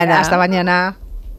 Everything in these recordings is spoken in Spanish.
Hasta mañana.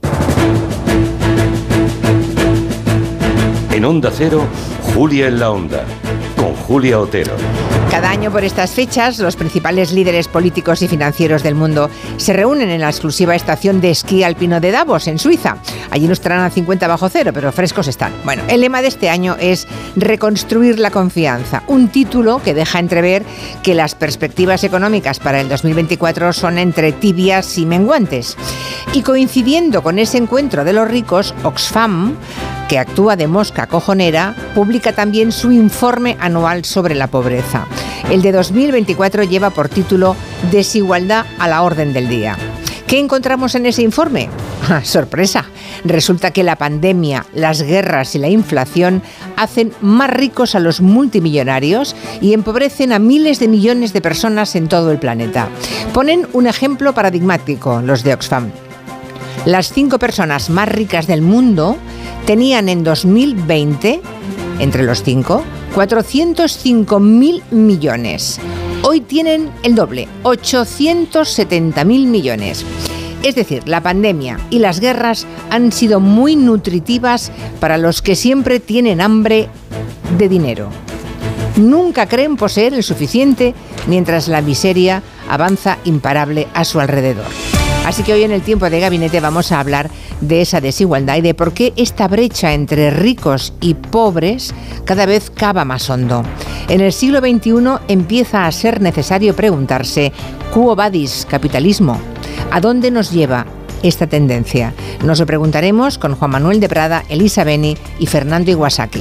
En Onda Cero, Julia en la Onda, con Julia Otero. Cada año por estas fechas, los principales líderes políticos y financieros del mundo se reúnen en la exclusiva estación de esquí alpino de Davos, en Suiza. Allí no estarán a 50 bajo cero, pero frescos están. Bueno, el lema de este año es Reconstruir la confianza, un título que deja entrever que las perspectivas económicas para el 2024 son entre tibias y menguantes. Y coincidiendo con ese encuentro de los ricos, Oxfam, que actúa de mosca cojonera, publica también su informe anual sobre la pobreza. El de 2024 lleva por título Desigualdad a la orden del día. ¿Qué encontramos en ese informe? ¡Sorpresa! Resulta que la pandemia, las guerras y la inflación hacen más ricos a los multimillonarios y empobrecen a miles de millones de personas en todo el planeta. Ponen un ejemplo paradigmático, los de Oxfam. Las 5 personas más ricas del mundo tenían en 2020, entre los 5, 405.000 millones. Hoy tienen el doble, 870.000 millones. Es decir, la pandemia y las guerras han sido muy nutritivas para los que siempre tienen hambre de dinero. Nunca creen poseer el suficiente mientras la miseria avanza imparable a su alrededor. Así que hoy en el tiempo de gabinete vamos a hablar de esa desigualdad y de por qué esta brecha entre ricos y pobres cada vez cava más hondo. En el siglo XXI empieza a ser necesario preguntarse ¿Quo vadis, capitalismo? ¿A dónde nos lleva esta tendencia? Nos lo preguntaremos con Juan Manuel de Prada, Elisa Beni y Fernando Iwasaki.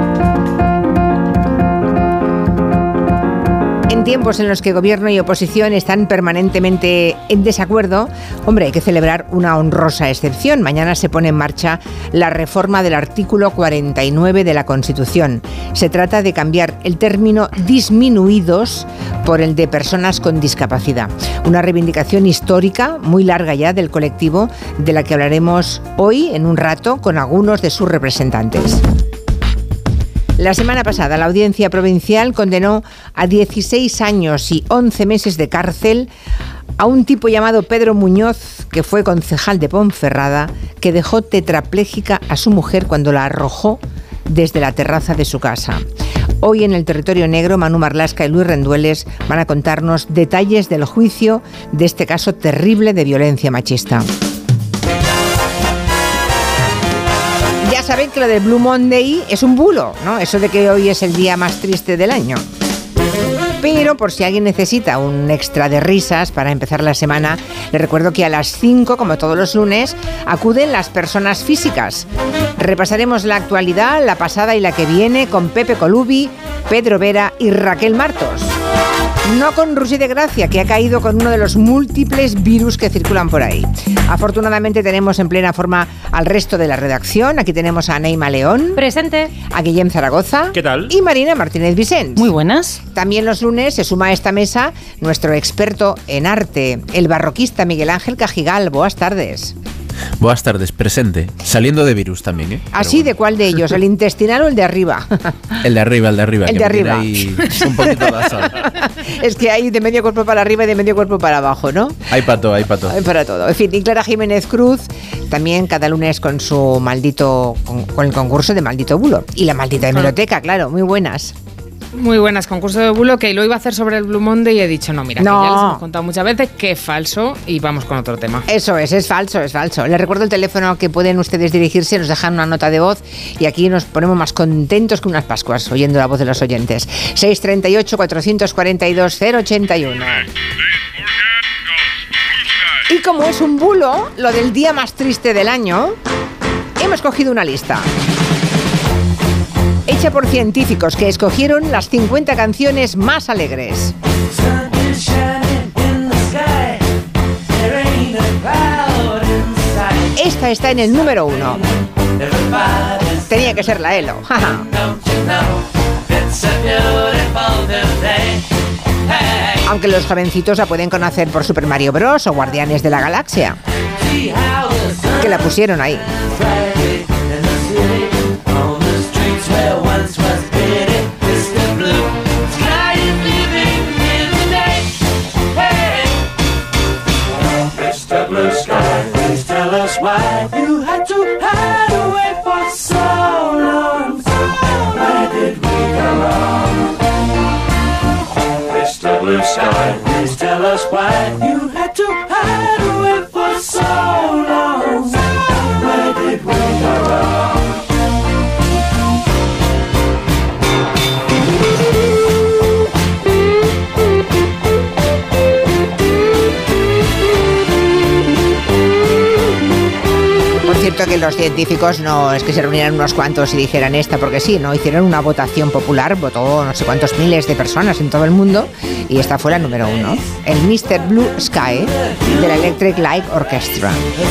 En tiempos en los que gobierno y oposición están permanentemente en desacuerdo, hombre, hay que celebrar una honrosa excepción. Mañana se pone en marcha la reforma del artículo 49 de la Constitución. Se trata de cambiar el término disminuidos por el de personas con discapacidad. Una reivindicación histórica, muy larga ya, del colectivo, de la que hablaremos hoy en un rato con algunos de sus representantes. La semana pasada, la Audiencia Provincial condenó a 16 años y 11 meses de cárcel a un tipo llamado Pedro Muñoz, que fue concejal de Ponferrada, que dejó tetrapléjica a su mujer cuando la arrojó desde la terraza de su casa. Hoy en el Territorio Negro, Manu Marlasca y Luis Rendueles van a contarnos detalles del juicio de este caso terrible de violencia machista. Ya saben que lo del Blue Monday es un bulo, ¿no? Eso de que hoy es el día más triste del año. Pero por si alguien necesita un extra de risas para empezar la semana, les recuerdo que a las 5, como todos los lunes, acuden las personas físicas. Repasaremos la actualidad, la pasada y la que viene con Pepe Colubi, Pedro Vera y Raquel Martos. No con Rusi de Gracia, que ha caído con uno de los múltiples virus que circulan por ahí. Afortunadamente tenemos en plena forma al resto de la redacción. Aquí tenemos a Neima León. Presente. A Guillem Zaragoza. ¿Qué tal? Y Marina Martínez Vicens. Muy buenas. También los lunes se suma a esta mesa nuestro experto en arte, el barroquista Miguel Ángel Cajigal. Buenas tardes. Buenas tardes, presente. Saliendo de virus también, ¿eh? ¿Así? ¿De cuál de ellos? ¿El intestinal o el de arriba? El de arriba, el de arriba. El de arriba. Ahí un poquito de sol. Es que hay de medio cuerpo para arriba y de medio cuerpo para abajo, ¿no? Hay para todo, hay para todo. Hay para todo. En fin, y Clara Jiménez Cruz, también cada lunes con su maldito, con el concurso de Maldito Bulo. Y la maldita hemeroteca, claro, muy buenas. Muy buenas, concurso de bulo que lo iba a hacer sobre el Blue Monday y he dicho, no, mira, No. que ya les hemos contado muchas veces que es falso y vamos con otro tema. Eso es falso, es falso. Les recuerdo el teléfono que pueden ustedes dirigirse, nos dejan una nota de voz y aquí nos ponemos más contentos que unas Pascuas oyendo la voz de los oyentes. 638-442-081. Y como es un bulo, lo del día más triste del año, hemos cogido una lista hecha por científicos que escogieron las 50 canciones más alegres. Esta está en el número 1. Tenía que ser la ELO. Aunque los jovencitos la pueden conocer por Super Mario Bros. O Guardianes de la Galaxia, que la pusieron ahí. Please tell us why you had to hide away for so long. Where did we go wrong? Mr. Blue Sky, please tell us why you had to hide away for so long. Where did we go wrong? Cierto que los científicos no es que se reunieran unos cuantos y dijeran esta porque sí, no, hicieron una votación popular, votó no sé cuántos miles de personas en todo el mundo y esta fue la número 1, el Mr. Blue Sky de la Electric Light Orchestra.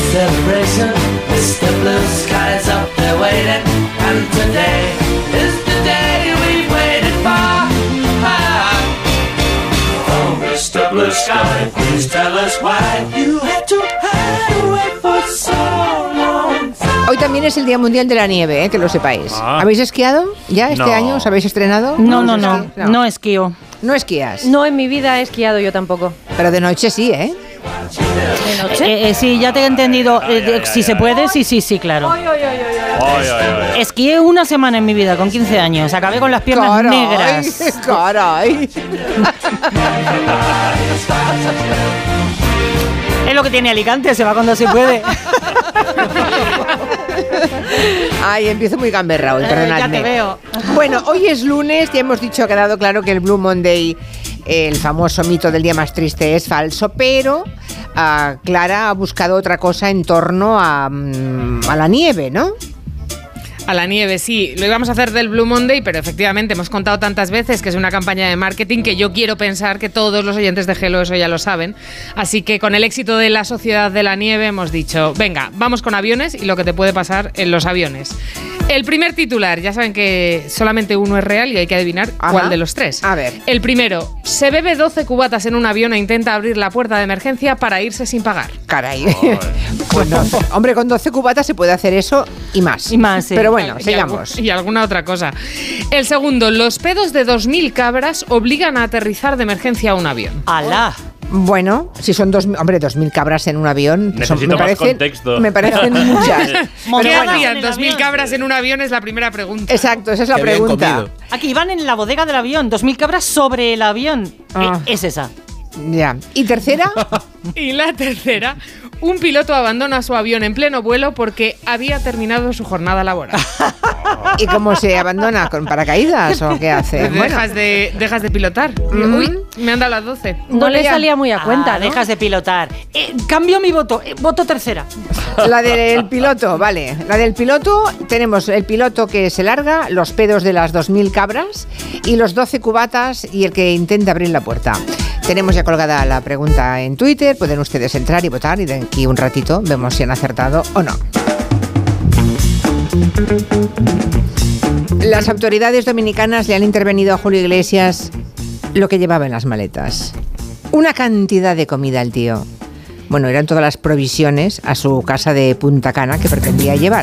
Mr. Blue Sky, please tell us why you had to hide away for so long. Hoy también es el Día Mundial de la Nieve, que lo sepáis. ¿Habéis esquiado ya este año? ¿Os habéis estrenado? No esquío. ¿No esquías? No, en mi vida he esquiado yo tampoco. Pero de noche sí, ¿eh? ¿De noche? Sí, ya te he entendido. Si se puede, sí, claro. Esquié una semana en mi vida, con 15 años. Acabé con las piernas negras. ¡Caray! Es lo que tiene Alicante, se va cuando se puede. Ay, empiezo muy gamberra hoy, perdonadme. Ya te veo. Bueno, hoy es lunes, ya hemos dicho, ha quedado claro que el Blue Monday, el famoso mito del día más triste, es falso, pero Clara ha buscado otra cosa en torno a la nieve, ¿no? A la nieve, sí. Lo íbamos a hacer del Blue Monday, pero efectivamente hemos contado tantas veces que es una campaña de marketing que yo quiero pensar que todos los oyentes de Hello eso ya lo saben. Así que con el éxito de la Sociedad de la Nieve hemos dicho, venga, vamos con aviones y lo que te puede pasar en los aviones. El primer titular, ya saben que solamente uno es real y hay que adivinar cuál de los tres. A ver. El primero, se bebe 12 cubatas en un avión e intenta abrir la puerta de emergencia para irse sin pagar. Caray. Bueno, hombre, con 12 cubatas se puede hacer eso y más. Y más, sí. Pero bueno, sigamos. Y alguna otra cosa. El segundo, los pedos de 2.000 cabras obligan a aterrizar de emergencia a un avión. ¡Alá! Bueno, si son 2.000 cabras en un avión, Necesito más contexto. Me parecen muchas. ¿Qué hacían 2.000 cabras en un avión? Es la primera pregunta. Exacto, esa es la pregunta. Aquí van en la bodega del avión, 2.000 cabras sobre el avión. Es esa. Ya. ¿Y tercera? Y la tercera, un piloto abandona su avión en pleno vuelo porque había terminado su jornada laboral. ¿Y cómo se abandona? ¿Con paracaídas o qué hace? Dejas de pilotar. Uy, me han dado las 12. No le salía muy a cuenta, ¿no? Dejas de pilotar. Cambio mi voto. Voto tercera. La del piloto, vale. La del piloto, tenemos el piloto que se larga, los pedos de las 2.000 cabras y los 12 cubatas y el que intenta abrir la puerta. Tenemos ya colgada la pregunta en Twitter, pueden ustedes entrar y votar y de aquí un ratito vemos si han acertado o no. Las autoridades dominicanas le han intervenido a Julio Iglesias lo que llevaba en las maletas. Una cantidad de comida al tío. Bueno, eran todas las provisiones a su casa de Punta Cana que pretendía llevar.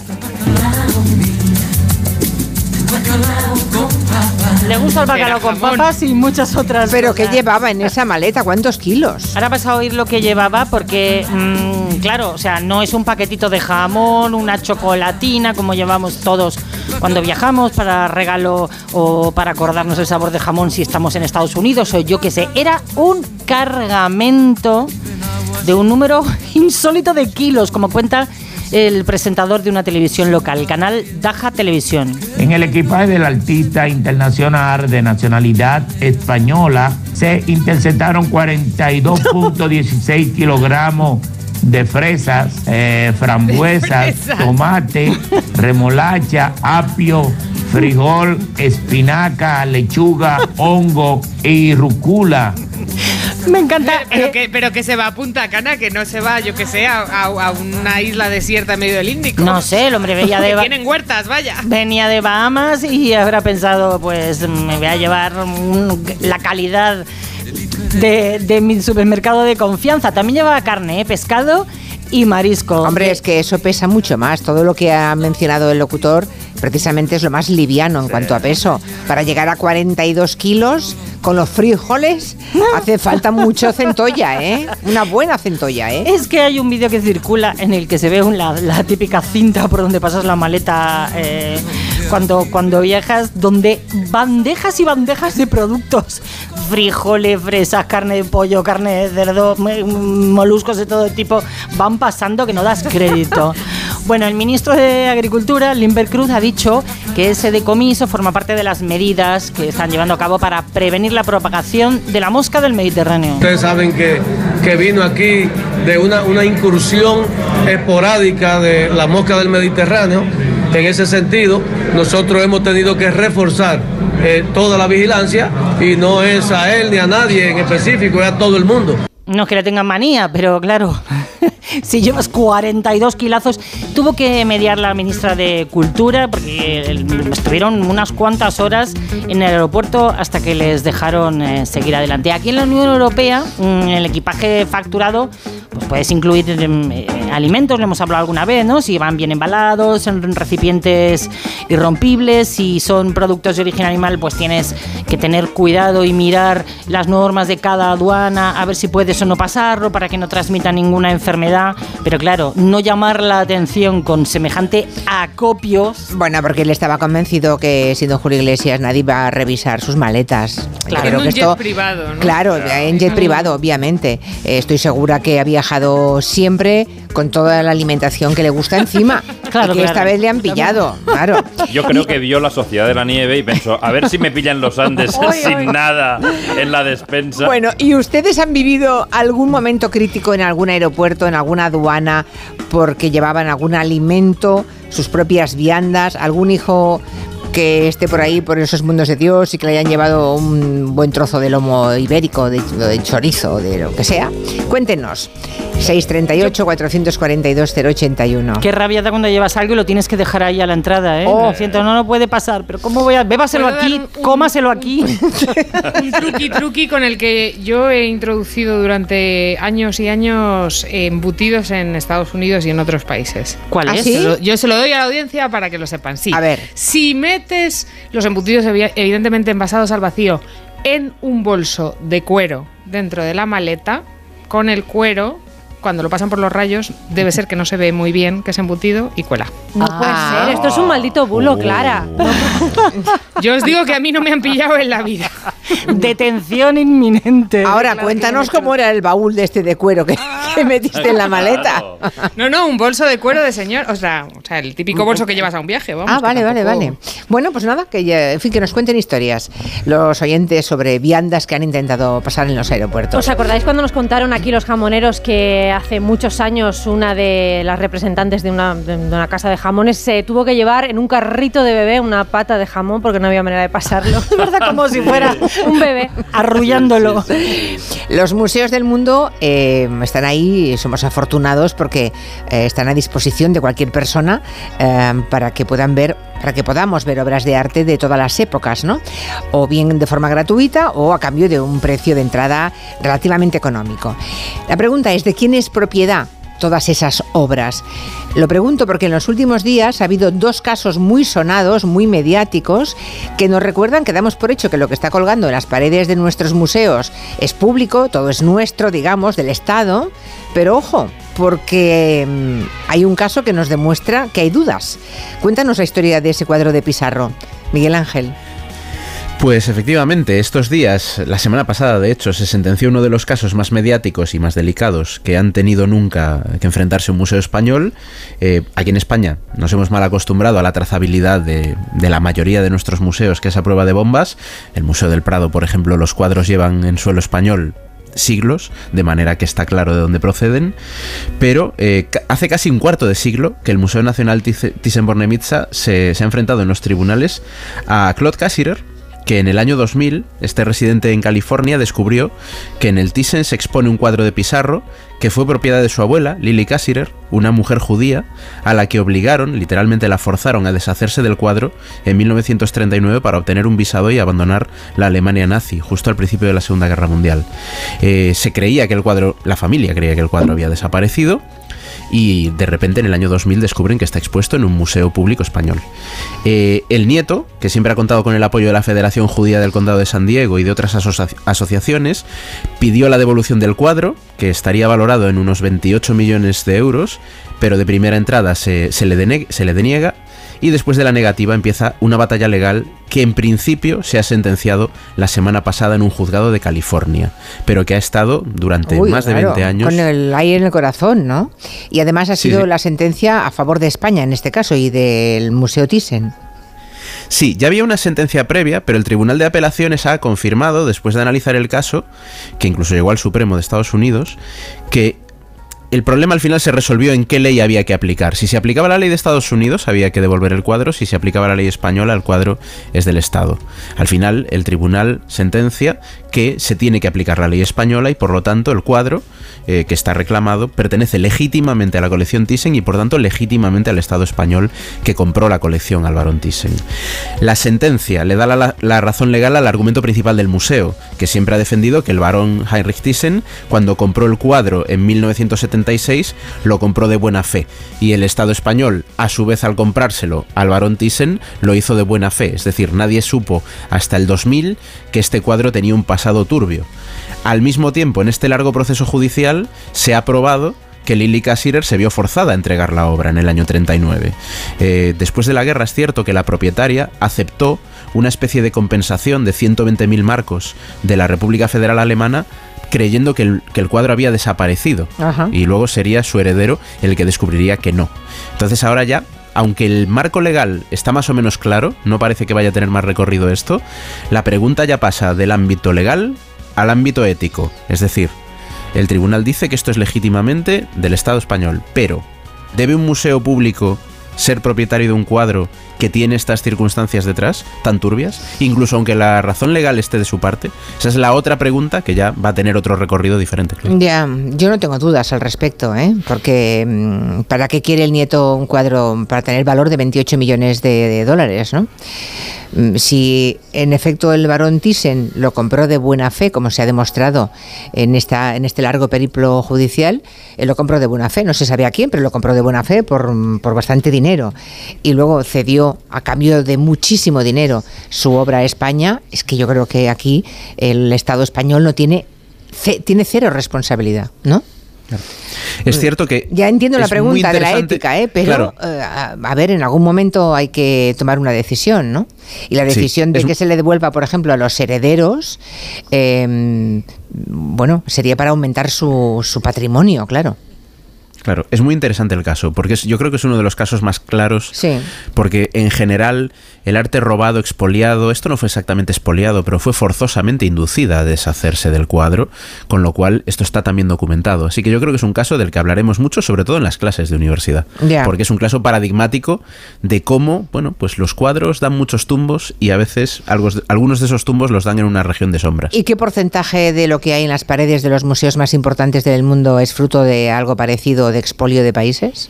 Le gusta el bacalao con papas y muchas otras Pero cosas. ¿qué llevaba en esa maleta? ¿Cuántos kilos? Ahora vas a oír lo que llevaba porque, claro, o sea, no es un paquetito de jamón, una chocolatina como llevamos todos cuando viajamos para regalo o para acordarnos el sabor de jamón si estamos en Estados Unidos o yo qué sé. Era un cargamento de un número insólito de kilos, como cuenta el presentador de una televisión local, el canal Daja Televisión. En el equipaje del artista internacional de nacionalidad española se interceptaron 42.16 kilogramos de fresas, frambuesas, tomate, remolacha, apio, frijol, espinaca, lechuga, hongo y rúcula. Me encanta. Pero que se va a Punta Cana, que no se va, yo que sé, a una isla desierta en medio del Índico. No sé, el hombre veía que tienen huertas, vaya. Venía de Bahamas y habrá pensado, pues me voy a llevar la calidad de mi supermercado de confianza. También llevaba carne, pescado y marisco. Hombre, es que eso pesa mucho más. Todo lo que ha mencionado el locutor precisamente es lo más liviano en cuanto a peso. Para llegar a 42 kilos, con los frijoles hace falta mucho centolla, ¿eh? Una buena centolla, ¿eh? Es que hay un vídeo que circula en el que se ve la típica cinta por donde pasas la maleta cuando viajas, donde bandejas y bandejas de productos, frijoles, fresas, carne de pollo, carne de cerdo, moluscos de todo tipo, van pasando que no das crédito. Bueno, el ministro de Agricultura, Limber Cruz, ha dicho que ese decomiso forma parte de las medidas que están llevando a cabo para prevenir la propagación de la mosca del Mediterráneo. Ustedes saben que vino aquí de una incursión esporádica de la mosca del Mediterráneo. En ese sentido, nosotros hemos tenido que reforzar toda la vigilancia, y no es a él ni a nadie en específico, es a todo el mundo. No es que le tengan manía, pero claro, si llevas 42 kilazos, tuvo que mediar la ministra de Cultura porque estuvieron unas cuantas horas en el aeropuerto hasta que les dejaron seguir adelante. Aquí en la Unión Europea, el equipaje facturado pues puedes incluir alimentos, lo hemos hablado alguna vez, ¿no? Si van bien embalados, en recipientes irrompibles, si son productos de origen animal, pues tienes que tener cuidado y mirar las normas de cada aduana, a ver si puedes o no pasarlo para que no transmita ninguna enfermedad. Pero claro, no llamar la atención con semejante acopio. Bueno, porque él estaba convencido que siendo Julio Iglesias nadie iba a revisar sus maletas. Claro, Creo en que un jet privado, ¿no? Claro, en jet privado, obviamente. Estoy segura que ha viajado siempre con toda la alimentación que le gusta encima. Claro, y que esta vez le han pillado, claro. Yo creo que vio la Sociedad de la Nieve y pensó, a ver si me pillan los Andes sin nada en la despensa. Bueno, ¿y ustedes han vivido algún momento crítico en algún aeropuerto, en alguna aduana, porque llevaban algún alimento, sus propias viandas, algún hijo que esté por ahí, por esos mundos de Dios, y que le hayan llevado un buen trozo de lomo ibérico, de chorizo, de lo que sea? Cuéntenos. 638-442-081. Qué rabia da cuando llevas algo y lo tienes que dejar ahí a la entrada, ¿eh? Oh. Lo siento, no puede pasar, pero ¿cómo voy a...? Bébaselo aquí, cómaselo aquí. Un truqui con el que yo he introducido durante años y años embutidos en Estados Unidos y en otros países. ¿Cuál es? ¿Sí? Yo se lo doy a la audiencia para que lo sepan. Sí. A ver. Si metes los embutidos evidentemente envasados al vacío en un bolso de cuero dentro de la maleta, con el cuero, cuando lo pasan por los rayos, debe ser que no se ve muy bien que es embutido y cuela. No puede ser, esto es un maldito bulo, Clara. Yo os digo que a mí no me han pillado en la vida. Detención inminente. Ahora, cuéntanos cómo era el baúl de este de cuero que metiste en la maleta. No, un bolso de cuero de señor, o sea, el típico bolso que llevas a un viaje, vamos. Vale. Bueno, pues nada, que nos cuenten historias los oyentes sobre viandas que han intentado pasar en los aeropuertos. ¿Os acordáis cuando nos contaron aquí los jamoneros que hace muchos años una de las representantes de una casa de jamones se tuvo que llevar en un carrito de bebé una pata de jamón porque no había manera de pasarlo? Es verdad, como si fuera un bebé. Arrullándolo. Los museos del mundo están ahí, somos afortunados porque están a disposición de cualquier persona para que podamos ver obras de arte de todas las épocas, ¿no? O bien de forma gratuita o a cambio de un precio de entrada relativamente económico. La pregunta es, ¿de quién es propiedad todas esas obras? Lo pregunto porque en los últimos días ha habido dos casos muy sonados, muy mediáticos, que nos recuerdan que damos por hecho que lo que está colgando en las paredes de nuestros museos es público, todo es nuestro, digamos, del Estado, pero ojo, porque hay un caso que nos demuestra que hay dudas. Cuéntanos la historia de ese cuadro de Pissarro, Miguel Ángel. Pues efectivamente, estos días, la semana pasada de hecho, se sentenció uno de los casos más mediáticos y más delicados que han tenido nunca que enfrentarse un museo español. Aquí en España nos hemos mal acostumbrado a la trazabilidad de la mayoría de nuestros museos, que es a prueba de bombas. El Museo del Prado, por ejemplo, los cuadros llevan en suelo español siglos, de manera que está claro de dónde proceden, pero hace casi un cuarto de siglo que el Museo Nacional Thyssen-Bornemisza se ha enfrentado en los tribunales a Claude Cassirer, que en el año 2000, este residente en California descubrió que en el Thyssen se expone un cuadro de Pissarro que fue propiedad de su abuela, Lili Cassirer, una mujer judía, a la que obligaron, literalmente la forzaron a deshacerse del cuadro en 1939 para obtener un visado y abandonar la Alemania nazi, justo al principio de la Segunda Guerra Mundial. Se creía que la familia creía que el cuadro había desaparecido, y de repente en el año 2000 descubren que está expuesto en un museo público español. El nieto, que siempre ha contado con el apoyo de la Federación Judía del Condado de San Diego y de otras asociaciones, pidió la devolución del cuadro, que estaría valorado en unos 28 millones de euros, pero de primera entrada se le deniega, y después de la negativa empieza una batalla legal que en principio se ha sentenciado la semana pasada en un juzgado de California, pero que ha estado durante más de 20 años... Con el aire en el corazón, ¿no? Y además ha sido la sentencia a favor de España en este caso y del Museo Thyssen. Sí, ya había una sentencia previa, pero el Tribunal de Apelaciones ha confirmado, después de analizar el caso, que incluso llegó al Supremo de Estados Unidos, que el problema al final se resolvió en qué ley había que aplicar. Si se aplicaba la ley de Estados Unidos, había que devolver el cuadro. Si se aplicaba la ley española, el cuadro es del Estado. Al final, el tribunal sentencia que se tiene que aplicar la ley española y, por lo tanto, el cuadro que está reclamado pertenece legítimamente a la colección Thyssen y, por tanto, legítimamente al Estado español que compró la colección al barón Thyssen. La sentencia le da la razón legal al argumento principal del museo, que siempre ha defendido que el barón Heinrich Thyssen, cuando compró el cuadro en 1976, lo compró de buena fe, y el Estado español, a su vez, al comprárselo al barón Thyssen, lo hizo de buena fe. Es decir, nadie supo hasta el 2000 que este cuadro tenía un pasado turbio. Al mismo tiempo, en este largo proceso judicial, se ha probado que Lili Kasirer se vio forzada a entregar la obra en el año 39. Después de la guerra es cierto que la propietaria aceptó una especie de compensación de 120.000 marcos de la República Federal Alemana, creyendo que el cuadro había desaparecido. Ajá. Y luego sería su heredero el que descubriría que no. Entonces ahora ya, aunque el marco legal está más o menos claro, no parece que vaya a tener más recorrido esto, la pregunta ya pasa del ámbito legal al ámbito ético. Es decir, el tribunal dice que esto es legítimamente del Estado español, pero ¿debe un museo público ser propietario de un cuadro que tiene estas circunstancias detrás, tan turbias? Incluso aunque la razón legal esté de su parte. Esa es la otra pregunta que ya va a tener otro recorrido diferente. Ya, yo no tengo dudas al respecto, porque ¿para qué quiere el nieto un cuadro para tener valor de 28 millones de dólares, ¿no? Si en efecto el barón Thyssen lo compró de buena fe, como se ha demostrado en este largo periplo judicial, él lo compró de buena fe, no se sabe a quién, pero lo compró de buena fe por bastante dinero, y luego cedió a cambio de muchísimo dinero su obra a España. Es que yo creo que aquí el Estado español no tiene cero responsabilidad, ¿no? Claro. Es cierto que... Ya entiendo la pregunta de la ética, pero claro. A ver, en algún momento hay que tomar una decisión, ¿no? Y la decisión de que se le devuelva, por ejemplo, a los herederos, sería para aumentar su patrimonio, claro. Claro, es muy interesante el caso, porque yo creo que es uno de los casos más claros, porque en general el arte robado, expoliado, esto no fue exactamente expoliado, pero fue forzosamente inducida a deshacerse del cuadro, con lo cual esto está también documentado. Así que yo creo que es un caso del que hablaremos mucho, sobre todo en las clases de universidad, porque es un caso paradigmático de cómo, pues los cuadros dan muchos tumbos y a veces algunos de esos tumbos los dan en una región de sombras. ¿Y qué porcentaje de lo que hay en las paredes de los museos más importantes del mundo es fruto de algo parecido, de expolio de países?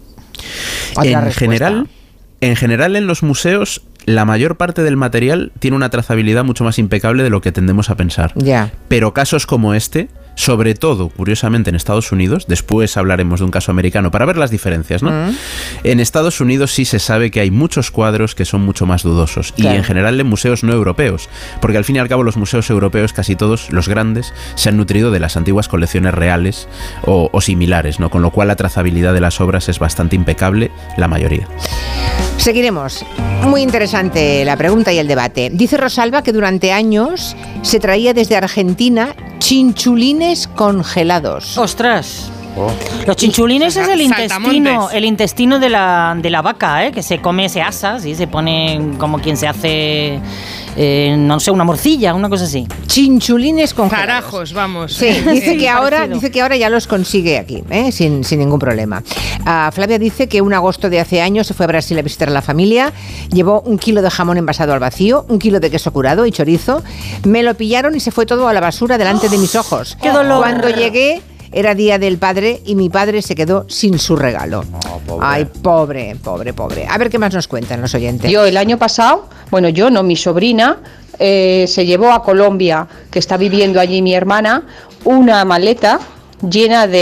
En general en los museos la mayor parte del material tiene una trazabilidad mucho más impecable de lo que tendemos a pensar. Pero casos como este, sobre todo, curiosamente, en Estados Unidos, después hablaremos de un caso americano para ver las diferencias, ¿no? En Estados Unidos sí se sabe que hay muchos cuadros que son mucho más dudosos, y en general en museos no europeos, porque al fin y al cabo los museos europeos, casi todos los grandes, se han nutrido de las antiguas colecciones reales o similares, ¿no? Con lo cual la trazabilidad de las obras es bastante impecable, la mayoría. Seguiremos. Muy interesante la pregunta y el debate. Dice Rosalba que durante años se traía desde Argentina chinchulines congelados. ¡Ostras! Los chinchulines es el intestino de la vaca, que se come, se asa, ¿sí? Se pone como quien se hace, una morcilla, una cosa así. Chinchulines congelados. Carajos, vamos. Sí, dice que ahora ya los consigue aquí, sin ningún problema. Flavia dice que un agosto de hace años se fue a Brasil a visitar a la familia, llevó 1 kilo de jamón envasado al vacío, 1 kilo de queso curado y chorizo, me lo pillaron y se fue todo a la basura delante de mis ojos. ¡Qué dolor! Cuando llegué, era día del padre y mi padre se quedó sin su regalo. Ay, pobre. A ver qué más nos cuentan los oyentes. Yo el año pasado, mi sobrina se llevó a Colombia, que está viviendo allí mi hermana, una maleta llena de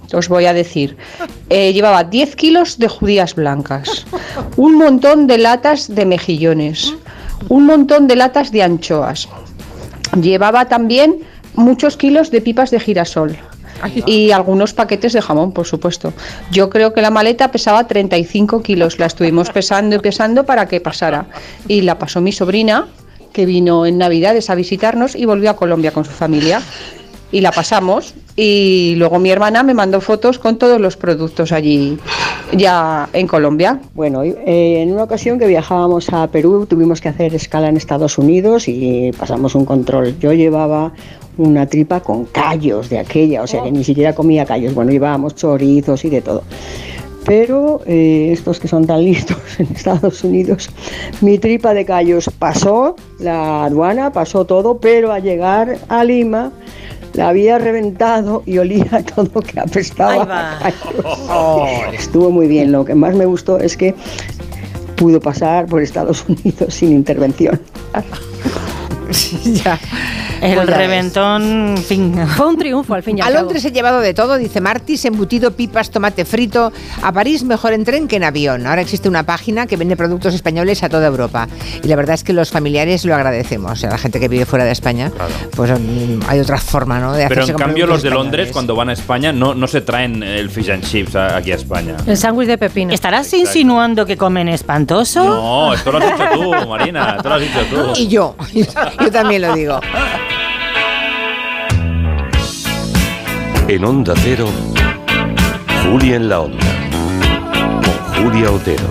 os voy a decir. Llevaba 10 kilos de judías blancas, un montón de latas de mejillones, un montón de latas de anchoas. Llevaba también muchos kilos de pipas de girasol. Y algunos paquetes de jamón, por supuesto. Yo creo que la maleta pesaba 35 kilos. La estuvimos pesando y pesando para que pasara. Y la pasó mi sobrina, que vino en Navidades a visitarnos y volvió a Colombia con su familia. Y la pasamos. Y luego mi hermana me mandó fotos con todos los productos allí, ya en Colombia. Bueno, en una ocasión que viajábamos a Perú, tuvimos que hacer escala en Estados Unidos y pasamos un control. Yo llevaba una tripa con callos de aquella, o sea que ni siquiera comía callos. Bueno, llevábamos chorizos y de todo. Pero estos que son tan listos en Estados Unidos, mi tripa de callos pasó la aduana, pasó todo, pero al llegar a Lima la había reventado y olía todo que apestaba a callos. Estuvo muy bien. Lo que más me gustó es que pudo pasar por Estados Unidos sin intervención. Ya. El reventón, en fin. Fue un triunfo al fin y al A cabo. Londres he llevado de todo, dice Martis, embutido, pipas, tomate frito. A París mejor en tren que en avión. Ahora existe una página que vende productos españoles a toda Europa. Y la verdad es que los familiares lo agradecemos. O sea, la gente que vive fuera de España, pues hay otra forma, ¿no? De Pero hacerse en con cambio los productos de Londres, españoles. cuando van a España, no se traen el fish and chips aquí a España. El sándwich de pepino. ¿Estarás insinuando que comen espantoso? No, esto lo has dicho tú, Marina, esto lo has dicho tú. Y yo también lo digo. En Onda Cero, Julia en la Onda, con Julia Otero.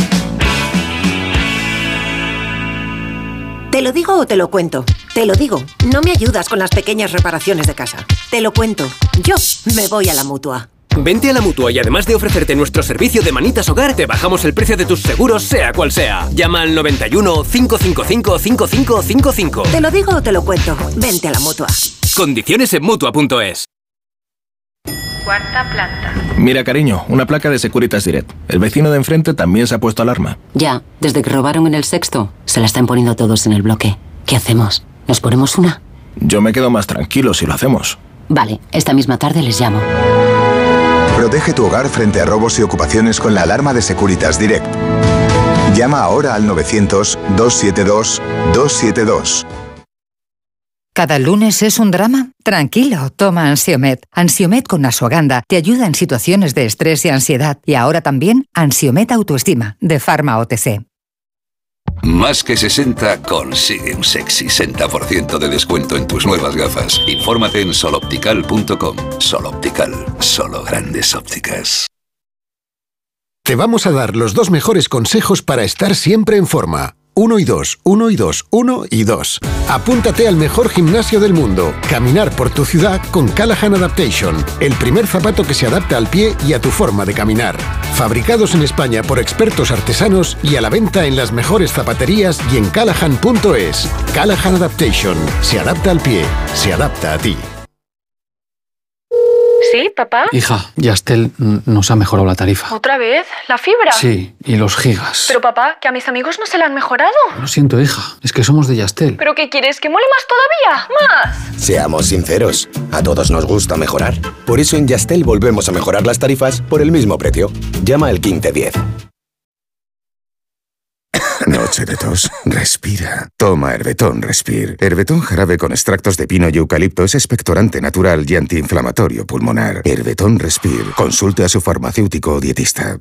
¿Te lo digo o te lo cuento? Te lo digo. No me ayudas con las pequeñas reparaciones de casa. Te lo cuento. Yo me voy a la Mutua. Vente a la Mutua y además de ofrecerte nuestro servicio de manitas hogar, te bajamos el precio de tus seguros, sea cual sea. Llama al 91 555 5555. ¿Te lo digo o te lo cuento? Vente a la Mutua. Condiciones en Mutua.es. Cuarta planta. Mira, cariño, una placa de Securitas Direct. El vecino de enfrente también se ha puesto alarma. Ya, desde que robaron en el sexto, se la están poniendo todos en el bloque. ¿Qué hacemos? ¿Nos ponemos una? Yo me quedo más tranquilo si lo hacemos. Vale, esta misma tarde les llamo. Protege tu hogar frente a robos y ocupaciones con la alarma de Securitas Direct. Llama ahora al 900-272-272. ¿Cada lunes es un drama? Tranquilo, toma Ansiomet. Ansiomet con Asuaganda te ayuda en situaciones de estrés y ansiedad. Y ahora también Ansiomet Autoestima, de Pharma OTC. Más que 60 consigue un sexy 60% de descuento en tus nuevas gafas. Infórmate en soloptical.com. Soloptical, solo grandes ópticas. Te vamos a dar los dos mejores consejos para estar siempre en forma. 1 y 2, 1 y 2, 1 y 2. Apúntate al mejor gimnasio del mundo. Caminar por tu ciudad con Callahan Adaptation. El primer zapato que se adapta al pie y a tu forma de caminar. Fabricados en España por expertos artesanos y a la venta en las mejores zapaterías y en Callahan.es. Callahan Adaptation. Se adapta al pie. Se adapta a ti. ¿Sí, papá? Hija, Yastel nos ha mejorado la tarifa. ¿Otra vez? ¿La fibra? Sí, y los gigas. Pero papá, que a mis amigos no se la han mejorado. Lo siento, hija, es que somos de Yastel. ¿Pero qué quieres? ¿Que mole más todavía? ¡Más! Seamos sinceros, a todos nos gusta mejorar. Por eso en Yastel volvemos a mejorar las tarifas por el mismo precio. Llama al 1510. Noche de tos. Respira. Toma Herbetón Respir. Herbetón jarabe con extractos de pino y eucalipto es expectorante natural y antiinflamatorio pulmonar. Herbetón Respir. Consulte a su farmacéutico o dietista.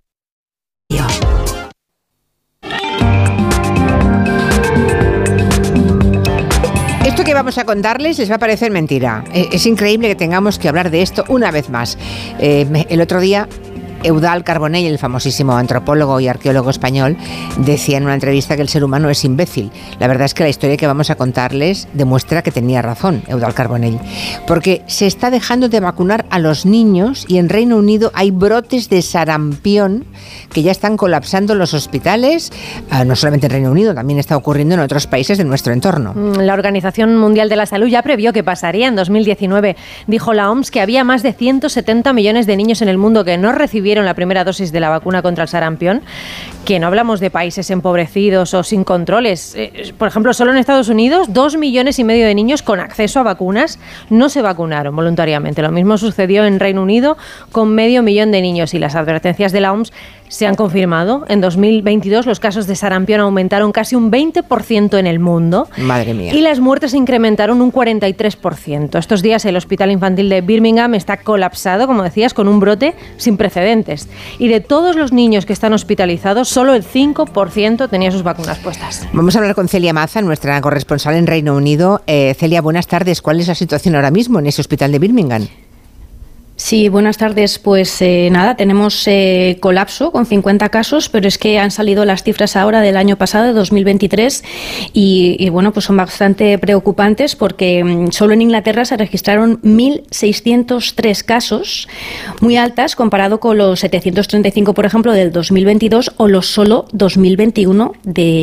Esto que vamos a contarles les va a parecer mentira. Es increíble que tengamos que hablar de esto una vez más. El otro día, Eudald Carbonell, el famosísimo antropólogo y arqueólogo español, decía en una entrevista que el ser humano es imbécil. La verdad es que la historia que vamos a contarles demuestra que tenía razón Eudald Carbonell, porque se está dejando de vacunar a los niños y en Reino Unido hay brotes de sarampión que ya están colapsando los hospitales, no solamente en Reino Unido, también está ocurriendo en otros países de nuestro entorno. La Organización Mundial de la Salud ya previó que pasaría en 2019. Dijo la OMS que había más de 170 millones de niños en el mundo que no recibieron recibieron la primera dosis de la vacuna contra el sarampión, que no hablamos de países empobrecidos o sin controles. Por ejemplo, solo en Estados Unidos, 2,5 millones de niños con acceso a vacunas no se vacunaron voluntariamente. Lo mismo sucedió en Reino Unido con 500,000 de niños, y las advertencias de la OMS se han confirmado. En 2022 los casos de sarampión aumentaron casi un 20% en el mundo. Madre mía. Y las muertes se incrementaron un 43%. Estos días el Hospital Infantil de Birmingham está colapsado, como decías, con un brote sin precedentes. Y de todos los niños que están hospitalizados, solo el 5% tenía sus vacunas puestas. Vamos a hablar con Celia Maza, nuestra corresponsal en Reino Unido. Celia, buenas tardes. ¿Cuál es la situación ahora mismo en ese hospital de Birmingham? Sí, buenas tardes. Pues nada, tenemos colapso con 50 casos, pero es que han salido las cifras ahora del año pasado, de 2023, y bueno, pues son bastante preocupantes, porque solo en Inglaterra se registraron 1.603 casos, muy altas comparado con los 735, por ejemplo, del 2022, o los solo 2021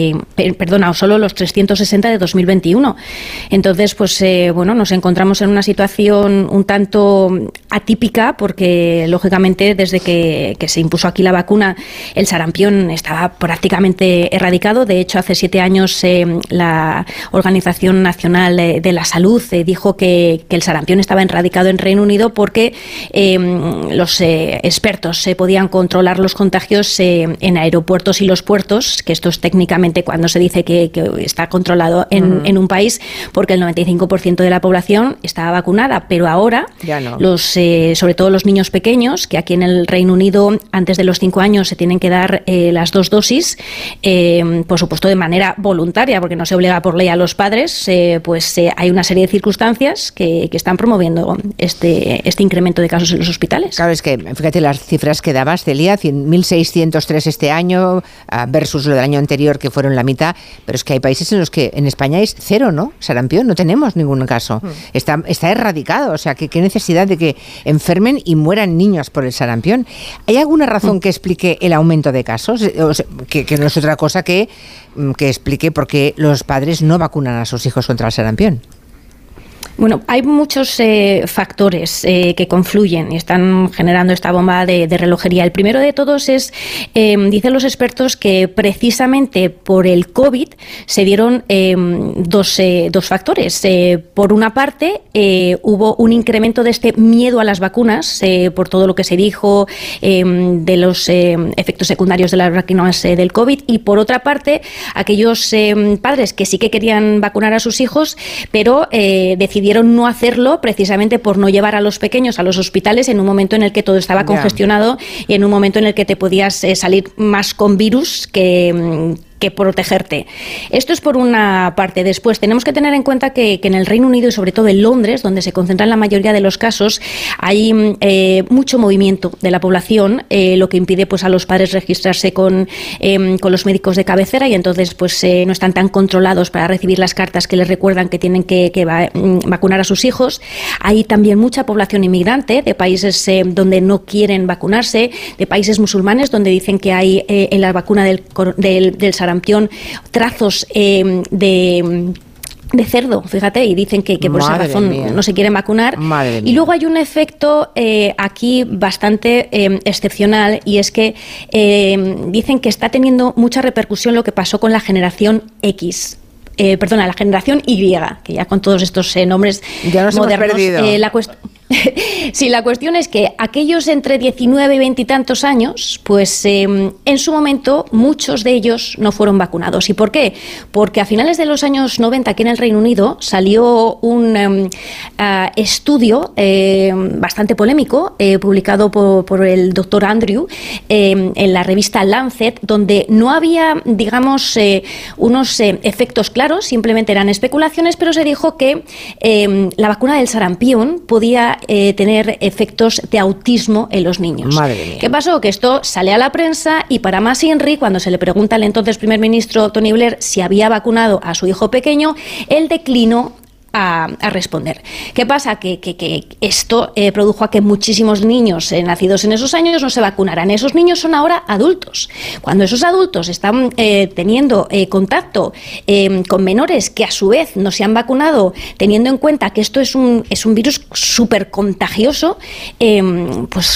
o solo los 360 de 2021. Entonces, pues bueno, nos encontramos en una situación un tanto atípica, porque lógicamente desde que se impuso aquí la vacuna, el sarampión estaba prácticamente erradicado. De hecho, hace 7 años la Organización Nacional de la Salud dijo que el sarampión estaba erradicado en Reino Unido, porque los expertos podían controlar los contagios en aeropuertos y los puertos, que esto es técnicamente cuando se dice que está controlado en un país, porque el 95% de la población estaba vacunada. Pero ahora ya no. Sobre todo los niños pequeños, que aquí en el Reino Unido antes de los 5 años se tienen que dar las 2 dosis, por supuesto de manera voluntaria, porque no se obliga por ley a los padres, hay una serie de circunstancias que están promoviendo este incremento de casos en los hospitales. Claro, es que fíjate las cifras que dabas, Celia, 1.603 este año versus lo del año anterior, que fueron la mitad, pero es que hay países en los que en España es 0, ¿no? Sarampión, no tenemos ningún caso. Está erradicado, o sea, qué necesidad de que enfermen y mueran niños por el sarampión. ¿Hay alguna razón que explique el aumento de casos? O sea, que no es otra cosa que explique por qué los padres no vacunan a sus hijos contra el sarampión. Bueno, hay muchos factores que confluyen y están generando esta bomba de relojería. El primero de todos es, dicen los expertos, que precisamente por el COVID se dieron dos factores. Por una parte, hubo un incremento de este miedo a las vacunas por todo lo que se dijo de los efectos secundarios de las vacunas del COVID, y por otra parte, aquellos padres que sí que querían vacunar a sus hijos, pero decidieron no hacerlo precisamente por no llevar a los pequeños a los hospitales en un momento en el que todo estaba congestionado y en un momento en el que te podías salir más con virus que protegerte. Esto es por una parte. Después tenemos que tener en cuenta que en el Reino Unido y sobre todo en Londres, donde se concentran la mayoría de los casos, hay mucho movimiento de la población, lo que impide pues a los padres registrarse con los médicos de cabecera, y entonces pues no están tan controlados para recibir las cartas que les recuerdan que tienen que vacunar a sus hijos. Hay también mucha población inmigrante de países donde no quieren vacunarse, de países musulmanes donde dicen que hay en la vacuna del sarampión trazos de cerdo, fíjate, y dicen que por esa razón no se quieren vacunar. Y luego hay un efecto aquí bastante excepcional, y es que dicen que está teniendo mucha repercusión lo que pasó con la generación X. La generación Y, que ya con todos estos nombres ya nos modernos, hemos perdido. Sí, la cuestión es que aquellos entre 19 y 20 y tantos años, pues en su momento muchos de ellos no fueron vacunados. ¿Y por qué? Porque a finales de los años 90 aquí en el Reino Unido salió un estudio bastante polémico, publicado por el doctor Andrew en la revista Lancet, donde no había, digamos, unos efectos claros, simplemente eran especulaciones, pero se dijo que la vacuna del sarampión podía tener efectos de autismo en los niños. Madre mía. ¿Qué pasó? Que esto sale a la prensa, y para más Henry, cuando se le pregunta al entonces primer ministro Tony Blair si había vacunado a su hijo pequeño, él declinó a responder. ¿Qué pasa? Que esto produjo a que muchísimos niños nacidos en esos años no se vacunaran. Esos niños son ahora adultos. Cuando esos adultos están teniendo contacto con menores que a su vez no se han vacunado, teniendo en cuenta que esto es un virus súper contagioso, pues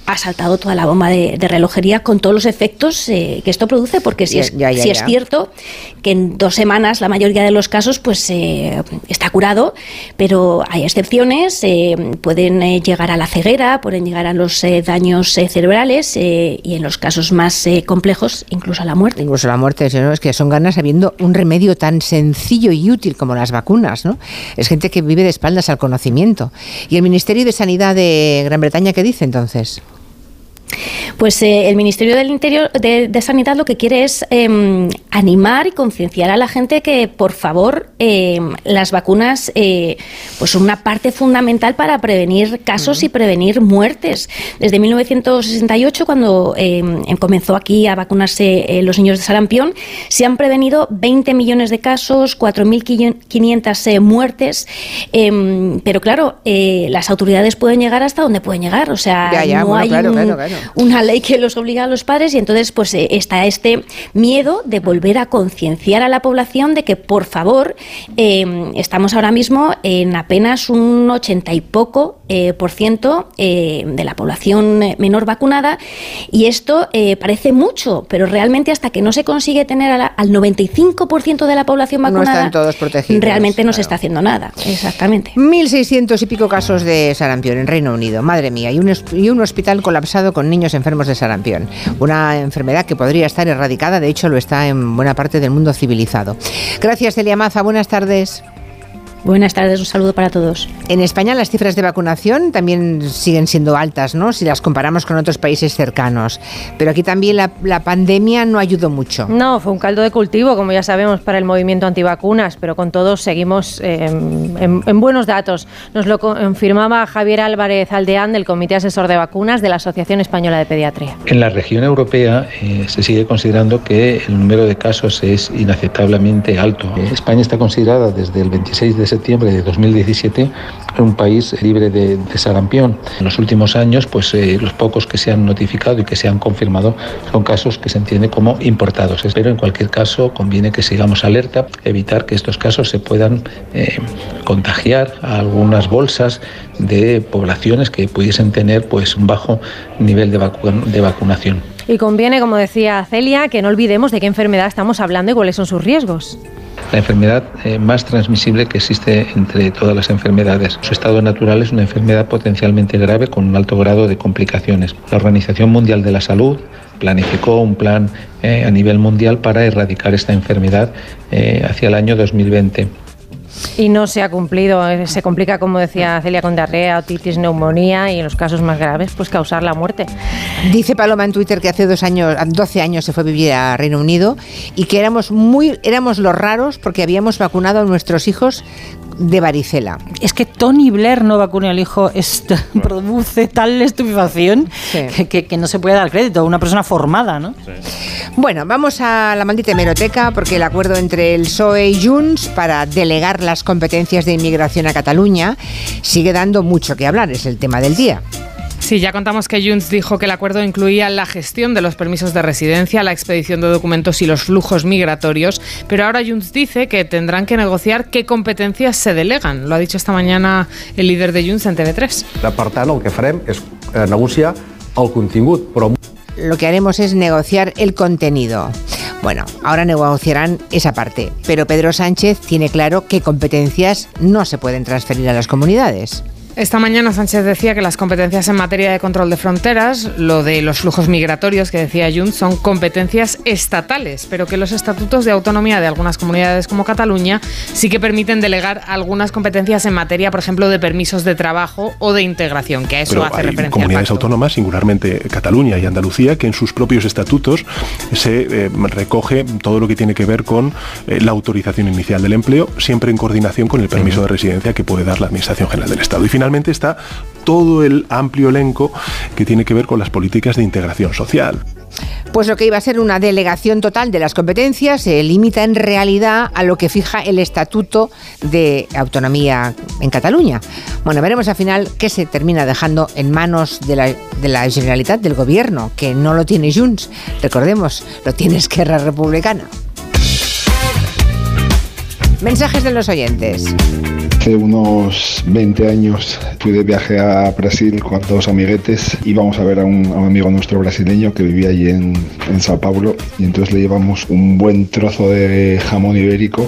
ha saltado toda la bomba de relojería con todos los efectos que esto produce, porque si es cierto que en 2 semanas la mayoría de los casos pues está curado, pero hay excepciones, pueden llegar a la ceguera, pueden llegar a los daños cerebrales y en los casos más complejos incluso a la muerte. Incluso la muerte, ¿no? Es que son ganas habiendo un remedio tan sencillo y útil como las vacunas, ¿no? Es gente que vive de espaldas al conocimiento. ¿Y el Ministerio de Sanidad de Gran Bretaña qué dice entonces? Pues el Ministerio del Interior de Sanidad lo que quiere es animar y concienciar a la gente que, por favor, las vacunas pues son una parte fundamental para prevenir casos y prevenir muertes. Desde 1968, cuando comenzó aquí a vacunarse los niños de sarampión, se han prevenido 20 millones de casos, 4.500 muertes, pero claro, las autoridades pueden llegar hasta donde pueden llegar, o sea, no hay una ley que los obliga a los padres y entonces pues está este miedo de volver a concienciar a la población de que por favor estamos ahora mismo en apenas un 80 y poco % de la población menor vacunada y esto parece mucho, pero realmente hasta que no se consigue tener al 95% de la población vacunada, no están todos protegidos, realmente no se está haciendo nada. Exactamente. 1.600 y pico casos de sarampión en Reino Unido, madre mía, y un hospital colapsado con niños enfermos de sarampión, una enfermedad que podría estar erradicada, de hecho lo está en buena parte del mundo civilizado. Gracias, Celia Maza, buenas tardes. Buenas tardes, un saludo para todos. En España las cifras de vacunación también siguen siendo altas, ¿no? Si las comparamos con otros países cercanos. Pero aquí también la pandemia no ayudó mucho. No, fue un caldo de cultivo, como ya sabemos, para el movimiento antivacunas, pero con todo seguimos en buenos datos. Nos lo confirmaba Javier Álvarez Aldeán, del Comité Asesor de Vacunas de la Asociación Española de Pediatría. En la región europea se sigue considerando que el número de casos es inaceptablemente alto. España está considerada desde el 26 de septiembre de 2017 un país libre de sarampión. En los últimos años, pues los pocos que se han notificado y que se han confirmado son casos que se entienden como importados. Pero en cualquier caso conviene que sigamos alerta, evitar que estos casos se puedan contagiar a algunas bolsas de poblaciones que pudiesen tener pues un bajo nivel de vacunación. Y conviene, como decía Celia, que no olvidemos de qué enfermedad estamos hablando y cuáles son sus riesgos. La enfermedad más transmisible que existe entre todas las enfermedades. Su estado natural es una enfermedad potencialmente grave con un alto grado de complicaciones. La Organización Mundial de la Salud planificó un plan a nivel mundial para erradicar esta enfermedad hacia el año 2020. Y no se ha cumplido, se complica, como decía Celia, con diarrea, otitis, neumonía y en los casos más graves, pues causar la muerte. Dice Paloma en Twitter que hace 12 años se fue a vivir a Reino Unido y que éramos los raros porque habíamos vacunado a nuestros hijos de varicela. Es que Tony Blair no vacunó al hijo, produce tal estupefacción que no se puede dar crédito a una persona formada, ¿no? Sí. Bueno, vamos a la maldita hemeroteca porque el acuerdo entre el PSOE y Junts para delegar las competencias de inmigración a Cataluña sigue dando mucho que hablar, es el tema del día. Sí, ya contamos que Junts dijo que el acuerdo incluía la gestión de los permisos de residencia, la expedición de documentos y los flujos migratorios, pero ahora Junts dice que tendrán que negociar qué competencias se delegan. Lo ha dicho esta mañana el líder de Junts en TV3. Per tant, el que farem és negociar el contingut, però... Lo que haremos es negociar el contenido. Bueno, ahora negociarán esa parte, pero Pedro Sánchez tiene claro qué competencias no se pueden transferir a las comunidades. Esta mañana Sánchez decía que las competencias en materia de control de fronteras, lo de los flujos migratorios que decía Junts, son competencias estatales, pero que los estatutos de autonomía de algunas comunidades como Cataluña sí que permiten delegar algunas competencias en materia, por ejemplo, de permisos de trabajo o de integración, que a eso hace referencia el comunidades autónomas, singularmente Cataluña y Andalucía, que en sus propios estatutos se recoge todo lo que tiene que ver con la autorización inicial del empleo, siempre en coordinación con el permiso de residencia que puede dar la Administración General del Estado. Y finalmente está todo el amplio elenco que tiene que ver con las políticas de integración social. Pues lo que iba a ser una delegación total de las competencias se limita en realidad a lo que fija el Estatuto de Autonomía en Cataluña. Bueno, veremos al final qué se termina dejando en manos de la Generalitat, del Gobierno, que no lo tiene Junts. Recordemos, lo tiene Esquerra Republicana. Mensajes de los oyentes. Hace unos 20 años fui de viaje a Brasil con 2 amiguetes. Íbamos a ver a un amigo nuestro brasileño que vivía allí en Sao Paulo, y entonces le llevamos un buen trozo de jamón ibérico,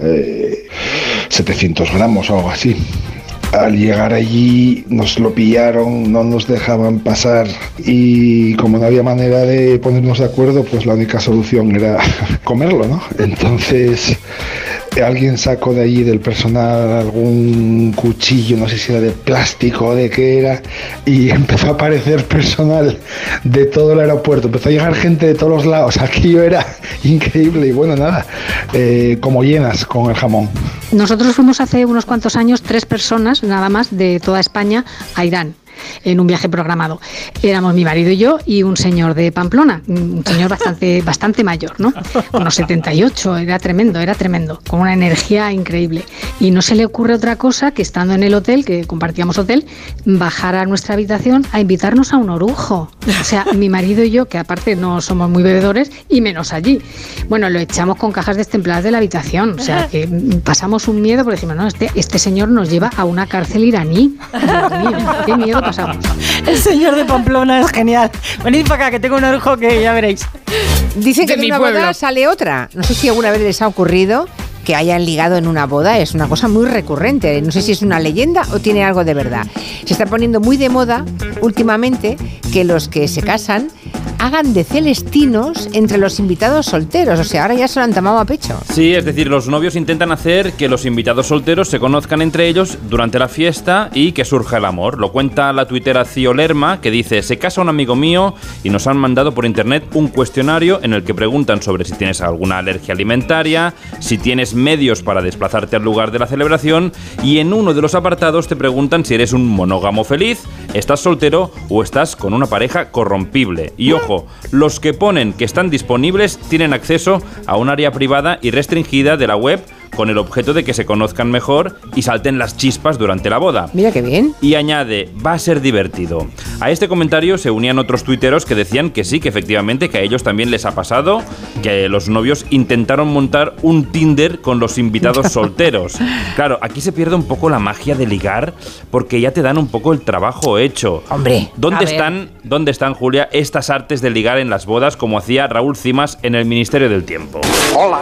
700 gramos o algo así. Al llegar allí nos lo pillaron, no nos dejaban pasar, y como no había manera de ponernos de acuerdo, pues la única solución era comerlo, ¿no? Entonces alguien sacó de allí del personal algún cuchillo, no sé si era de plástico o de qué era, y empezó a aparecer personal de todo el aeropuerto, empezó a llegar gente de todos los lados, aquello era increíble, y bueno, nada, como llenas con el jamón. Nosotros fuimos hace unos cuantos años 3 personas, nada más, de toda España a Irán, en un viaje programado. Éramos mi marido y yo y un señor de Pamplona, un señor bastante mayor, ¿no? Unos 78, era tremendo, con una energía increíble. Y no se le ocurre otra cosa que, estando en el hotel, que compartíamos hotel, bajar a nuestra habitación a invitarnos a un orujo. O sea, mi marido y yo, que aparte no somos muy bebedores, y menos allí. Bueno, lo echamos con cajas destempladas de la habitación. O sea, que pasamos un miedo porque decimos, no, este señor nos lleva a una cárcel iraní. Dios mío, qué miedo pasamos. El señor de Pamplona es genial. Venid para acá, que tengo un orujo que ya veréis. Dicen que de una boda sale otra. No sé si alguna vez les ha ocurrido que hayan ligado en una boda. Es una cosa muy recurrente. No sé si es una leyenda o tiene algo de verdad. Se está poniendo muy de moda últimamente que los que se casan hagan de celestinos entre los invitados solteros. O sea, ahora ya se lo han tomado a pecho. Sí, es decir, los novios intentan hacer que los invitados solteros se conozcan entre ellos durante la fiesta y que surja el amor. Lo cuenta la tuitera Cio Lerma, que dice: se casa un amigo mío y nos han mandado por internet un cuestionario en el que preguntan sobre si tienes alguna alergia alimentaria, si tienes medios para desplazarte al lugar de la celebración, y en uno de los apartados te preguntan si eres un monógamo feliz, estás soltero o estás con una pareja corrompible. Y ojo, los que ponen que están disponibles tienen acceso a un área privada y restringida de la web con el objeto de que se conozcan mejor y salten las chispas durante la boda. Mira qué bien. Y añade: va a ser divertido. A este comentario se unían otros tuiteros que decían que sí, que efectivamente, que a ellos también les ha pasado, que los novios intentaron montar un Tinder con los invitados solteros. Claro, aquí se pierde un poco la magia de ligar, porque ya te dan un poco el trabajo hecho. Hombre, ¿Dónde están, Julia, estas artes de ligar en las bodas, como hacía Raúl Cimas en el Ministerio del Tiempo? Hola.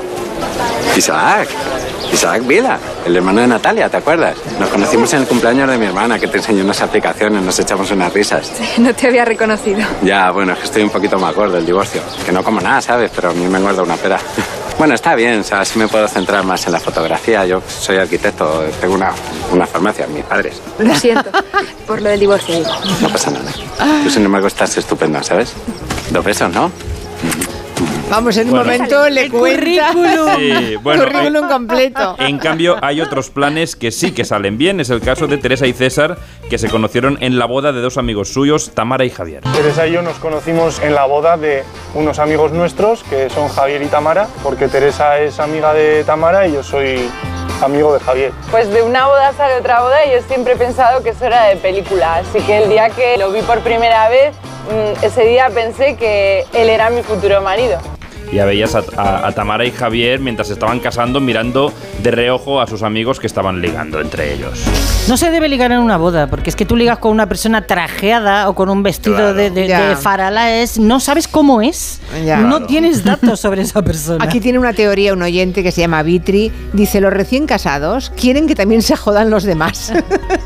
Isaac Vila, el hermano de Natalia, ¿te acuerdas? Nos conocimos en el cumpleaños de mi hermana, que te enseñó unas aplicaciones, nos echamos unas risas. Sí, no te había reconocido. Ya, bueno, es que estoy un poquito más gordo del divorcio. Que no como nada, ¿sabes? Pero a mí me engorda una pera. Bueno, está bien, o sea, así me puedo centrar más en la fotografía. Yo soy arquitecto, tengo una farmacia, mis padres. Lo siento, por lo del divorcio. No pasa nada. Tú, sin embargo, estás estupendo, ¿sabes? 2 besos, ¿no? Vamos, en un momento le cuenta Sí, bueno, currículum completo. En cambio, hay otros planes que sí que salen bien. Es el caso de Teresa y César, que se conocieron en la boda de 2 amigos suyos, Tamara y Javier. Teresa y yo nos conocimos en la boda de unos amigos nuestros, que son Javier y Tamara, porque Teresa es amiga de Tamara y yo soy amigo de Javier. Pues de una boda sale otra boda y yo siempre he pensado que eso era de película, así que el día que lo vi por primera vez, ese día pensé que él era mi futuro marido. Ya veías a Tamara y Javier mientras se estaban casando mirando de reojo a sus amigos que estaban ligando entre ellos. No se debe ligar en una boda, porque es que tú ligas con una persona trajeada o con un vestido Claro. de farala, no sabes cómo es, Ya. no Claro. tienes datos sobre esa persona. Aquí tiene una teoría un oyente que se llama Vitri. Dice: los recién casados quieren que también se jodan los demás.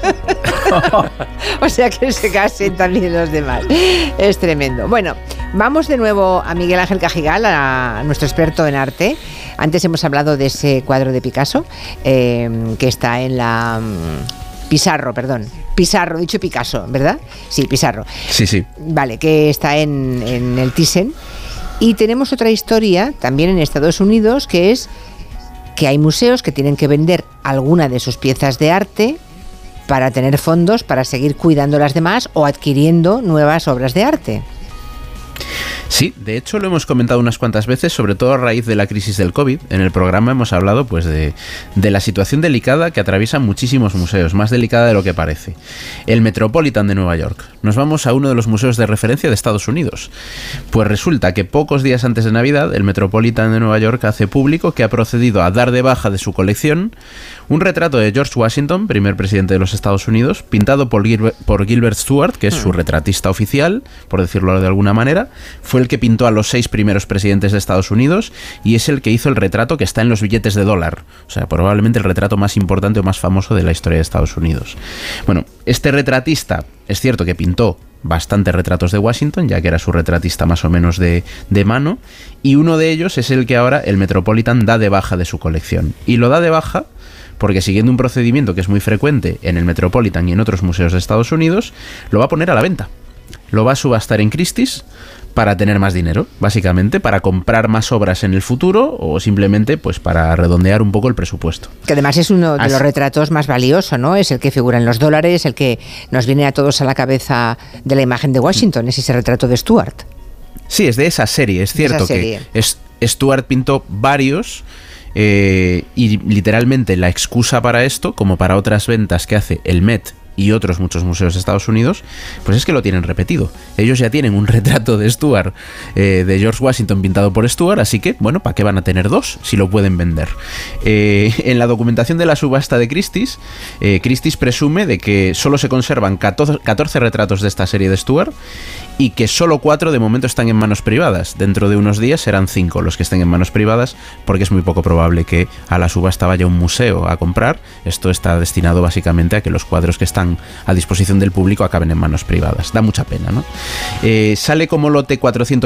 O sea, que se casen también los demás. Es tremendo. Bueno, vamos de nuevo a Miguel Ángel Cajigal, a nuestro experto en arte. Antes hemos hablado de ese cuadro de Picasso, que está en la... Pizarro, dicho Picasso, ¿verdad? Sí, Pizarro. Sí. Vale, que está en el Thyssen. Y tenemos otra historia, también en Estados Unidos, que es que hay museos que tienen que vender alguna de sus piezas de arte para tener fondos para seguir cuidando las demás o adquiriendo nuevas obras de arte. Sí, de hecho lo hemos comentado unas cuantas veces, sobre todo a raíz de la crisis del COVID. En el programa hemos hablado pues de la situación delicada que atraviesan muchísimos museos, más delicada de lo que parece. El Metropolitan de Nueva York. Nos vamos a uno de los museos de referencia de Estados Unidos. Pues resulta que pocos días antes de Navidad, el Metropolitan de Nueva York hace público que ha procedido a dar de baja de su colección un retrato de George Washington, primer presidente de los Estados Unidos, pintado por Gilbert Stuart, que es su retratista oficial, por decirlo de alguna manera. Fue el que pintó a los 6 primeros presidentes de Estados Unidos y es el que hizo el retrato que está en los billetes de dólar. O sea, probablemente el retrato más importante o más famoso de la historia de Estados Unidos. Bueno, este retratista es cierto que pintó bastantes retratos de Washington, ya que era su retratista más o menos de mano, y uno de ellos es el que ahora el Metropolitan da de baja de su colección. Y lo da de baja porque, siguiendo un procedimiento que es muy frecuente en el Metropolitan y en otros museos de Estados Unidos, lo va a poner a la venta. Lo va a subastar en Christie's para tener más dinero, básicamente, para comprar más obras en el futuro o simplemente pues para redondear un poco el presupuesto. Que además es uno de los retratos más valiosos, ¿no? Es el que figura en los dólares, el que nos viene a todos a la cabeza de la imagen de Washington, es ese retrato de Stuart. Sí, es de esa serie, es cierto que Stuart pintó varios. Y literalmente la excusa para esto, como para otras ventas que hace el Met y otros muchos museos de Estados Unidos, pues es que lo tienen repetido. Ellos ya tienen un retrato de Stuart, de George Washington pintado por Stuart, así que, bueno, ¿para qué van a tener dos si lo pueden vender? En la documentación de la subasta de Christie's, Christie's presume de que solo se conservan 14 retratos de esta serie de Stuart y que solo 4 de momento están en manos privadas. Dentro de unos días serán 5 los que estén en manos privadas, porque es muy poco probable que a la subasta vaya un museo a comprar. Esto está destinado básicamente a que los cuadros que están a disposición del público acaben en manos privadas. Da mucha pena, ¿no? Sale como lote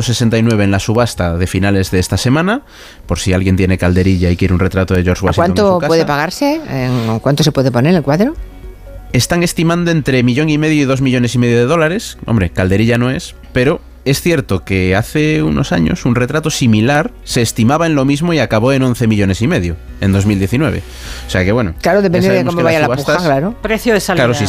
469 en la subasta de finales de esta semana, por si alguien tiene calderilla y quiere un retrato de George Washington. ¿Cuánto puede pagarse? ¿Cuánto se puede poner el cuadro? Están estimando entre $1,5 millones y $2,5 millones de dólares. Hombre, calderilla no es, pero es cierto que hace unos años un retrato similar se estimaba en lo mismo y acabó en $11,5 millones en 2019. O sea que bueno. Claro, depende de cómo vaya la puja, claro. Precio de salida. Claro,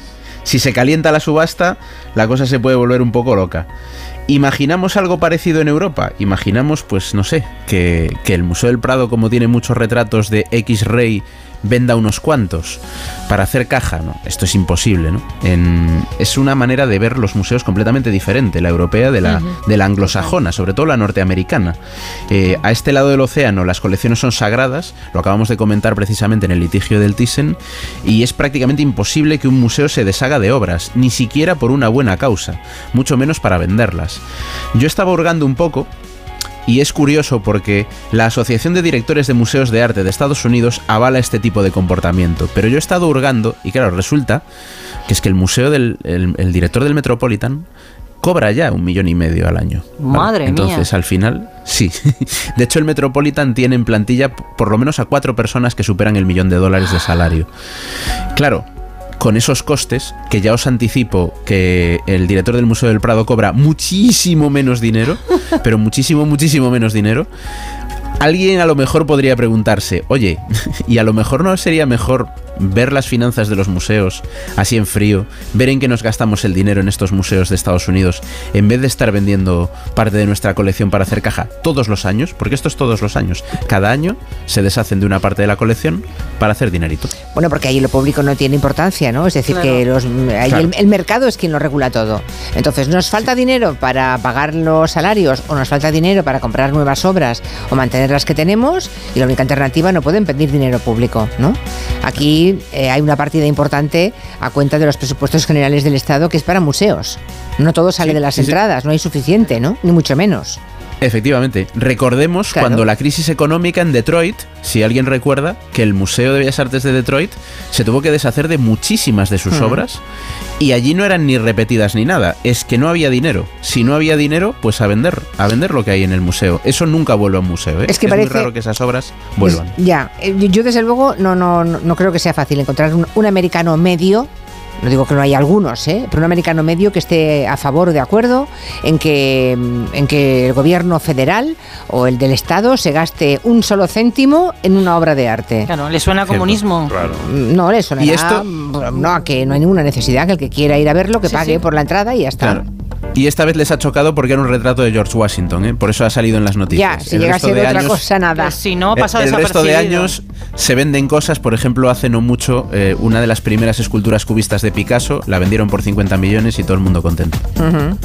si se calienta la subasta, la cosa se puede volver un poco loca. ¿Imaginamos algo parecido en Europa? Imaginamos, pues no sé, que el Museo del Prado, como tiene muchos retratos de X-Rey, venda unos cuantos para hacer caja. No, esto es imposible, ¿no? Es una manera de ver los museos completamente diferente, la europea de la anglosajona, sobre todo la norteamericana. A este lado del océano las colecciones son sagradas, lo acabamos de comentar precisamente en el litigio del Thyssen, y es prácticamente imposible que un museo se deshaga de obras, ni siquiera por una buena causa, mucho menos para venderlas. Yo estaba hurgando un poco. Y es curioso porque la Asociación de Directores de Museos de Arte de Estados Unidos avala este tipo de comportamiento. Pero yo he estado hurgando y claro, resulta que es que el museo el director del Metropolitan cobra ya $1,5 millones al año. Madre mía. Entonces, al final, sí. De hecho, el Metropolitan tiene en plantilla por lo menos a 4 personas que superan el $1 millón de salario. Claro, con esos costes, que ya os anticipo que el director del Museo del Prado cobra muchísimo menos dinero, pero muchísimo menos dinero, alguien a lo mejor podría preguntarse, oye, ¿y a lo mejor no sería mejor ver las finanzas de los museos así en frío, ver en qué nos gastamos el dinero en estos museos de Estados Unidos, en vez de estar vendiendo parte de nuestra colección para hacer caja todos los años? Porque esto es todos los años. Cada año se deshacen de una parte de la colección para hacer dinerito. Bueno, porque ahí lo público no tiene importancia, ¿no? Es decir, claro, que ahí el mercado es quien lo regula todo. Entonces, ¿nos falta dinero para pagar los salarios o nos falta dinero para comprar nuevas obras o mantener las que tenemos? Y la única alternativa, no pueden pedir dinero público, ¿no? Aquí hay una partida importante a cuenta de los presupuestos generales del Estado que es para museos. No todo sale de las entradas, no hay suficiente, ¿no? Ni mucho menos. Efectivamente, recordemos cuando la crisis económica en Detroit, si alguien recuerda, que el Museo de Bellas Artes de Detroit se tuvo que deshacer de muchísimas de sus obras y allí no eran ni repetidas ni nada, es que no había dinero. Si no había dinero, pues a vender lo que hay en el museo. Eso nunca vuelve a un museo, ¿eh? Es que parece muy raro que esas obras vuelvan. Yo desde luego no creo que sea fácil encontrar un americano medio. No digo que no haya algunos, pero un americano medio que esté a favor o de acuerdo en que el gobierno federal o el del Estado se gaste un solo céntimo en una obra de arte. Claro, ¿le suena a comunismo? Claro. No, le suena a que no hay ninguna necesidad, que el que quiera ir a verlo, que pague por la entrada y ya está. Claro. Y esta vez les ha chocado porque era un retrato de George Washington, ¿eh? Por eso ha salido en las noticias. Ya, si llega a ser otra cosa, nada. Pues si no, pasa el desapercibido. resto de años se venden cosas. Por ejemplo, hace no mucho, una de las primeras esculturas cubistas de Picasso la vendieron por 50 millones y todo el mundo contento. Uh-huh.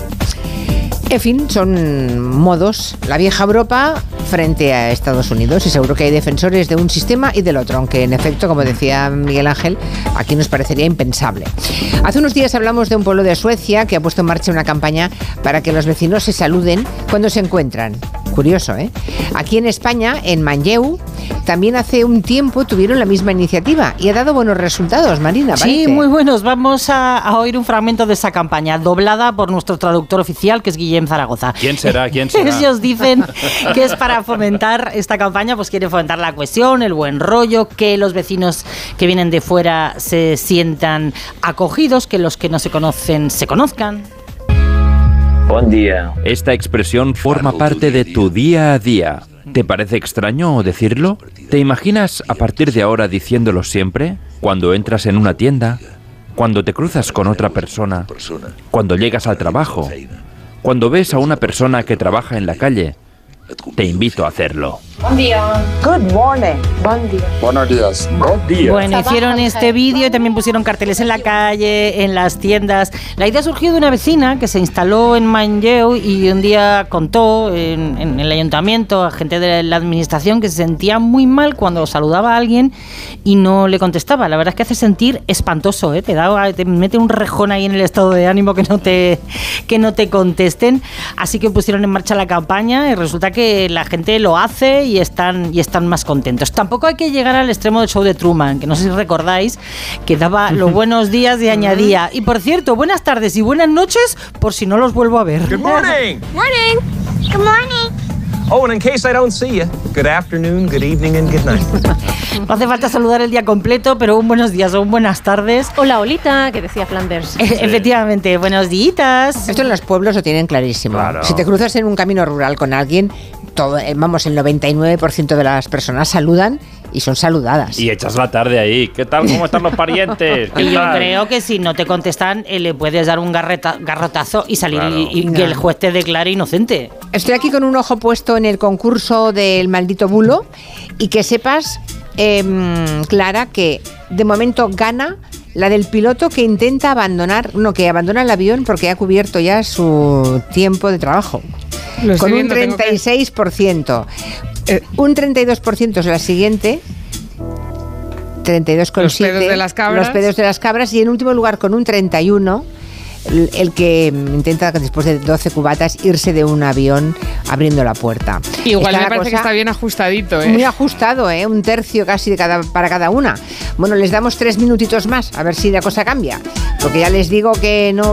En fin, son modos. La vieja Europa frente a Estados Unidos, y seguro que hay defensores de un sistema y del otro, aunque en efecto, como decía Miguel Ángel, aquí nos parecería impensable. Hace unos días hablamos de un pueblo de Suecia que ha puesto en marcha una campaña para que los vecinos se saluden cuando se encuentran. Curioso, ¿eh? Aquí en España, en Manlleu, también hace un tiempo tuvieron la misma iniciativa y ha dado buenos resultados, Marina, parece. Sí, muy buenos. Vamos a oír un fragmento de esa campaña, doblada por nuestro traductor oficial, que es Guillem Zaragoza. ¿Quién será? Ellos dicen que es para fomentar esta campaña, pues quiere fomentar la cohesión, el buen rollo, que los vecinos que vienen de fuera se sientan acogidos, que los que no se conocen se conozcan. Buen día. Esta expresión forma parte de tu día a día. ¿Te parece extraño decirlo? ¿Te imaginas a partir de ahora diciéndolo siempre? Cuando entras en una tienda, cuando te cruzas con otra persona, cuando llegas al trabajo, cuando ves a una persona que trabaja en la calle. Te invito a hacerlo. Buen día. Good morning. Buen día. Buenos días. Buen día. Bueno, hicieron este vídeo y también pusieron carteles en la calle, en las tiendas. La idea surgió de una vecina que se instaló en Manlleu y un día contó en el ayuntamiento a gente de la administración que se sentía muy mal cuando saludaba a alguien y no le contestaba. La verdad es que hace sentir espantoso, ¿eh? Te mete un rejón ahí en el estado de ánimo que no te contesten. Así que pusieron en marcha la campaña y resulta que la gente lo hace y están más contentos. Tampoco hay que llegar al extremo del show de Truman, que no sé si recordáis, que daba los buenos días y añadía. Y por cierto, buenas tardes y buenas noches por si no los vuelvo a ver. Good morning. Morning. Good morning. Oh, and in case I don't see you, good afternoon, good evening and good night. No hace falta saludar el día completo, pero un buenos días o un buenas tardes. Hola, Olita, que decía Flanders. Efectivamente, buenos días. Esto en los pueblos lo tienen clarísimo. Claro. Si te cruzas en un camino rural con alguien, el 99% de las personas saludan y son saludadas. Y echas la tarde ahí. ¿Qué tal? ¿Cómo están los parientes? ¿Qué Y yo tal? creo que si no te contestan, le puedes dar un garrotazo y salir Claro. y que el juez te declare inocente. Estoy aquí con un ojo puesto en el concurso del maldito bulo y que sepas, Clara, que de momento gana la del piloto que intenta abandona el avión porque ha cubierto ya su tiempo de trabajo. Lo estoy Con un viendo, tengo que- 36%. Un 32% es la siguiente. 32,7%. Los pedos de las cabras. Los pedos de las cabras. Y en último lugar, con un 31%, el que intenta, después de 12 cubatas, irse de un avión abriendo la puerta. Igual Está me la parece que cosa está bien ajustadito, ¿eh? muy ajustado, un tercio casi para cada una. Bueno, les damos 3 minutitos más, a ver si la cosa cambia. Porque ya les digo que no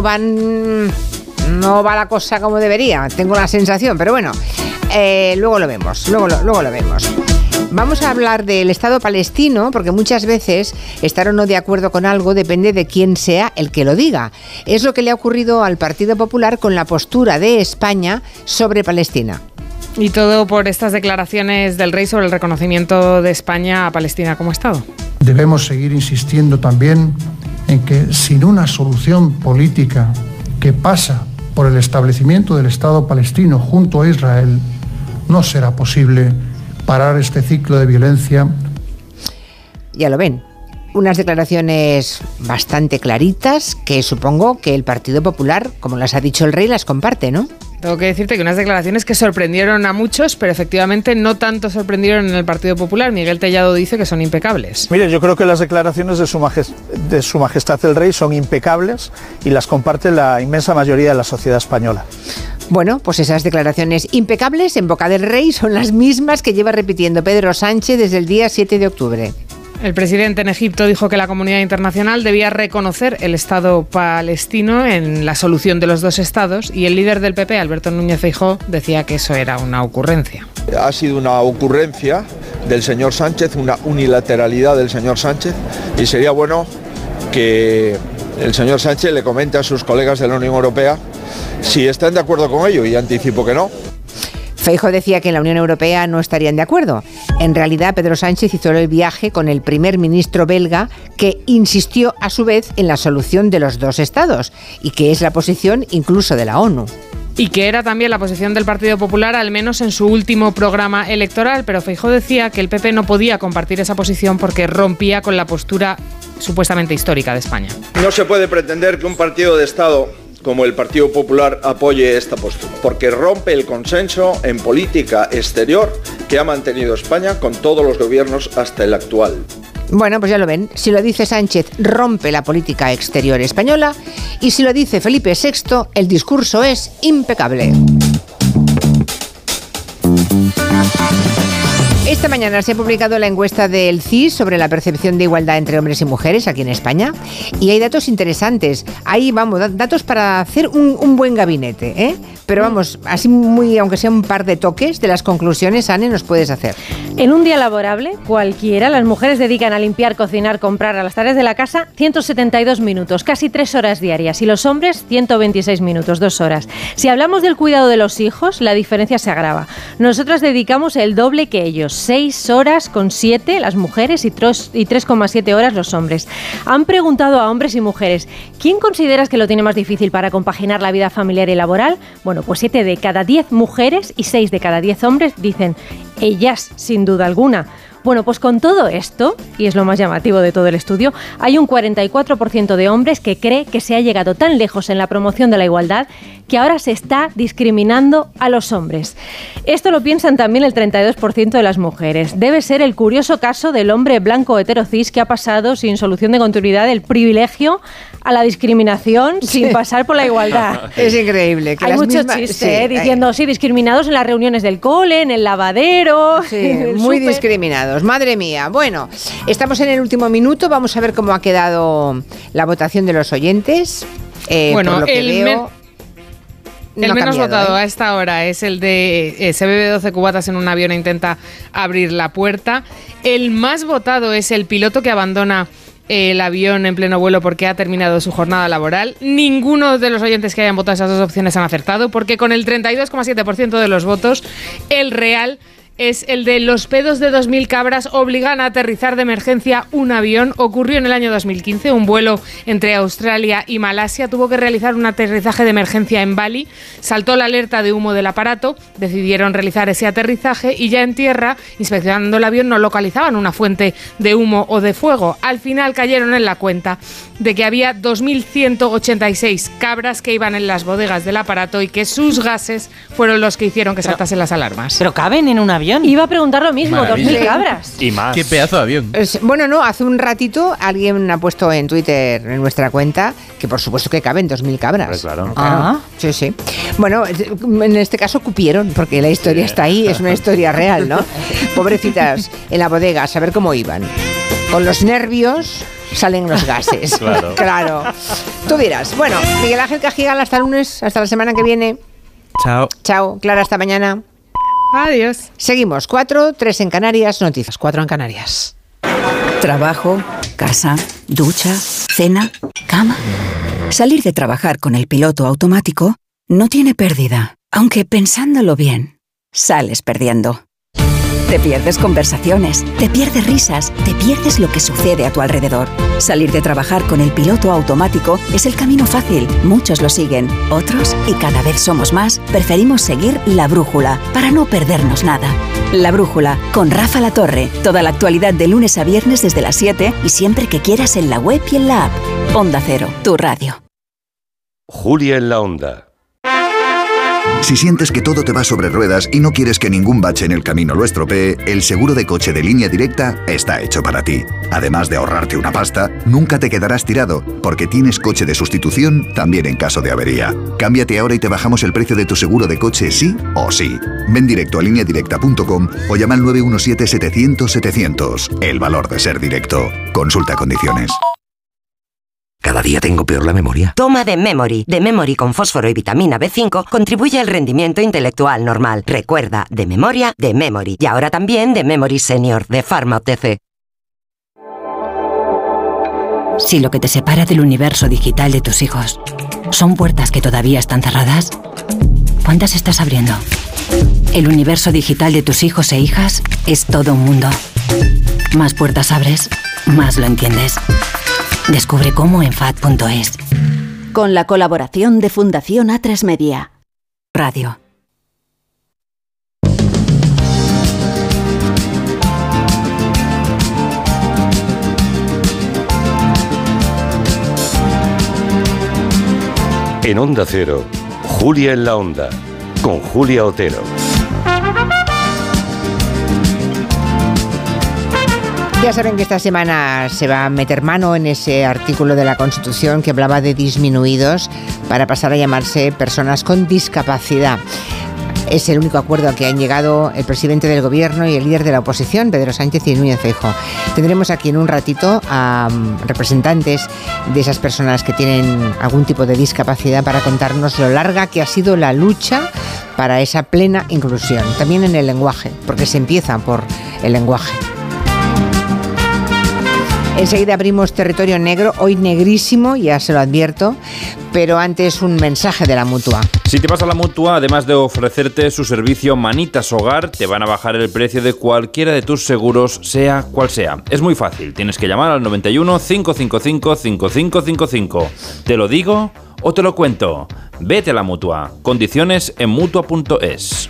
va la cosa como debería. Tengo la sensación, pero bueno, luego lo vemos, luego lo vemos. Vamos a hablar del Estado palestino, porque muchas veces estar o no de acuerdo con algo depende de quién sea el que lo diga. Es lo que le ha ocurrido al Partido Popular con la postura de España sobre Palestina. Y todo por estas declaraciones del rey sobre el reconocimiento de España a Palestina como Estado. Debemos seguir insistiendo también en que sin una solución política que pasa por el establecimiento del Estado palestino junto a Israel, no será posible parar este ciclo de violencia. Ya lo ven, unas declaraciones bastante claritas que supongo que el Partido Popular, como las ha dicho el rey, las comparte, ¿no? Tengo que decirte que unas declaraciones que sorprendieron a muchos, pero efectivamente no tanto sorprendieron en el Partido Popular. Miguel Tellado dice que son impecables. Mire, yo creo que las declaraciones de su majestad el rey son impecables y las comparte la inmensa mayoría de la sociedad española. Bueno, pues esas declaraciones impecables en boca del rey son las mismas que lleva repitiendo Pedro Sánchez desde el día 7 de octubre. El presidente en Egipto dijo que la comunidad internacional debía reconocer el Estado palestino en la solución de los dos estados y el líder del PP, Alberto Núñez Feijóo, decía que eso era una ocurrencia. Ha sido una ocurrencia del señor Sánchez, una unilateralidad del señor Sánchez, y sería bueno que el señor Sánchez le comente a sus colegas de la Unión Europea si están de acuerdo con ello, y anticipo que no. Feijóo decía que en la Unión Europea no estarían de acuerdo. En realidad, Pedro Sánchez hizo el viaje con el primer ministro belga, que insistió a su vez en la solución de los dos estados, y que es la posición incluso de la ONU. Y que era también la posición del Partido Popular, al menos en su último programa electoral. Pero Feijóo decía que el PP no podía compartir esa posición porque rompía con la postura supuestamente histórica de España. No se puede pretender que un partido de Estado como el Partido Popular apoye esta postura, porque rompe el consenso en política exterior que ha mantenido España con todos los gobiernos hasta el actual. Bueno, pues ya lo ven. Si lo dice Sánchez, rompe la política exterior española, y si lo dice Felipe VI, el discurso es impecable. Esta mañana se ha publicado la encuesta del CIS sobre la percepción de igualdad entre hombres y mujeres aquí en España, y hay datos interesantes. Ahí vamos, datos para hacer un buen gabinete, ¿eh? Pero vamos, así muy, aunque sea un par de toques de las conclusiones, Anne, nos puedes hacer. En un día laborable, cualquiera, las mujeres dedican a limpiar, cocinar, comprar, a las tareas de la casa 172 minutos, casi 3 horas diarias, y los hombres 126 minutos, 2 horas. Si hablamos del cuidado de los hijos, la diferencia se agrava. Nosotras dedicamos el doble que ellos, 6 horas con 7 las mujeres y 3,7 horas los hombres. Han preguntado a hombres y mujeres, ¿quién consideras que lo tiene más difícil para compaginar la vida familiar y laboral? Bueno, pues 7 de cada 10 mujeres y 6 de cada 10 hombres dicen ellas, sin duda alguna. Bueno, pues con todo esto, y es lo más llamativo de todo el estudio, hay un 44% de hombres que cree que se ha llegado tan lejos en la promoción de la igualdad que ahora se está discriminando a los hombres. Esto lo piensan también el 32% de las mujeres. Debe ser el curioso caso del hombre blanco heterocis que ha pasado sin solución de continuidad del privilegio a la discriminación sin pasar por la igualdad. Es increíble. Que hay las mucho mismas, chiste diciendo, sí, discriminados en las reuniones del cole, en el lavadero. Sí, muy discriminados. Madre mía. Bueno, estamos en el último minuto. Vamos a ver cómo ha quedado la votación de los oyentes. Bueno, por lo que veo, el menos votado a esta hora es el de se bebe 12 cubatas en un avión e intenta abrir la puerta. El más votado es el piloto que abandona el avión en pleno vuelo porque ha terminado su jornada laboral. Ninguno de los oyentes que hayan votado esas dos opciones han acertado, porque con el 32,7% de los votos, el real es el de los pedos de 2.000 cabras obligan a aterrizar de emergencia un avión. Ocurrió en el año 2015, un vuelo entre Australia y Malasia tuvo que realizar un aterrizaje de emergencia en Bali, saltó la alerta de humo del aparato, decidieron realizar ese aterrizaje y ya en tierra, inspeccionando el avión, no localizaban una fuente de humo o de fuego. Al final cayeron en la cuenta de que había 2.186 cabras que iban en las bodegas del aparato y que sus gases fueron los que hicieron que saltasen las alarmas. ¿Pero caben en un avión? Iba a preguntar lo mismo, Maravilla. 2.000 cabras. Y más. Qué pedazo de avión. Bueno, no, hace un ratito alguien ha puesto en Twitter, en nuestra cuenta, que por supuesto que caben 2.000 cabras. Claro. Claro. Sí, sí. Bueno, en este caso cupieron, porque la historia está ahí, es una historia real, ¿no? Pobrecitas en la bodega, a saber cómo iban. Con los nervios salen los gases. Claro. Claro. Tú dirás. Bueno, Miguel Ángel Cajigal, hasta el lunes, hasta la semana que viene. Chao. Chao. Clara, hasta mañana. Adiós. Seguimos. 4, 3 en Canarias, noticias. 4 en Canarias. Trabajo, casa, ducha, cena, cama. Salir de trabajar con el piloto automático no tiene pérdida, aunque pensándolo bien, sales perdiendo. Te pierdes conversaciones, te pierdes risas, te pierdes lo que sucede a tu alrededor. Salir de trabajar con el piloto automático es el camino fácil. Muchos lo siguen, otros, y cada vez somos más, preferimos seguir La Brújula para no perdernos nada. La Brújula, con Rafa La Torre. Toda la actualidad de lunes a viernes desde las 7 y siempre que quieras en la web y en la app. Onda Cero, tu radio. Julia en la Onda. Si sientes que todo te va sobre ruedas y no quieres que ningún bache en el camino lo estropee, el seguro de coche de Línea Directa está hecho para ti. Además de ahorrarte una pasta, nunca te quedarás tirado, porque tienes coche de sustitución también en caso de avería. Cámbiate ahora y te bajamos el precio de tu seguro de coche sí o sí. Ven directo a lineadirecta.com o llama al 917-700-700. El valor de ser directo. Consulta condiciones. Cada día tengo peor la memoria. Toma de Memory. De Memory con fósforo y vitamina B5 contribuye al rendimiento intelectual normal. Recuerda, de memoria, de Memory. Y ahora también de Memory Senior, de Pharma OTC. Si lo que te separa del universo digital de tus hijos son puertas que todavía están cerradas, ¿cuántas estás abriendo? El universo digital de tus hijos e hijas es todo un mundo. Más puertas abres, más lo entiendes. Descubre cómo en FAD.es. Con la colaboración de Fundación A3 Media. Radio. En Onda Cero, Julia en la Onda, con Julia Otero. Ya saben que esta semana se va a meter mano en ese artículo de la Constitución que hablaba de disminuidos para pasar a llamarse personas con discapacidad. Es el único acuerdo al que han llegado el presidente del Gobierno y el líder de la oposición, Pedro Sánchez y Núñez Feijóo. Tendremos aquí en un ratito a representantes de esas personas que tienen algún tipo de discapacidad para contarnos lo larga que ha sido la lucha para esa plena inclusión. También en el lenguaje, porque se empieza por el lenguaje. Enseguida abrimos territorio negro, hoy negrísimo, ya se lo advierto, pero antes un mensaje de la Mutua. Si te vas a la Mutua, además de ofrecerte su servicio Manitas Hogar, te van a bajar el precio de cualquiera de tus seguros, sea cual sea. Es muy fácil, tienes que llamar al 91 555 5555. ¿Te lo digo o te lo cuento? Vete a la Mutua. Condiciones en Mutua.es.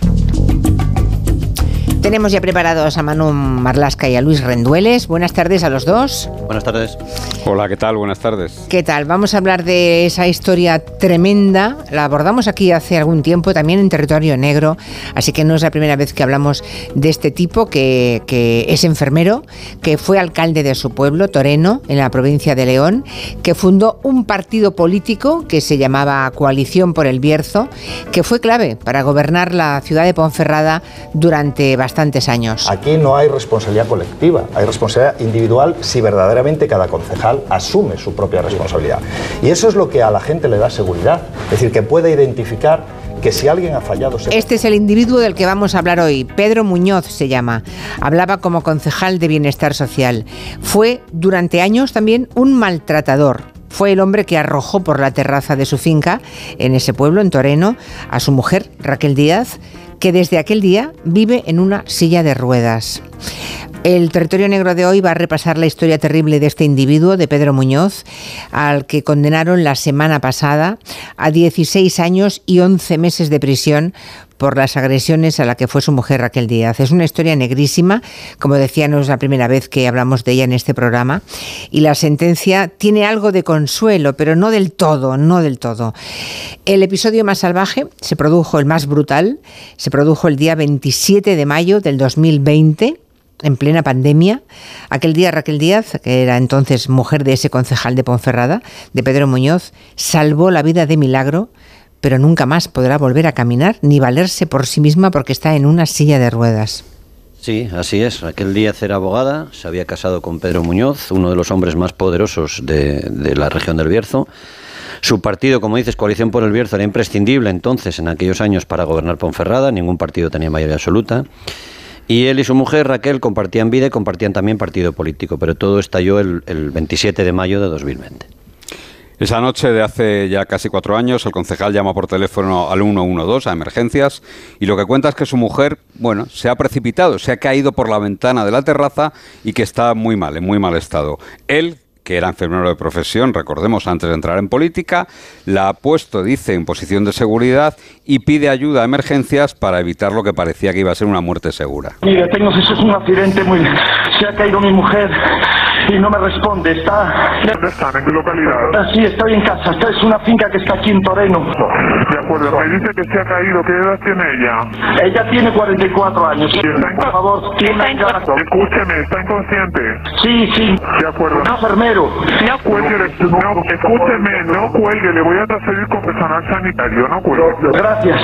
Tenemos ya preparados a Manu Marlasca y a Luis Rendueles. Buenas tardes a los dos. Buenas tardes. Hola, ¿qué tal? Buenas tardes. ¿Qué tal? Vamos a hablar de esa historia tremenda. La abordamos aquí hace algún tiempo, también en Territorio Negro, así que no es la primera vez que hablamos de este tipo que es enfermero, que fue alcalde de su pueblo, Toreno, en la provincia de León, que fundó un partido político que se llamaba Coalición por el Bierzo, que fue clave para gobernar la ciudad de Ponferrada durante bastantes años. Aquí no hay responsabilidad colectiva, hay responsabilidad individual si verdaderamente cada concejal asume su propia responsabilidad. Y eso es lo que a la gente le da seguridad, es decir, que pueda identificar que si alguien ha fallado... Este es el individuo del que vamos a hablar hoy. Pedro Muñoz se llama. Hablaba como concejal de Bienestar Social. Fue durante años también un maltratador. Fue el hombre que arrojó por la terraza de su finca, en ese pueblo, en Toreno, a su mujer, Raquel Díaz, que desde aquel día vive en una silla de ruedas. El Territorio Negro de hoy va a repasar la historia terrible de este individuo, de Pedro Muñoz, al que condenaron la semana pasada a 16 años y 11 meses de prisión por las agresiones a la que fue su mujer Raquel Díaz. Es una historia negrísima, como decía, no es la primera vez que hablamos de ella en este programa, y la sentencia tiene algo de consuelo, pero no del todo, no del todo. El episodio más salvaje se produjo, el más brutal, se produjo el día 27 de mayo del 2020, en plena pandemia. Aquel día Raquel Díaz, que era entonces mujer de ese concejal de Ponferrada, de Pedro Muñoz, salvó la vida de milagro, pero nunca más podrá volver a caminar ni valerse por sí misma porque está en una silla de ruedas. Sí, así es. Raquel Díaz era abogada, se había casado con Pedro Muñoz, uno de los hombres más poderosos de la región del Bierzo. Su partido, como dices, Coalición por el Bierzo, era imprescindible entonces, en aquellos años, para gobernar Ponferrada. Ningún partido tenía mayoría absoluta. Y él y su mujer, Raquel, compartían vida y compartían también partido político, pero todo estalló el 27 de mayo de 2020. Esa noche de hace ya casi 4 años, el concejal llama por teléfono al 112, a emergencias, y lo que cuenta es que su mujer, bueno, se ha precipitado, se ha caído por la ventana de la terraza y que está muy mal, en muy mal estado. Él, que era enfermero de profesión, recordemos, antes de entrar en política, la ha puesto, dice, en posición de seguridad y pide ayuda a emergencias para evitar lo que parecía que iba a ser una muerte segura. Mire, eso es un accidente muy... Se ha caído mi mujer y no me responde, está... ¿Dónde están? ¿En qué localidad? Sí, estoy en casa, esta es una finca que está aquí en Toreno. De acuerdo, me dice que se ha caído, ¿qué edad tiene ella? Ella tiene 44 años. Por favor, escúcheme, ¿está inconsciente? Sí. De acuerdo. Un enfermero. No cuelgue, escúcheme, no cuelgue, le voy a transferir con personal sanitario, no cuelgue. Gracias.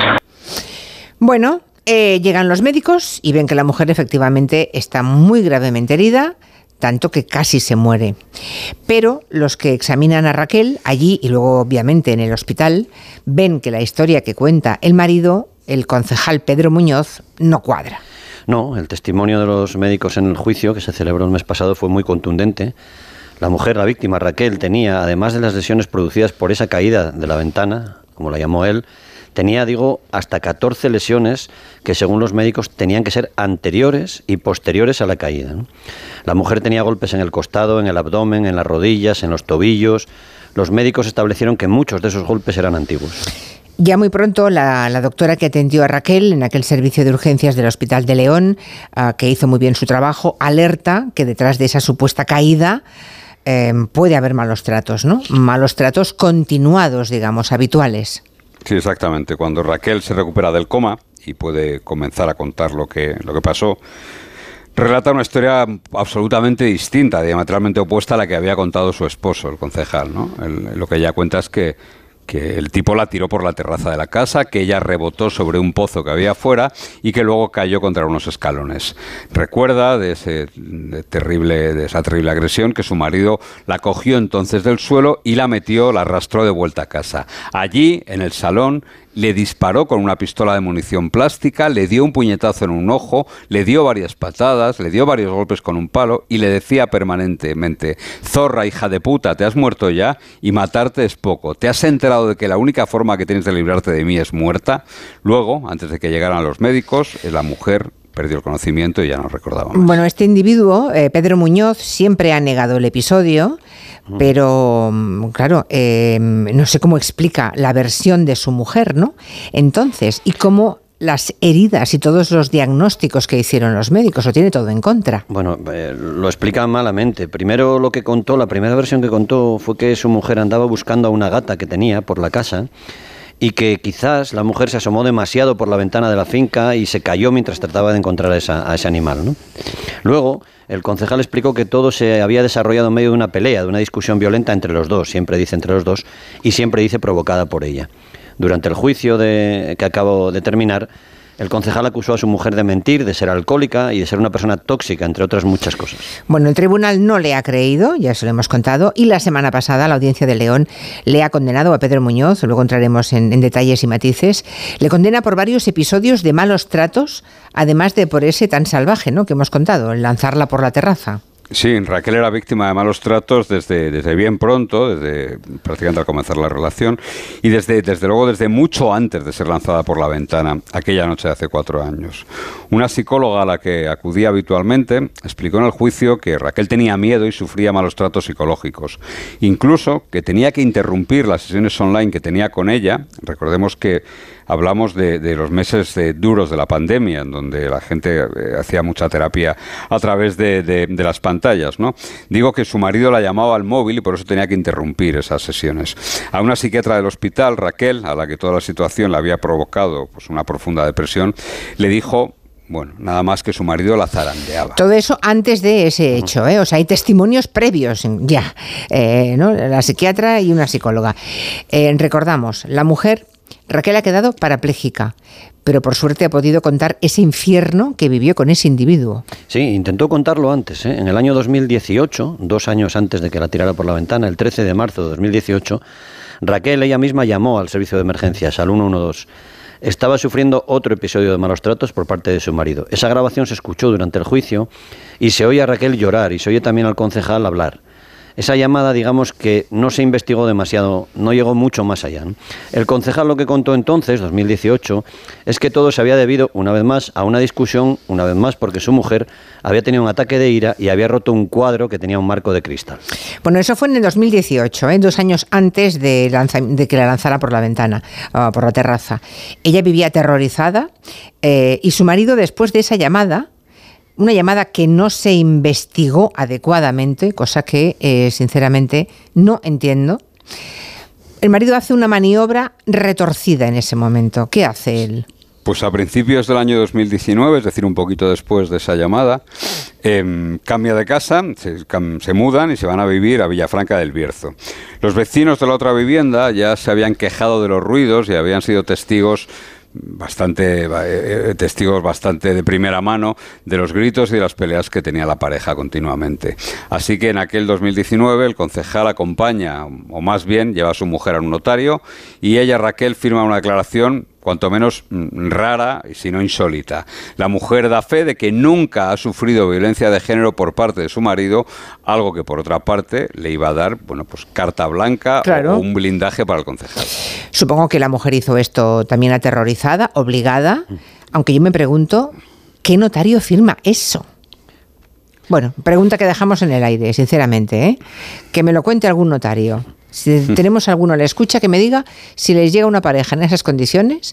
Bueno, llegan los médicos y ven que la mujer efectivamente está muy gravemente herida, tanto que casi se muere. Pero los que examinan a Raquel allí y luego obviamente en el hospital ven que la historia que cuenta el marido, el concejal Pedro Muñoz, no cuadra. No, el testimonio de los médicos en el juicio que se celebró el mes pasado fue muy contundente. La mujer, la víctima, Raquel, tenía, además de las lesiones producidas por esa caída de la ventana, como la llamó él, Tenía, digo, hasta 14 lesiones que según los médicos tenían que ser anteriores y posteriores a la caída, ¿no? La mujer tenía golpes en el costado, en el abdomen, en las rodillas, en los tobillos. Los médicos establecieron que muchos de esos golpes eran antiguos. Ya muy pronto la doctora que atendió a Raquel en aquel servicio de urgencias del Hospital de León, que hizo muy bien su trabajo, alerta que detrás de esa supuesta caída puede haber malos tratos, ¿no? Malos tratos continuados, digamos, habituales. Sí, exactamente. Cuando Raquel se recupera del coma y puede comenzar a contar lo que pasó, relata una historia absolutamente distinta, diametralmente opuesta a la que había contado su esposo, el concejal, ¿no? Lo que ella cuenta es que el tipo la tiró por la terraza de la casa, que ella rebotó sobre un pozo que había afuera y que luego cayó contra unos escalones. Recuerda de esa terrible agresión que su marido la cogió entonces del suelo y la arrastró de vuelta a casa. Allí, en el salón, le disparó con una pistola de munición plástica, le dio un puñetazo en un ojo, le dio varias patadas, le dio varios golpes con un palo y le decía permanentemente: zorra, hija de puta, te has muerto ya y matarte es poco. ¿Te has enterado de que la única forma que tienes de librarte de mí es muerta? Luego, antes de que llegaran los médicos, la mujer perdió el conocimiento y ya no recordaba más. Bueno, este individuo, Pedro Muñoz, siempre ha negado el episodio, pero claro, no sé cómo explica la versión de su mujer, ¿no? Entonces, y cómo las heridas y todos los diagnósticos que hicieron los médicos, lo tiene todo en contra. Bueno, lo explica malamente. Primero lo que contó, la primera versión que contó fue que su mujer andaba buscando a una gata que tenía por la casa y que quizás la mujer se asomó demasiado por la ventana de la finca y se cayó mientras trataba de encontrar a ese animal, ¿no? Luego, el concejal explicó que todo se había desarrollado en medio de una pelea, de una discusión violenta entre los dos, siempre dice entre los dos, y siempre dice provocada por ella. Durante el juicio que acabo de terminar, el concejal acusó a su mujer de mentir, de ser alcohólica y de ser una persona tóxica, entre otras muchas cosas. Bueno, el tribunal no le ha creído, ya se lo hemos contado, y la semana pasada la Audiencia de León le ha condenado a Pedro Muñoz, luego entraremos en detalles y matices, le condena por varios episodios de malos tratos, además de por ese tan salvaje, ¿no?, que hemos contado, el lanzarla por la terraza. Sí, Raquel era víctima de malos tratos desde bien pronto, desde prácticamente al comenzar la relación, y desde luego desde mucho antes de ser lanzada por la ventana, aquella noche de hace 4 años. Una psicóloga a la que acudía habitualmente explicó en el juicio que Raquel tenía miedo y sufría malos tratos psicológicos. Incluso que tenía que interrumpir las sesiones online que tenía con ella. Recordemos que hablamos de los meses duros de la pandemia, en donde la gente hacía mucha terapia a través de las pantallas, ¿no? Digo que su marido la llamaba al móvil y por eso tenía que interrumpir esas sesiones. A una psiquiatra del hospital, Raquel, a la que toda la situación le había provocado pues una profunda depresión, le dijo, bueno, nada más que su marido la zarandeaba. Todo eso antes de ese hecho, O sea, hay testimonios previos ya, ¿no? La psiquiatra y una psicóloga. Recordamos, la mujer, Raquel, ha quedado parapléjica, pero por suerte ha podido contar ese infierno que vivió con ese individuo. Sí, intentó contarlo antes, En el año 2018, 2 años antes de que la tirara por la ventana, el 13 de marzo de 2018, Raquel ella misma llamó al servicio de emergencias, al 112. Estaba sufriendo otro episodio de malos tratos por parte de su marido. Esa grabación se escuchó durante el juicio y se oye a Raquel llorar y se oye también al concejal hablar. Esa llamada, digamos que no se investigó demasiado, no llegó mucho más allá, ¿no? El concejal lo que contó entonces, 2018, es que todo se había debido, una vez más, a una discusión, una vez más porque su mujer había tenido un ataque de ira y había roto un cuadro que tenía un marco de cristal. Bueno, eso fue en el 2018, 2 años antes de que la lanzara por la ventana, por la terraza. Ella vivía aterrorizada y su marido, después de esa llamada, una llamada que no se investigó adecuadamente, cosa que sinceramente no entiendo. El marido hace una maniobra retorcida en ese momento. ¿Qué hace él? Pues a principios del año 2019, es decir, un poquito después de esa llamada, cambia de casa, se mudan y se van a vivir a Villafranca del Bierzo. Los vecinos de la otra vivienda ya se habían quejado de los ruidos y habían sido testigos bastante de primera mano de los gritos y de las peleas que tenía la pareja continuamente. Así que en aquel 2019 el concejal acompaña, o más bien lleva a su mujer a un notario, y ella, Raquel, firma una declaración cuanto menos rara, y si no insólita. La mujer da fe de que nunca ha sufrido violencia de género por parte de su marido, algo que por otra parte le iba a dar, bueno, pues carta blanca, claro, o un blindaje para el concejal. Supongo que la mujer hizo esto también aterrorizada, obligada, aunque yo me pregunto, ¿qué notario firma eso? Bueno, pregunta que dejamos en el aire, sinceramente, ¿eh? Que me lo cuente algún notario. Si tenemos alguno a la escucha, que me diga si les llega una pareja en esas condiciones,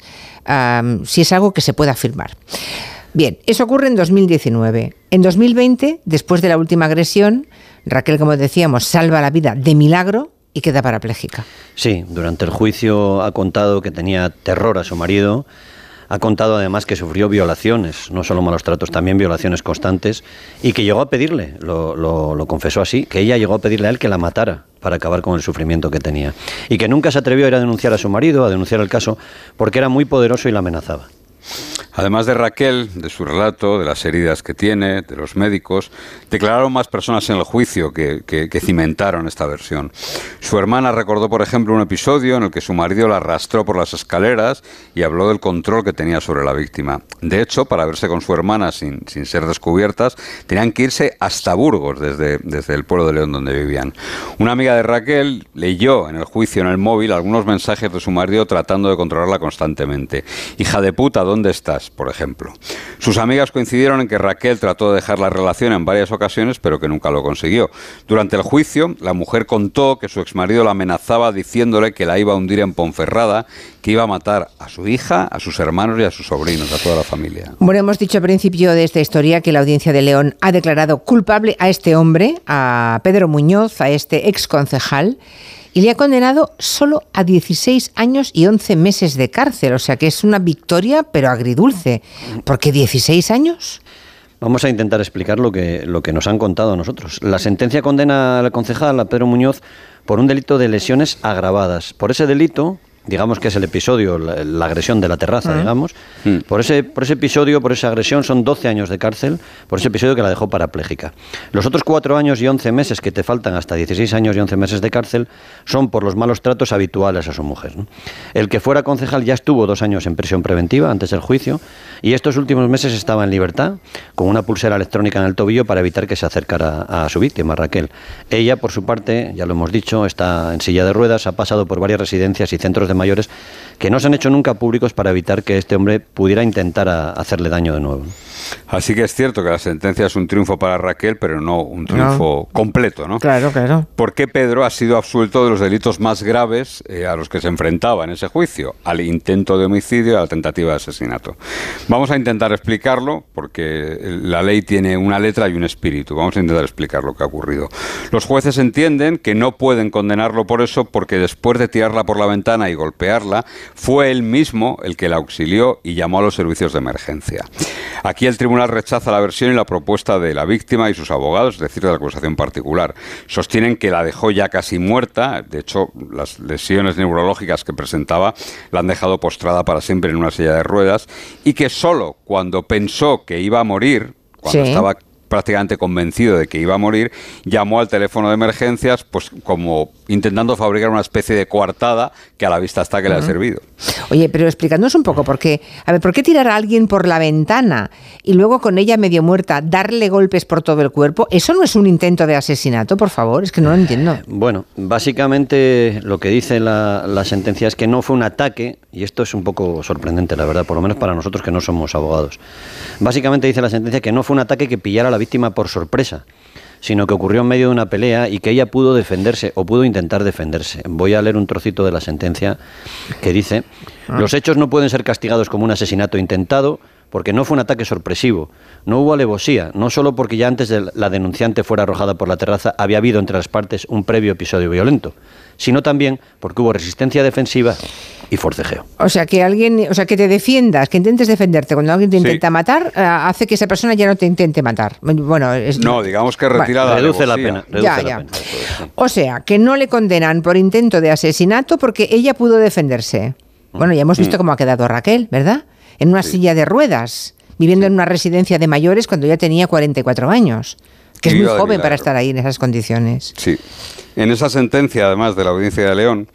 si es algo que se pueda firmar. Bien, eso ocurre en 2019. En 2020, después de la última agresión, Raquel, como decíamos, salva la vida de milagro y queda parapléjica. Sí, durante el juicio ha contado que tenía terror a su marido. Ha contado además que sufrió violaciones, no solo malos tratos, también violaciones constantes, y que llegó a pedirle, lo confesó así, que ella llegó a pedirle a él que la matara para acabar con el sufrimiento que tenía. Y que nunca se atrevió a ir a denunciar a su marido, a denunciar el caso, porque era muy poderoso y la amenazaba. Además de Raquel, de su relato, de las heridas que tiene, de los médicos, declararon más personas en el juicio que cimentaron esta versión. Su hermana recordó, por ejemplo, un episodio en el que su marido la arrastró por las escaleras y habló del control que tenía sobre la víctima. De hecho, para verse con su hermana sin ser descubiertas, tenían que irse hasta Burgos, desde el pueblo de León donde vivían. Una amiga de Raquel leyó en el juicio en el móvil algunos mensajes de su marido tratando de controlarla constantemente. Hija de puta, ¿dónde estás?, por ejemplo. Sus amigas coincidieron en que Raquel trató de dejar la relación en varias ocasiones, pero que nunca lo consiguió. Durante el juicio, la mujer contó que su exmarido la amenazaba diciéndole que la iba a hundir en Ponferrada, que iba a matar a su hija, a sus hermanos y a sus sobrinos, a toda la familia. Bueno, hemos dicho al principio de esta historia que la Audiencia de León ha declarado culpable a este hombre, a Pedro Muñoz, a este exconcejal, y le ha condenado solo a 16 años y 11 meses de cárcel. O sea que es una victoria, pero agridulce. ¿Por qué 16 años? Vamos a intentar explicar lo que nos han contado a nosotros. La sentencia condena al concejal, a Pedro Muñoz, por un delito de lesiones agravadas. Por ese delito, digamos que es el episodio, la agresión de la terraza, digamos, por ese episodio, por esa agresión, son 12 años de cárcel, por ese episodio que la dejó parapléjica. Los otros 4 años y 11 meses que te faltan, hasta 16 años y 11 meses de cárcel, son por los malos tratos habituales a su mujer, ¿no? El que fuera concejal ya estuvo 2 años en prisión preventiva antes del juicio, y estos últimos meses estaba en libertad, con una pulsera electrónica en el tobillo para evitar que se acercara a su víctima, Raquel. Ella, por su parte, ya lo hemos dicho, está en silla de ruedas, ha pasado por varias residencias y centros de mayores que no se han hecho nunca públicos para evitar que este hombre pudiera intentar hacerle daño de nuevo. Así que es cierto que la sentencia es un triunfo para Raquel, pero no un triunfo completo, ¿no? Claro, claro. Porque Pedro ha sido absuelto de los delitos más graves a los que se enfrentaba en ese juicio, al intento de homicidio y a la tentativa de asesinato. Vamos a intentar explicarlo, porque la ley tiene una letra y un espíritu. Vamos a intentar explicar lo que ha ocurrido. Los jueces entienden que no pueden condenarlo por eso, porque después de tirarla por la ventana y golpearla, fue él mismo el que la auxilió y llamó a los servicios de emergencia. Aquí el tribunal rechaza la versión y la propuesta de la víctima y sus abogados, es decir, de la acusación particular. Sostienen que la dejó ya casi muerta, de hecho, las lesiones neurológicas que presentaba la han dejado postrada para siempre en una silla de ruedas, y que solo cuando pensó que iba a morir, cuando estaba prácticamente convencido de que iba a morir, llamó al teléfono de emergencias, pues como intentando fabricar una especie de coartada que a la vista está que le ha servido. Oye, pero explicándonos un poco, ¿por qué tirar a alguien por la ventana y luego con ella medio muerta darle golpes por todo el cuerpo? ¿Eso no es un intento de asesinato, por favor? Es que no lo entiendo. Bueno, básicamente lo que dice la sentencia es que no fue un ataque, y esto es un poco sorprendente, la verdad, por lo menos para nosotros que no somos abogados. Básicamente dice la sentencia que no fue un ataque que pillara a la víctima por sorpresa, sino que ocurrió en medio de una pelea y que ella pudo defenderse o pudo intentar defenderse. Voy a leer un trocito de la sentencia que dice: los hechos no pueden ser castigados como un asesinato intentado porque no fue un ataque sorpresivo, no hubo alevosía, no solo porque ya antes de la denunciante fuera arrojada por la terraza había habido entre las partes un previo episodio violento, sino también porque hubo resistencia defensiva y forcejeo. O sea, que te defiendas, que intentes defenderte cuando alguien te intenta matar, hace que esa persona ya no te intente matar. Bueno, no, digamos que retira la reduce la pena. Ya. O sea, que no le condenan por intento de asesinato porque ella pudo defenderse. Bueno, ya hemos visto cómo ha quedado Raquel, ¿verdad? En una silla de ruedas, viviendo en una residencia de mayores cuando ya tenía 44 años. Que es muy joven para estar ahí en esas condiciones. Sí. En esa sentencia, además de la Audiencia de León,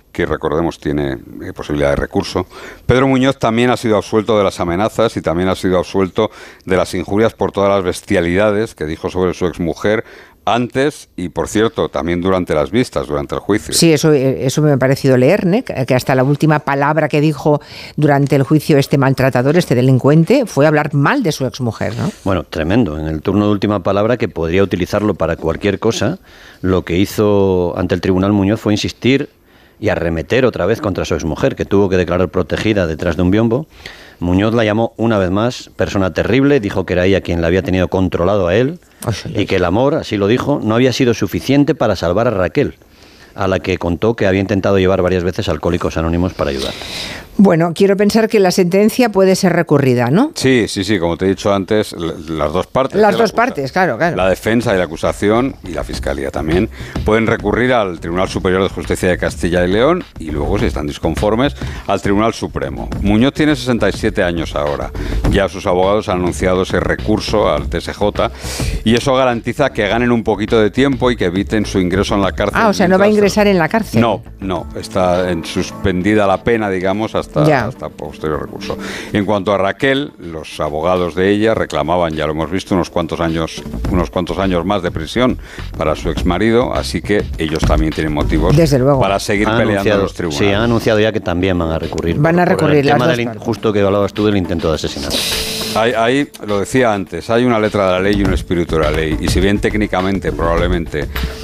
que recordemos tiene posibilidad de recurso. Pedro Muñoz también ha sido absuelto de las amenazas y también ha sido absuelto de las injurias por todas las bestialidades que dijo sobre su exmujer antes y, por cierto, también durante las vistas, durante el juicio. Sí, eso me ha parecido leer, ¿no? Que hasta la última palabra que dijo durante el juicio este maltratador, este delincuente, fue hablar mal de su exmujer, ¿no? Bueno, tremendo. En el turno de última palabra, que podría utilizarlo para cualquier cosa, lo que hizo ante el tribunal Muñoz fue insistir y arremeter otra vez contra su exmujer, que tuvo que declarar protegida detrás de un biombo. Muñoz la llamó una vez más persona terrible, dijo que era ella quien la había tenido controlado a él y que el amor, así lo dijo, no había sido suficiente para salvar a Raquel, a la que contó que había intentado llevar varias veces a Alcohólicos Anónimos para ayudar. Bueno, quiero pensar que la sentencia puede ser recurrida, ¿no? Sí, como te he dicho antes, las dos partes. Las dos partes, claro. La defensa y la acusación, y la Fiscalía también, pueden recurrir al Tribunal Superior de Justicia de Castilla y León y luego, si están disconformes, al Tribunal Supremo. Muñoz tiene 67 años ahora. Ya sus abogados han anunciado ese recurso al TSJ y eso garantiza que ganen un poquito de tiempo y que eviten su ingreso en la cárcel. O sea, no va a ingresar en la cárcel. No, está suspendida la pena, digamos, hasta posterior recurso. En cuanto a Raquel, los abogados de ella reclamaban, ya lo hemos visto, unos cuantos años más de prisión para su exmarido, así que ellos también tienen motivos para seguir peleando en los tribunales. Sí, han anunciado ya que también van a recurrir. Van a recurrir el tema justo que hablabas tú del intento de asesinato. Hay, lo decía antes, hay una letra de la ley y un espíritu de la ley, y si bien técnicamente probablemente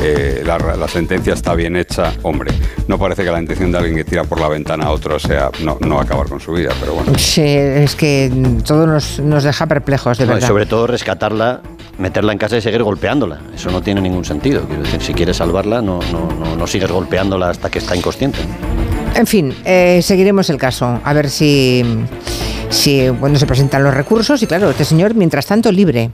la sentencia está bien hecha, hombre, no parece que la intención de alguien que tira por la ventana a otro sea no acabar con su vida, pero bueno. Sí, es que todo nos deja perplejos, de verdad. Y sobre todo rescatarla, meterla en casa y seguir golpeándola, eso no tiene ningún sentido. Quiero decir, si quieres salvarla, no sigues golpeándola hasta que está inconsciente. En fin, seguiremos el caso, a ver si cuando se presentan los recursos, y claro, este señor, mientras tanto, libre,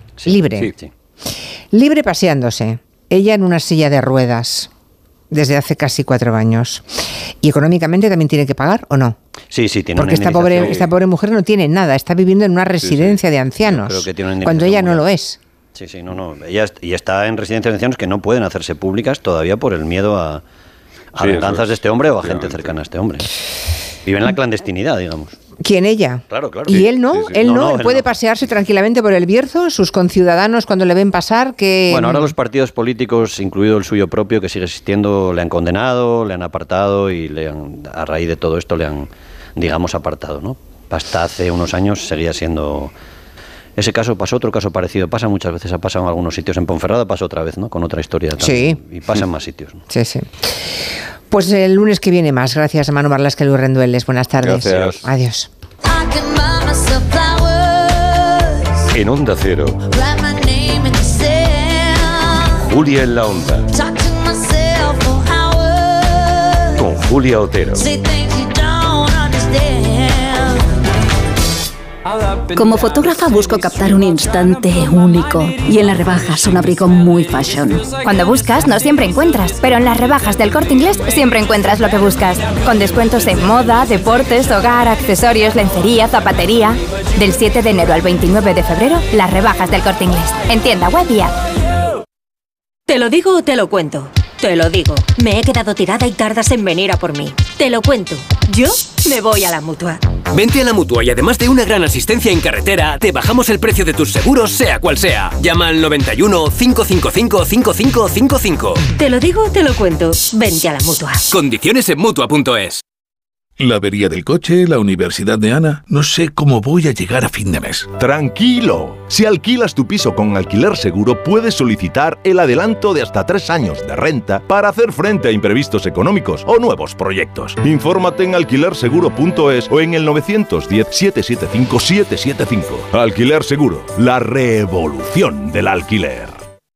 paseándose, ella en una silla de ruedas, desde hace casi 4 años. ¿Y económicamente también tiene que pagar o no? Sí, tiene. Porque esta pobre mujer no tiene nada, está viviendo en una residencia de ancianos, cuando ella no lo es. Ella está en residencias de ancianos que no pueden hacerse públicas todavía por el miedo a venganzas de este hombre o a gente cercana a este hombre. Vive en la clandestinidad, digamos. ¿Quién, ella? Claro. ¿Y él no? ¿Él puede pasearse tranquilamente por el Bierzo? ¿Sus conciudadanos cuando le ven pasar? Bueno, ahora los partidos políticos, incluido el suyo propio, que sigue existiendo, le han condenado, le han apartado y a raíz de todo esto le han, digamos, apartado, ¿no? Hasta hace unos años seguía siendo... Ese caso pasó, otro caso parecido. Pasa muchas veces, ha pasado en algunos sitios. En Ponferrada pasó otra vez, ¿no? Con otra historia también. Sí. Y pasa en más sitios, ¿no? Sí. Pues el lunes que viene más. Gracias a Manu Marlasca y Luis Rendueles. Buenas tardes. Gracias. Adiós. En Onda Cero, Julia en la Onda, con Julia Otero. Como fotógrafa busco captar un instante único y en las rebajas un abrigo muy fashion. Cuando buscas no siempre encuentras, pero en las rebajas del Corte Inglés siempre encuentras lo que buscas. Con descuentos en moda, deportes, hogar, accesorios, lencería, zapatería. Del 7 de enero al 29 de febrero, las rebajas del Corte Inglés. En tienda web y app. ¿Te lo digo o te lo cuento? Te lo digo. Me he quedado tirada y tardas en venir a por mí. Te lo cuento. Yo me voy a la Mutua. Vente a la Mutua y además de una gran asistencia en carretera, te bajamos el precio de tus seguros, sea cual sea. Llama al 91 555 5555. Te lo digo o te lo cuento. Vente a la Mutua. Condiciones en Mutua.es. La avería del coche, la universidad de Ana... No sé cómo voy a llegar a fin de mes. ¡Tranquilo! Si alquilas tu piso con Alquiler Seguro, puedes solicitar el adelanto de hasta 3 años de renta para hacer frente a imprevistos económicos o nuevos proyectos. Infórmate en alquilerseguro.es o en el 910-775-775. Alquiler Seguro, la revolución del alquiler.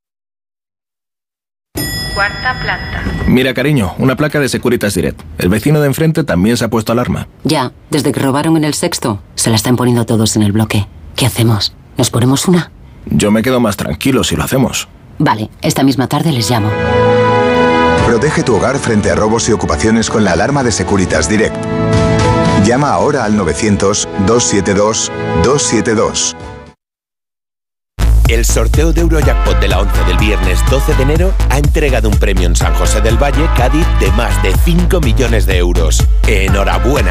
4ª planta. Mira, cariño, una placa de Securitas Direct. El vecino de enfrente también se ha puesto alarma. Ya, desde que robaron en el 6º, se la están poniendo todos en el bloque. ¿Qué hacemos? ¿Nos ponemos una? Yo me quedo más tranquilo si lo hacemos. Vale, esta misma tarde les llamo. Protege tu hogar frente a robos y ocupaciones con la alarma de Securitas Direct. Llama ahora al 900-272-272. El sorteo de Eurojackpot de la 11 del viernes 12 de enero ha entregado un premio en San José del Valle, Cádiz, de más de 5 millones de euros. ¡Enhorabuena!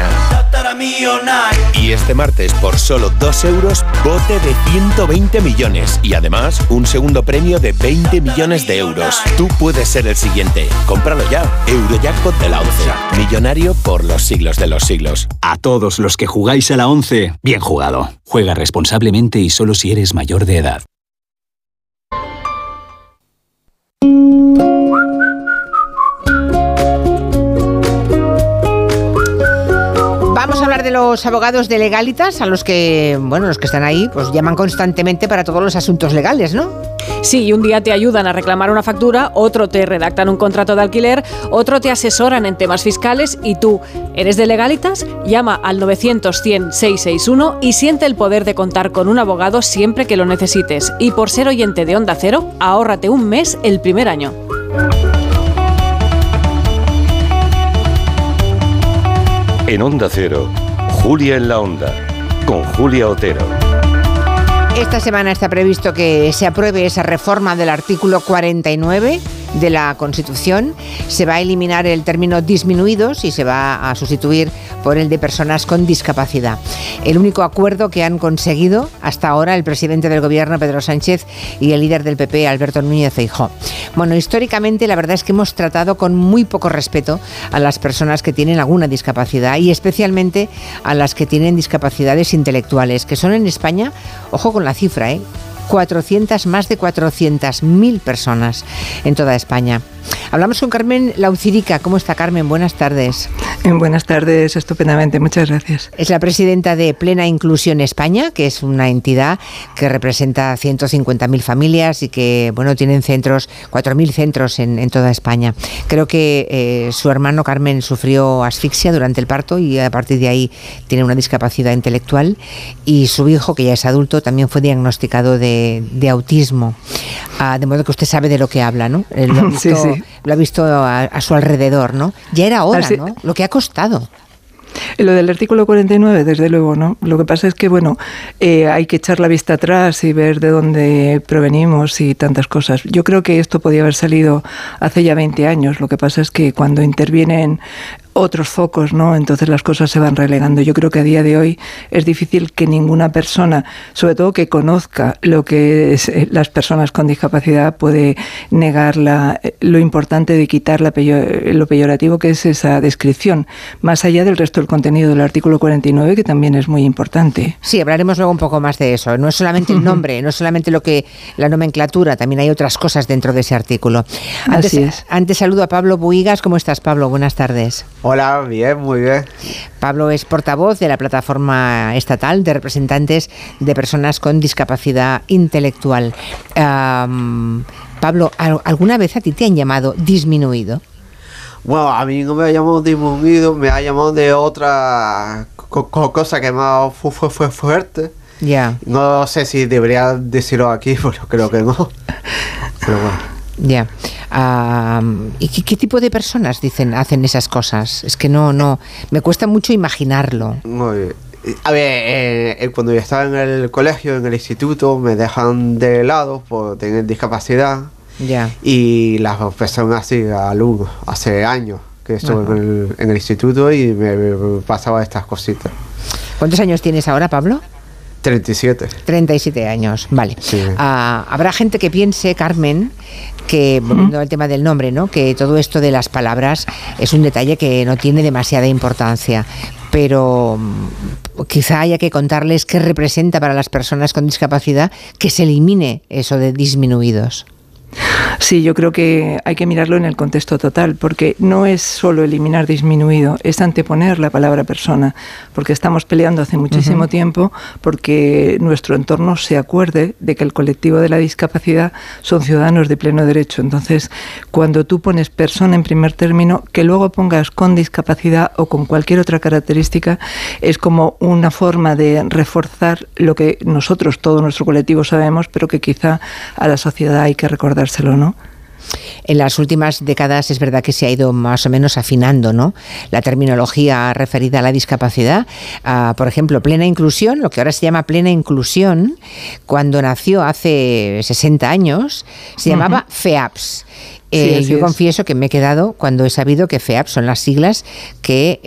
Y este martes, por solo 2 euros, bote de 120 millones. Y además, un segundo premio de 20 millones de euros. Tú puedes ser el siguiente. Cómpralo ya. Eurojackpot de la 11. Millonario por los siglos de los siglos. A todos los que jugáis a la 11, bien jugado. Juega responsablemente y solo si eres mayor de edad. Vamos a hablar de los abogados de Legalitas, a los que, bueno, los que están ahí, pues llaman constantemente para todos los asuntos legales, ¿no? Sí, y un día te ayudan a reclamar una factura, otro te redactan un contrato de alquiler, otro te asesoran en temas fiscales y tú, ¿eres de Legalitas? Llama al 900-100-661 y siente el poder de contar con un abogado siempre que lo necesites. Y por ser oyente de Onda Cero, ahórrate un mes el primer año. En Onda Cero, Julia en la Onda, con Julia Otero. Esta semana está previsto que se apruebe esa reforma del artículo 49 de la Constitución. Se va a eliminar el término disminuidos y se va a sustituir por el de personas con discapacidad. El único acuerdo que han conseguido hasta ahora el presidente del Gobierno, Pedro Sánchez, y el líder del PP, Alberto Núñez Feijóo. Bueno, históricamente la verdad es que hemos tratado con muy poco respeto a las personas que tienen alguna discapacidad y especialmente a las que tienen discapacidades intelectuales, que son en España, ojo con la cifra, más de 400.000 personas en toda España. Hablamos con Carmen Laucirica. ¿Cómo está, Carmen? Buenas tardes. Buenas tardes, estupendamente, muchas gracias. Es la presidenta de Plena Inclusión España, que es una entidad que representa 150.000 familias y que, bueno, tienen centros, 4.000 centros en toda España. Creo que su hermano Carmen sufrió asfixia durante el parto y a partir de ahí tiene una discapacidad intelectual, y su hijo, que ya es adulto, también fue diagnosticado de autismo. De modo que usted sabe de lo que habla, ¿no? Lo ha visto, sí, sí. Lo ha visto a su alrededor, ¿no? Ya era hora, ¿no? Lo que ha costado. Lo del artículo 49, desde luego, ¿no? Lo que pasa es que, bueno, hay que echar la vista atrás y ver de dónde provenimos y tantas cosas. Yo creo que esto podía haber salido hace ya 20 años. Lo que pasa es que cuando intervienen otros focos, ¿no? Entonces las cosas se van relegando. Yo creo que a día de hoy es difícil que ninguna persona, sobre todo que conozca lo que es las personas con discapacidad, puede negar lo importante de quitar lo peyorativo que es esa descripción, más allá del resto del contenido del artículo 49, que también es muy importante. Sí, hablaremos luego un poco más de eso. No es solamente el nombre, no es solamente la nomenclatura, también hay otras cosas dentro de ese artículo. Así es. Antes saludo a Pablo Buigas. ¿Cómo estás, Pablo? Buenas tardes. Hola, bien, muy bien. Pablo es portavoz de la Plataforma Estatal de Representantes de Personas con Discapacidad Intelectual. Pablo, ¿alguna vez a ti te han llamado disminuido? Bueno, a mí no me ha llamado disminuido, me ha llamado de otra cosa que más fue fuerte. Ya. No sé si debería decirlo aquí, pero creo que no. Pero bueno. Ya. ¿Y qué tipo de personas hacen esas cosas? Es que no, me cuesta mucho imaginarlo. A ver, cuando yo estaba en el colegio, en el instituto, me dejan de lado por tener discapacidad. Ya. Y las personas así, alumnos, hace años que estuve en el instituto y me pasaba estas cositas. ¿Cuántos años tienes ahora, Pablo? 37. 37 años, vale. Sí. Habrá gente que piense, Carmen, que, volviendo al tema del nombre, ¿no?, que todo esto de las palabras es un detalle que no tiene demasiada importancia, pero quizá haya que contarles qué representa para las personas con discapacidad que se elimine eso de disminuidos. Sí, yo creo que hay que mirarlo en el contexto total, porque no es solo eliminar disminuido, es anteponer la palabra persona, porque estamos peleando hace muchísimo tiempo porque nuestro entorno se acuerde de que el colectivo de la discapacidad son ciudadanos de pleno derecho. Entonces, cuando tú pones persona en primer término, que luego pongas con discapacidad o con cualquier otra característica, es como una forma de reforzar lo que nosotros, todo nuestro colectivo, sabemos, pero que quizá a la sociedad hay que recordárselo, ¿no? En las últimas décadas es verdad que se ha ido más o menos afinando, ¿no?, la terminología referida a la discapacidad. Por ejemplo, plena inclusión, lo que ahora se llama plena inclusión, cuando nació hace 60 años, se llamaba FEAPS. Yo confieso que me he quedado cuando he sabido que FEAP son las siglas que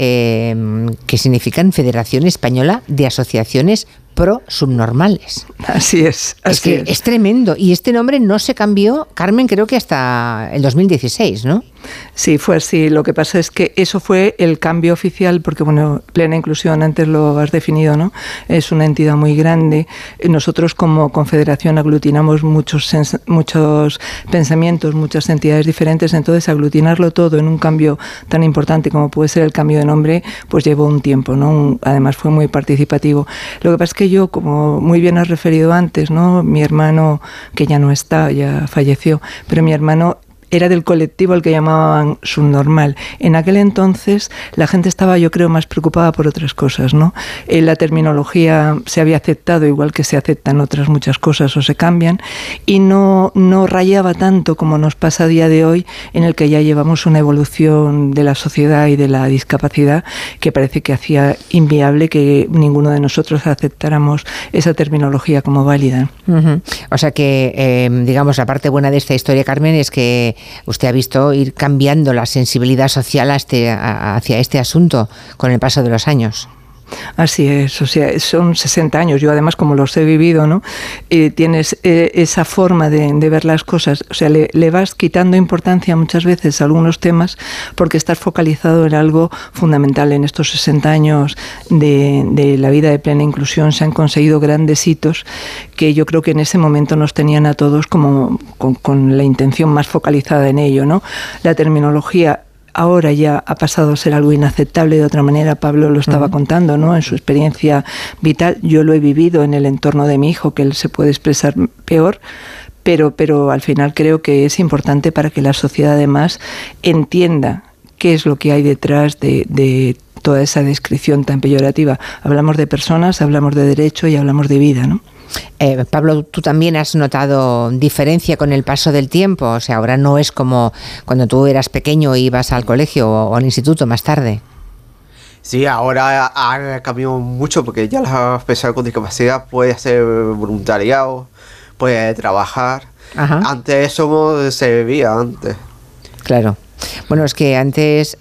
significan Federación Española de Asociaciones Pro Subnormales. Así es. Es tremendo. Y este nombre no se cambió, Carmen, creo que hasta el 2016, ¿no? Sí, fue así. Lo que pasa es que eso fue el cambio oficial, porque, bueno, plena inclusión, antes lo has definido, ¿no? Es una entidad muy grande. Nosotros como confederación aglutinamos muchos pensamientos, muchas entidades diferentes, entonces aglutinarlo todo en un cambio tan importante como puede ser el cambio de nombre, pues llevó un tiempo, ¿no? Además fue muy participativo. Lo que pasa es que yo, como muy bien has referido antes, ¿no?, mi hermano, que ya no está, ya falleció, pero mi hermano era del colectivo al que llamaban subnormal. En aquel entonces la gente estaba, yo creo, más preocupada por otras cosas, ¿no? La terminología se había aceptado, igual que se aceptan otras muchas cosas o se cambian, y no rayaba tanto como nos pasa a día de hoy, en el que ya llevamos una evolución de la sociedad y de la discapacidad que parece que hacía inviable que ninguno de nosotros aceptáramos esa terminología como válida. Uh-huh. O sea que, digamos, la parte buena de esta historia, Carmen, es que usted ha visto ir cambiando la sensibilidad social hacia este asunto con el paso de los años. Así es, o sea, son 60 años, yo además como los he vivido, ¿no? Tienes esa forma de ver las cosas, o sea, le vas quitando importancia muchas veces a algunos temas porque estás focalizado en algo fundamental. En estos 60 años de la vida de plena inclusión se han conseguido grandes hitos que yo creo que en ese momento nos tenían a todos como con la intención más focalizada en ello, ¿no? La terminología ahora ya ha pasado a ser algo inaceptable. De otra manera, Pablo lo estaba contando, ¿no?, en su experiencia vital. Yo lo he vivido en el entorno de mi hijo, que él se puede expresar peor, pero al final creo que es importante para que la sociedad además entienda qué es lo que hay detrás de toda esa descripción tan peyorativa. Hablamos de personas, hablamos de derecho y hablamos de vida, ¿no? Pablo, ¿tú también has notado diferencia con el paso del tiempo? O sea, ahora no es como cuando tú eras pequeño e ibas al colegio o al instituto más tarde. Sí, ahora ha cambiado mucho porque ya las personas con discapacidad pueden hacer voluntariado, pueden trabajar. Ajá. Antes eso se vivía antes. Claro. Bueno, es que antes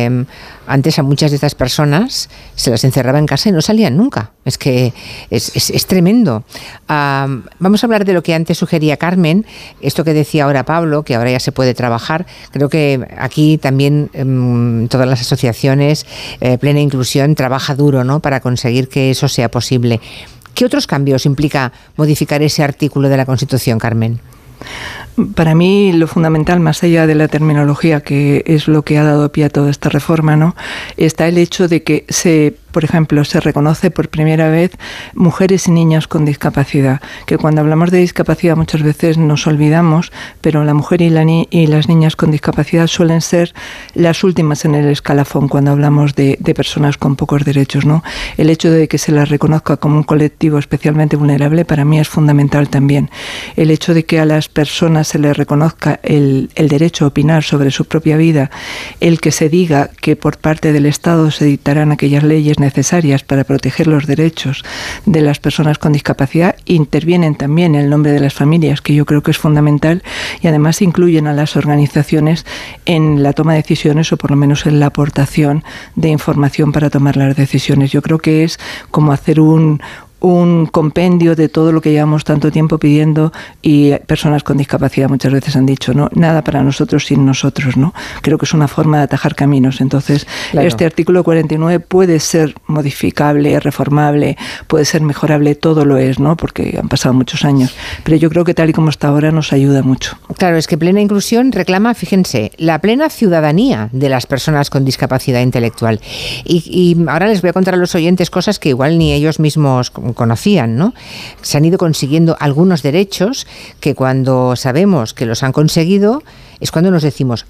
a muchas de estas personas se las encerraba en casa y no salían nunca. Es que es tremendo. Vamos a hablar de lo que antes sugería Carmen, esto que decía ahora Pablo, que ahora ya se puede trabajar. Creo que aquí también todas las asociaciones, Plena Inclusión, trabaja duro, ¿no?, para conseguir que eso sea posible. ¿Qué otros cambios implica modificar ese artículo de la Constitución, Carmen? Para mí lo fundamental, más allá de la terminología, que es lo que ha dado pie a toda esta reforma, ¿no?, está el hecho de que por ejemplo, se reconoce por primera vez mujeres y niñas con discapacidad, que cuando hablamos de discapacidad muchas veces nos olvidamos, pero la mujer y las niñas con discapacidad suelen ser las últimas en el escalafón cuando hablamos de personas con pocos derechos, ¿no? El hecho de que se las reconozca como un colectivo especialmente vulnerable para mí es fundamental también. El hecho de que a las personas se les reconozca el derecho a opinar sobre su propia vida, el que se diga que por parte del Estado se dictarán aquellas leyes necesarias para proteger los derechos de las personas con discapacidad, intervienen también en el nombre de las familias, que yo creo que es fundamental, y además incluyen a las organizaciones en la toma de decisiones o por lo menos en la aportación de información para tomar las decisiones. Yo creo que es como hacer un compendio de todo lo que llevamos tanto tiempo pidiendo, y personas con discapacidad muchas veces han dicho, no, nada para nosotros sin nosotros, ¿no? Creo que es una forma de atajar caminos. Entonces, claro, este artículo 49 puede ser modificable, reformable, puede ser mejorable, todo lo es, ¿no?, porque han pasado muchos años. Pero yo creo que tal y como está ahora nos ayuda mucho. Claro, es que Plena Inclusión reclama, fíjense, la plena ciudadanía de las personas con discapacidad intelectual. Y ahora les voy a contar a los oyentes cosas que igual ni ellos mismos conocían, ¿no? Se han ido consiguiendo algunos derechos que cuando sabemos que los han conseguido es cuando nos decimos,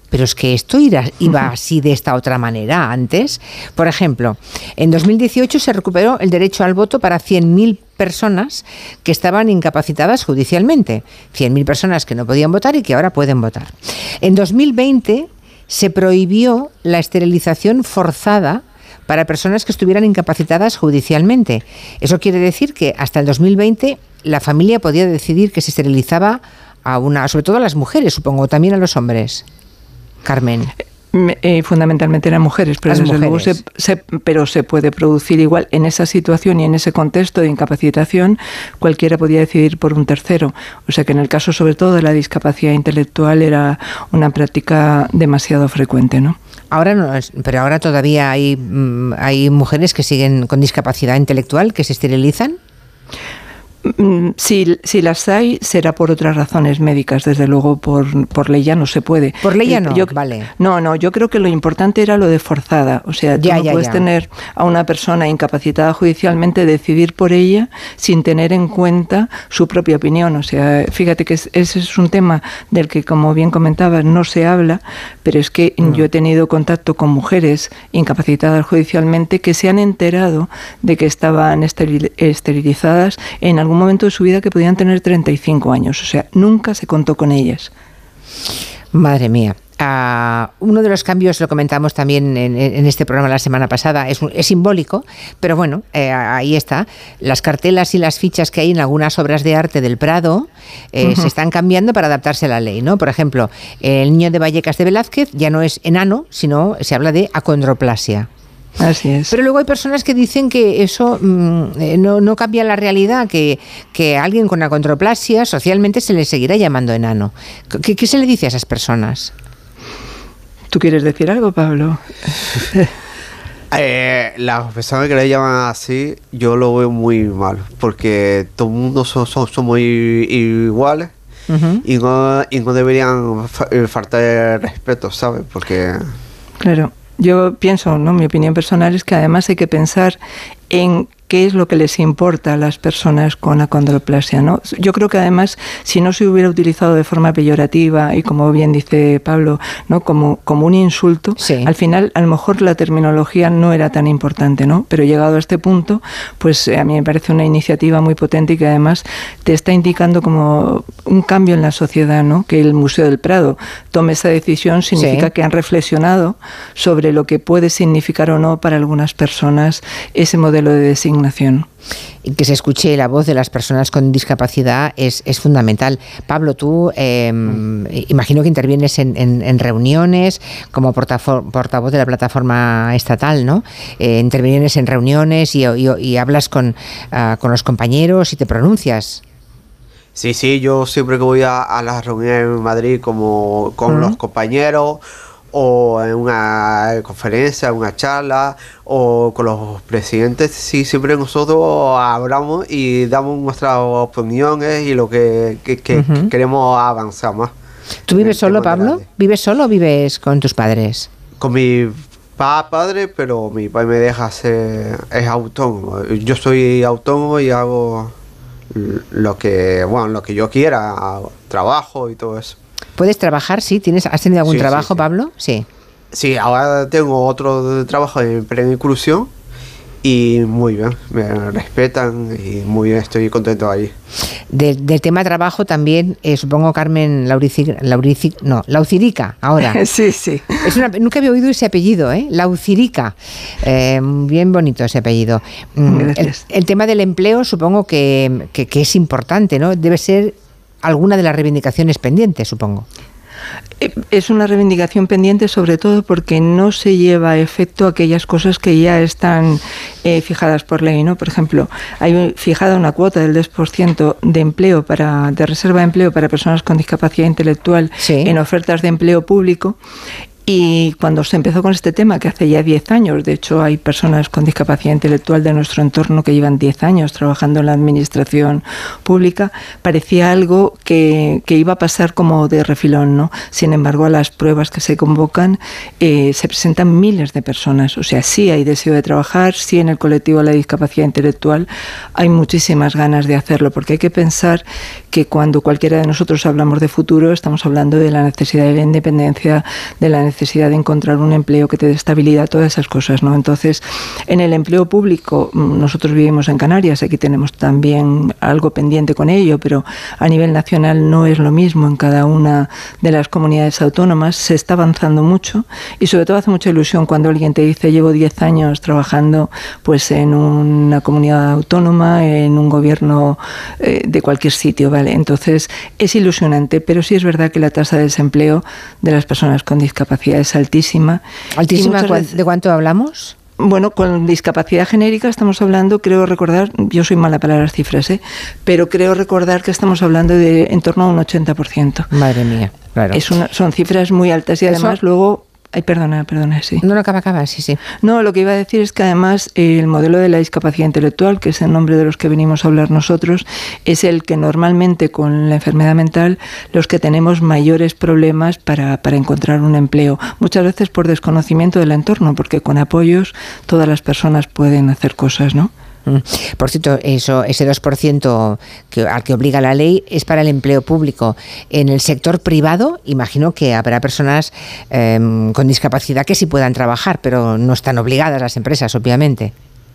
pero es que esto iba así de esta otra manera antes. Por ejemplo, en 2018 se recuperó el derecho al voto para 100.000 personas que estaban incapacitadas judicialmente. 100.000 personas que no podían votar y que ahora pueden votar. En 2020 se prohibió la esterilización forzada para personas que estuvieran incapacitadas judicialmente. Eso quiere decir que hasta el 2020 la familia podía decidir que se esterilizaba sobre todo a las mujeres, supongo, también a los hombres. Carmen. Fundamentalmente eran mujeres, pero desde luego pero se puede producir igual en esa situación y en ese contexto de incapacitación, cualquiera podía decidir por un tercero. O sea que en el caso sobre todo de la discapacidad intelectual era una práctica demasiado frecuente, ¿no? Ahora no, pero ahora todavía hay mujeres que siguen con discapacidad intelectual que se esterilizan. Si las hay, será por otras razones médicas, desde luego por ley ya no se puede. Por ley ya no, vale. No, yo creo que lo importante era lo de forzada. O sea, tú no puedes tener a una persona incapacitada judicialmente decidir por ella sin tener en cuenta su propia opinión. O sea, fíjate que ese es un tema del que, como bien comentabas, no se habla, pero es que yo he tenido contacto con mujeres incapacitadas judicialmente que se han enterado de que estaban esterilizadas en algún momento de su vida que podían tener 35 años. O sea, nunca se contó con ellas. Madre mía. Uno de los cambios, lo comentamos también en este programa la semana pasada, es simbólico, pero bueno, ahí está. Las cartelas y las fichas que hay en algunas obras de arte del Prado se están cambiando para adaptarse a la ley, ¿no? Por ejemplo, el niño de Vallecas de Velázquez ya no es enano, sino se habla de acondroplasia. Así es. Pero luego hay personas que dicen que eso no cambia la realidad, que a alguien con acondroplasia socialmente se le seguirá llamando enano. ¿Qué se le dice a esas personas? ¿Tú quieres decir algo, Pablo? Las personas que le llaman así, yo lo veo muy mal, porque todo el mundo somos iguales. Y no deberían faltar el respeto, ¿sabes? Porque... Claro. Yo pienso, ¿no? Mi opinión personal es que además hay que pensar en qué es lo que les importa a las personas con acondroplasia, ¿no? Yo creo que además, si no se hubiera utilizado de forma peyorativa y, como bien dice Pablo, ¿no? como un insulto, al final a lo mejor la terminología no era tan importante, ¿no? Pero llegado a este punto, pues a mí me parece una iniciativa muy potente y que además te está indicando como un cambio en la sociedad, ¿no? Que el Museo del Prado tome esa decisión significa que han reflexionado sobre lo que puede significar o no para algunas personas ese modelo de designación. Y que se escuche la voz de las personas con discapacidad es fundamental. Pablo, tú imagino que intervienes en reuniones como portavoz de la plataforma estatal, ¿no? Intervienes en reuniones y hablas con los compañeros y te pronuncias. Sí, yo siempre que voy a las reuniones en Madrid como con los compañeros, o en una conferencia, una charla, o con los presidentes, sí, siempre nosotros hablamos y damos nuestras opiniones y lo que queremos avanzar más. ¿Tú vives solo, Pablo? ¿Vives solo o vives con tus padres? Con mi padre, pero mi padre me deja es autónomo. Yo soy autónomo y hago lo que yo quiera, trabajo y todo eso. ¿Puedes trabajar? Sí. ¿Has tenido algún trabajo, sí. Pablo? Sí. Sí, ahora tengo otro trabajo en plena inclusión y muy bien, me respetan y muy bien, estoy contento ahí. Del tema trabajo también, supongo, Carmen Laucirica, ahora. Sí. Nunca había oído ese apellido, Laucirica. Bien bonito ese apellido. El tema del empleo supongo que es importante, ¿no? Debe ser alguna de las reivindicaciones pendientes, supongo. Es una reivindicación pendiente, sobre todo porque no se lleva a efecto aquellas cosas que ya están fijadas por ley, ¿no? Por ejemplo, hay fijada una cuota del 10% de empleo de reserva de empleo para personas con discapacidad intelectual en ofertas de empleo público. Y cuando se empezó con este tema, que hace ya 10 años, de hecho hay personas con discapacidad intelectual de nuestro entorno que llevan 10 años trabajando en la administración pública, parecía algo que iba a pasar como de refilón, ¿no? Sin embargo, a las pruebas que se convocan se presentan miles de personas. O sea, sí hay deseo de trabajar, sí en el colectivo de la discapacidad intelectual hay muchísimas ganas de hacerlo, porque hay que pensar que cuando cualquiera de nosotros hablamos de futuro, estamos hablando de la necesidad de la independencia, de la necesidad de encontrar un empleo que te dé estabilidad, todas esas cosas, ¿no? Entonces, en el empleo público, nosotros vivimos en Canarias, aquí tenemos también algo pendiente con ello, pero a nivel nacional no es lo mismo en cada una de las comunidades autónomas. Se está avanzando mucho y sobre todo hace mucha ilusión cuando alguien te dice llevo 10 años trabajando pues en una comunidad autónoma, en un gobierno de cualquier sitio, ¿vale? Entonces es ilusionante, pero sí es verdad que la tasa de desempleo de las personas con discapacidad es altísima. ¿Altísima? ¿De cuánto hablamos? Bueno, con discapacidad genérica estamos hablando, creo recordar, yo soy mala para las cifras, pero creo recordar que estamos hablando de en torno a un 80%. Madre mía, claro. Son cifras muy altas y además luego... Ay, perdona, sí. No, acaba, sí. No, lo que iba a decir es que además el modelo de la discapacidad intelectual, que es el nombre de los que venimos a hablar nosotros, es el que normalmente con la enfermedad mental los que tenemos mayores problemas para encontrar un empleo. Muchas veces por desconocimiento del entorno, porque con apoyos todas las personas pueden hacer cosas, ¿no? Por cierto, ese 2% al que obliga la ley es para el empleo público. En el sector privado, imagino que habrá personas con discapacidad que sí puedan trabajar, pero no están obligadas las empresas, obviamente.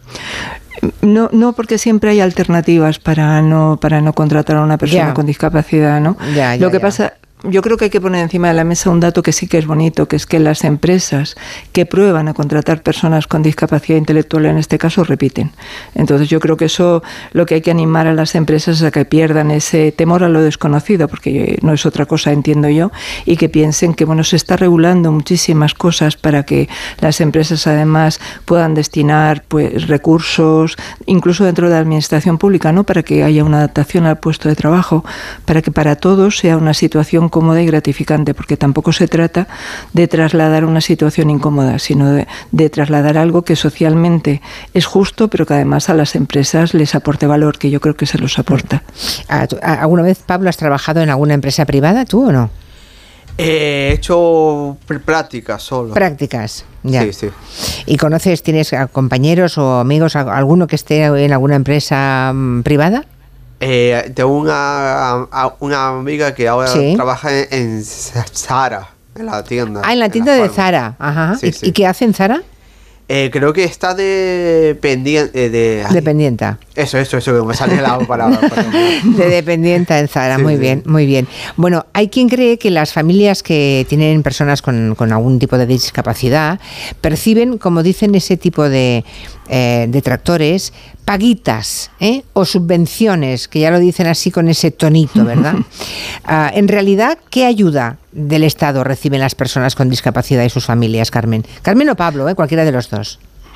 No, porque siempre hay alternativas para no contratar a una persona con discapacidad, ¿no? Lo que pasa... Yo creo que hay que poner encima de la mesa un dato que sí que es bonito, que es que las empresas que prueban a contratar personas con discapacidad intelectual, en este caso, repiten. Entonces yo creo que eso, lo que hay que animar a las empresas es a que pierdan ese temor a lo desconocido, porque no es otra cosa, entiendo yo, y que piensen que se está regulando muchísimas cosas para que las empresas además puedan destinar pues recursos, incluso dentro de la administración pública, ¿no? Para que haya una adaptación al puesto de trabajo, para que para todos sea una situación cómoda y gratificante, porque tampoco se trata de trasladar una situación incómoda, sino de trasladar algo que socialmente es justo, pero que además a las empresas les aporte valor, que yo creo que se los aporta. ¿Alguna vez, Pablo, has trabajado en alguna empresa privada, tú o no? He hecho prácticas solo. Prácticas, ya. Sí. ¿Y tienes compañeros o amigos, alguno que esté en alguna empresa privada? Tengo una amiga que ahora trabaja en Zara, en la tienda. En la tienda de Zara. Ajá. Sí. ¿Y qué hace en Zara? Creo que está dependiente. Dependienta. Eso, me sale la palabra. De dependienta en Zara, muy bien. Bueno, hay quien cree que las familias que tienen personas con algún tipo de discapacidad perciben, como dicen ese tipo de detractores, paguitas o subvenciones, que ya lo dicen así con ese tonito, ¿verdad? En realidad, ¿qué ayuda del Estado reciben las personas con discapacidad y sus familias, Carmen? Carmen o Pablo, cualquiera de los dos.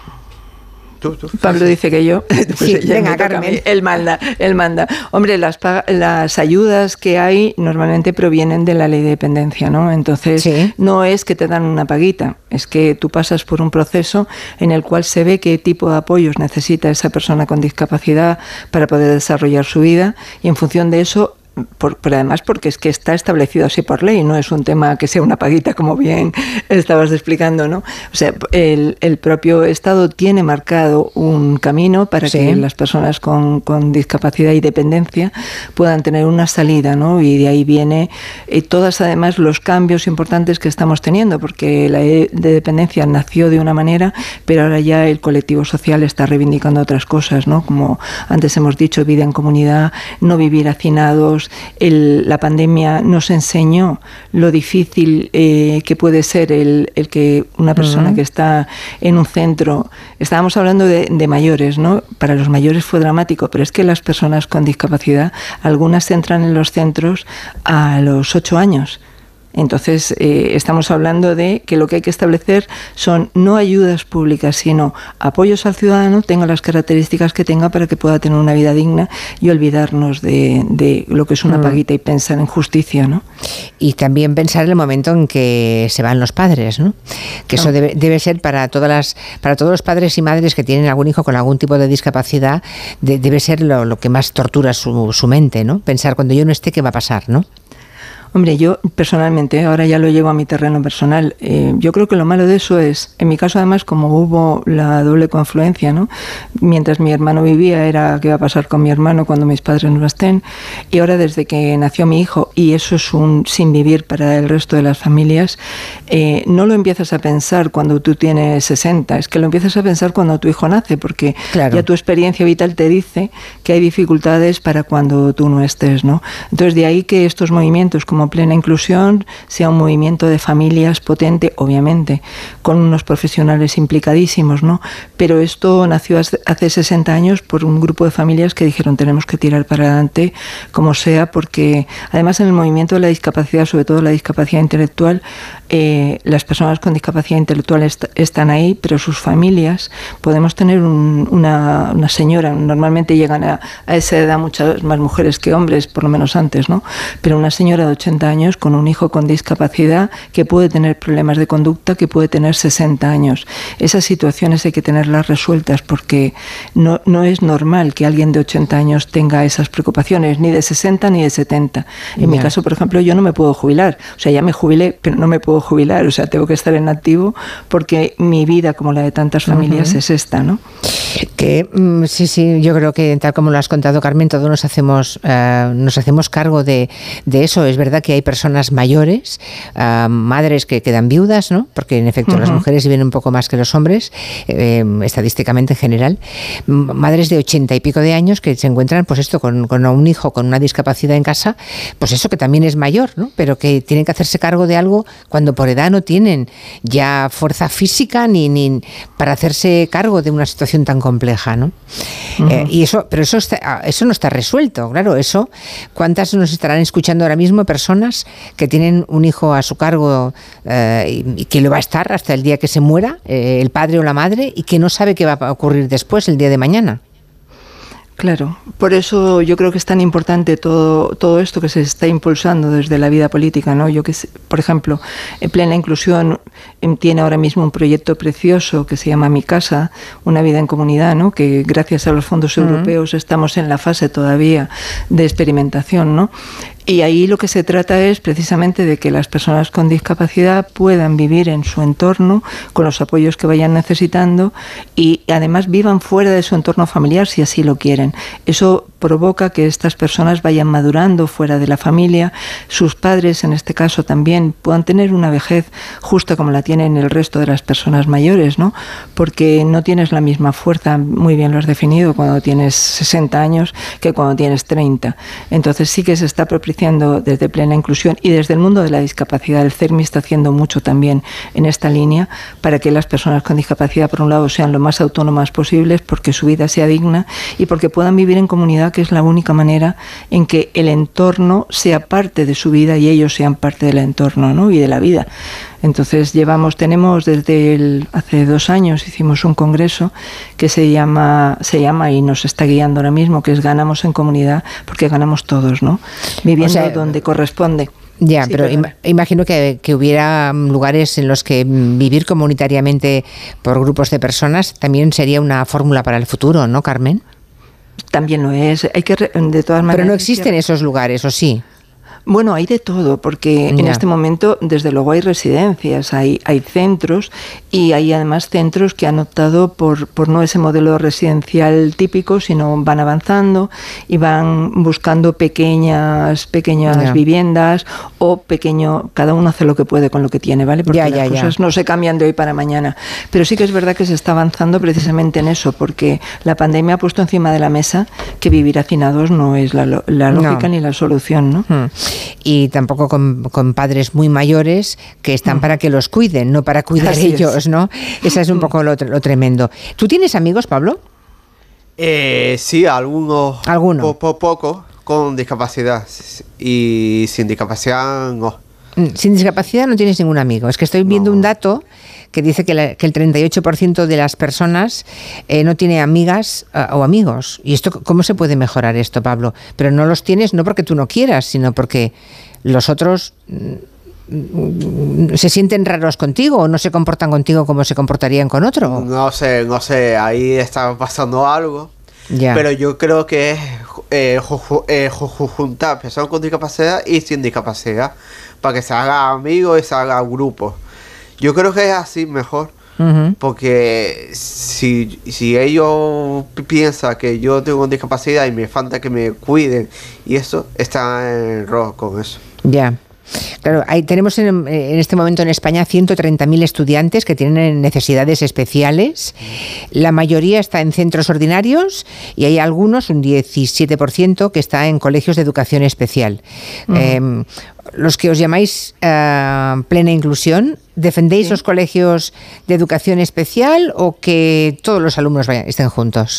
Tú. Pablo dice que yo. Sí, venga, Carmen. Él manda. Hombre, las ayudas que hay normalmente provienen de la ley de dependencia, ¿no? Entonces, no es que te dan una paguita, es que tú pasas por un proceso en el cual se ve qué tipo de apoyos necesita esa persona con discapacidad para poder desarrollar su vida, y en función de eso, pero además porque es que está establecido así por ley, no es un tema que sea una paguita, como bien estabas explicando, ¿no? O sea, el propio Estado tiene marcado un camino para que las personas con discapacidad y dependencia puedan tener una salida, ¿no? Y de ahí viene todas además los cambios importantes que estamos teniendo, porque la ley de dependencia nació de una manera, pero ahora ya el colectivo social está reivindicando otras cosas, ¿no? Como antes hemos dicho, vida en comunidad, no vivir hacinados. La pandemia nos enseñó lo difícil que puede ser el que una persona que está en un centro, estábamos hablando de mayores, ¿no? Para los mayores fue dramático, pero es que las personas con discapacidad, algunas entran en los centros a los 8 años. Entonces, estamos hablando de que lo que hay que establecer son no ayudas públicas, sino apoyos al ciudadano, tenga las características que tenga para que pueda tener una vida digna y olvidarnos de lo que es una paguita y pensar en justicia, ¿no? Y también pensar en el momento en que se van los padres, ¿no? Que eso debe ser para todos los padres y madres que tienen algún hijo con algún tipo de discapacidad, debe ser lo que más tortura su mente, ¿no? Pensar, cuando yo no esté, ¿qué va a pasar, no? Hombre, yo personalmente, ahora ya lo llevo a mi terreno personal, yo creo que lo malo de eso es, en mi caso además, como hubo la doble confluencia, ¿no? Mientras mi hermano vivía era qué va a pasar con mi hermano cuando mis padres no estén, y ahora desde que nació mi hijo, y eso es un sin vivir para el resto de las familias, no lo empiezas a pensar cuando tú tienes 60, es que lo empiezas a pensar cuando tu hijo nace, porque ya tu experiencia vital te dice que hay dificultades para cuando tú no estés, ¿no? Entonces de ahí que estos movimientos como Plena Inclusión sea un movimiento de familias potente, obviamente, con unos profesionales implicadísimos, ¿no? Pero esto nació hace 60 años por un grupo de familias que dijeron tenemos que tirar para adelante como sea, porque además en el movimiento de la discapacidad, sobre todo la discapacidad intelectual, las personas con discapacidad intelectual están ahí, pero sus familias, podemos tener una señora, normalmente llegan a esa edad muchas más mujeres que hombres, por lo menos antes, ¿no? Pero una señora de 80 años con un hijo con discapacidad que puede tener problemas de conducta, que puede tener 60 años. Esas situaciones hay que tenerlas resueltas porque no es normal que alguien de 80 años tenga esas preocupaciones, ni de 60 ni de 70. En mi caso, por ejemplo, yo no me puedo jubilar. O sea, ya me jubilé, pero no me puedo jubilar. O sea, tengo que estar en activo porque mi vida, como la de tantas familias, es esta, ¿no? Que sí, yo creo que tal como lo has contado, Carmen, todos nos hacemos cargo de eso. Es verdad que hay personas mayores, madres que quedan viudas, ¿no? Porque en efecto las mujeres viven un poco más que los hombres, estadísticamente en general. Madres de 80 y pico de años que se encuentran, pues esto, con un hijo con una discapacidad en casa, pues eso, que también es mayor, ¿no? Pero que tienen que hacerse cargo de algo cuando por edad no tienen ya fuerza física ni para hacerse cargo de una situación tan compleja, ¿no? Y eso no está resuelto, claro. Eso, ¿cuántas nos estarán escuchando ahora mismo personas que tienen un hijo a su cargo y que lo va a estar hasta el día que se muera, el padre o la madre, y que no sabe qué va a ocurrir después, el día de mañana? Claro, por eso yo creo que es tan importante todo esto que se está impulsando desde la vida política, ¿no? Por ejemplo, Plena Inclusión tiene ahora mismo un proyecto precioso que se llama Mi Casa, una vida en comunidad, ¿no? Que gracias a los fondos europeos estamos en la fase todavía de experimentación, ¿no? Y ahí lo que se trata es precisamente de que las personas con discapacidad puedan vivir en su entorno con los apoyos que vayan necesitando y además vivan fuera de su entorno familiar si así lo quieren. Eso provoca que estas personas vayan madurando fuera de la familia, sus padres en este caso también puedan tener una vejez justa como la tienen el resto de las personas mayores, ¿no? Porque no tienes la misma fuerza, muy bien lo has definido, cuando tienes 60 años que cuando tienes 30. Entonces sí que se está propiciando desde Plena Inclusión y desde el mundo de la discapacidad. El CERMI está haciendo mucho también en esta línea para que las personas con discapacidad, por un lado, sean lo más autónomas posibles, porque su vida sea digna y porque puedan vivir en comunidad, que es la única manera en que el entorno sea parte de su vida y ellos sean parte del entorno, ¿no? Y de la vida. Entonces tenemos desde hace 2 años hicimos un congreso que se llama y nos está guiando ahora mismo, que es Ganamos en Comunidad, porque ganamos todos, ¿no? Viviendo donde corresponde. Ya, sí, pero imagino que hubiera lugares en los que vivir comunitariamente por grupos de personas también sería una fórmula para el futuro, ¿no, Carmen? También lo es. Hay que, de todas maneras. Pero no existen esos lugares, ¿o sí? Bueno, hay de todo, porque en este momento, desde luego, hay residencias, hay centros, y hay además centros que han optado por no ese modelo residencial típico, sino van avanzando y van buscando pequeñas viviendas o cada uno hace lo que puede con lo que tiene, ¿vale? Porque las cosas no se cambian de hoy para mañana. Pero sí que es verdad que se está avanzando precisamente en eso, porque la pandemia ha puesto encima de la mesa que vivir hacinados no es la lógica ni la solución, ¿no? Y tampoco con padres muy mayores que están para que los cuiden, no para cuidar ellos, ¿no? Esa es un poco lo tremendo. ¿Tú tienes amigos, Pablo? Sí, algunos. ¿Alguno? Poco con discapacidad. Y sin discapacidad, no. Sin discapacidad no tienes ningún amigo. Es que estoy viendo un dato que dice que el 38% de las personas no tiene amigas o amigos. ¿Y esto cómo se puede mejorar esto, Pablo? Pero no los tienes no porque tú no quieras, sino porque los otros se sienten raros contigo o no se comportan contigo como se comportarían con otro. No sé, ahí está pasando algo. Ya. Pero yo creo que es juntar personas con discapacidad y sin discapacidad para que se haga amigos y se haga grupo. Yo creo que es así mejor. Porque si ellos piensan que yo tengo discapacidad y me falta que me cuiden y eso, está en error con eso. Ya. Claro, tenemos en este momento en España 130.000 estudiantes que tienen necesidades especiales. La mayoría está en centros ordinarios y hay algunos, un 17%, que está en colegios de educación especial. Los que os llamáis plena inclusión, ¿defendéis los colegios de educación especial o que todos los alumnos estén juntos?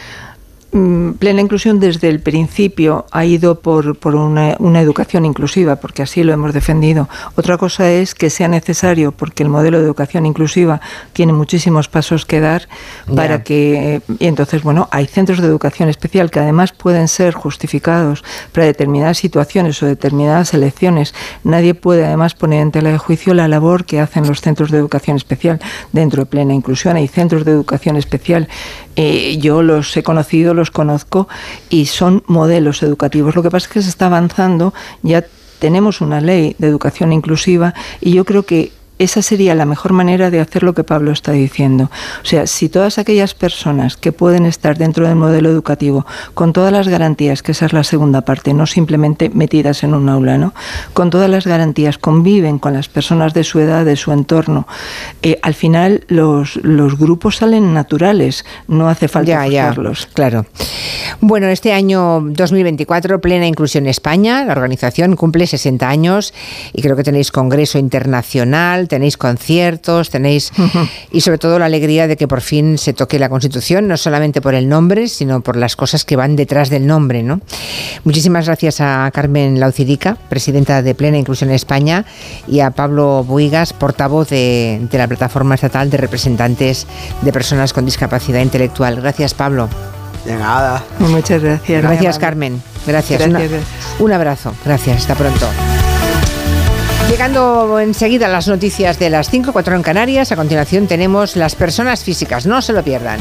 Plena inclusión desde el principio ha ido por una educación inclusiva, porque así lo hemos defendido. Otra cosa es que sea necesario, porque el modelo de educación inclusiva tiene muchísimos pasos que dar para que... Y entonces, bueno, hay centros de educación especial que además pueden ser justificados para determinadas situaciones o determinadas elecciones. Nadie puede además poner en tela de juicio la labor que hacen los centros de educación especial. Dentro de plena inclusión hay centros de educación especial. Yo los he conocido, los conozco y son modelos educativos. Lo que pasa es que se está avanzando, ya tenemos una ley de educación inclusiva y yo creo que esa sería la mejor manera de hacer lo que Pablo está diciendo. O sea, si todas aquellas personas que pueden estar dentro del modelo educativo con todas las garantías, que esa es la segunda parte, no simplemente metidas en un aula, ¿no? Con todas las garantías, conviven con las personas de su edad, de su entorno, al final los grupos salen naturales, no hace falta forzarlos. Claro. Bueno, este año 2024, Plena Inclusión España, la organización cumple 60 años y creo que tenéis congreso internacional, tenéis conciertos, tenéis y sobre todo la alegría de que por fin se toque la Constitución, no solamente por el nombre, sino por las cosas que van detrás del nombre, ¿no? Muchísimas gracias a Carmen Laucidica, presidenta de Plena Inclusión España, y a Pablo Buigas, portavoz de la Plataforma Estatal de Representantes de Personas con Discapacidad Intelectual. Gracias, Pablo. De nada. Muchas gracias. Gracias, Carmen. Gracias. Un abrazo. Gracias. Hasta pronto. Llegando enseguida las noticias de las 5:04 en Canarias. A continuación tenemos las personas físicas. No se lo pierdan.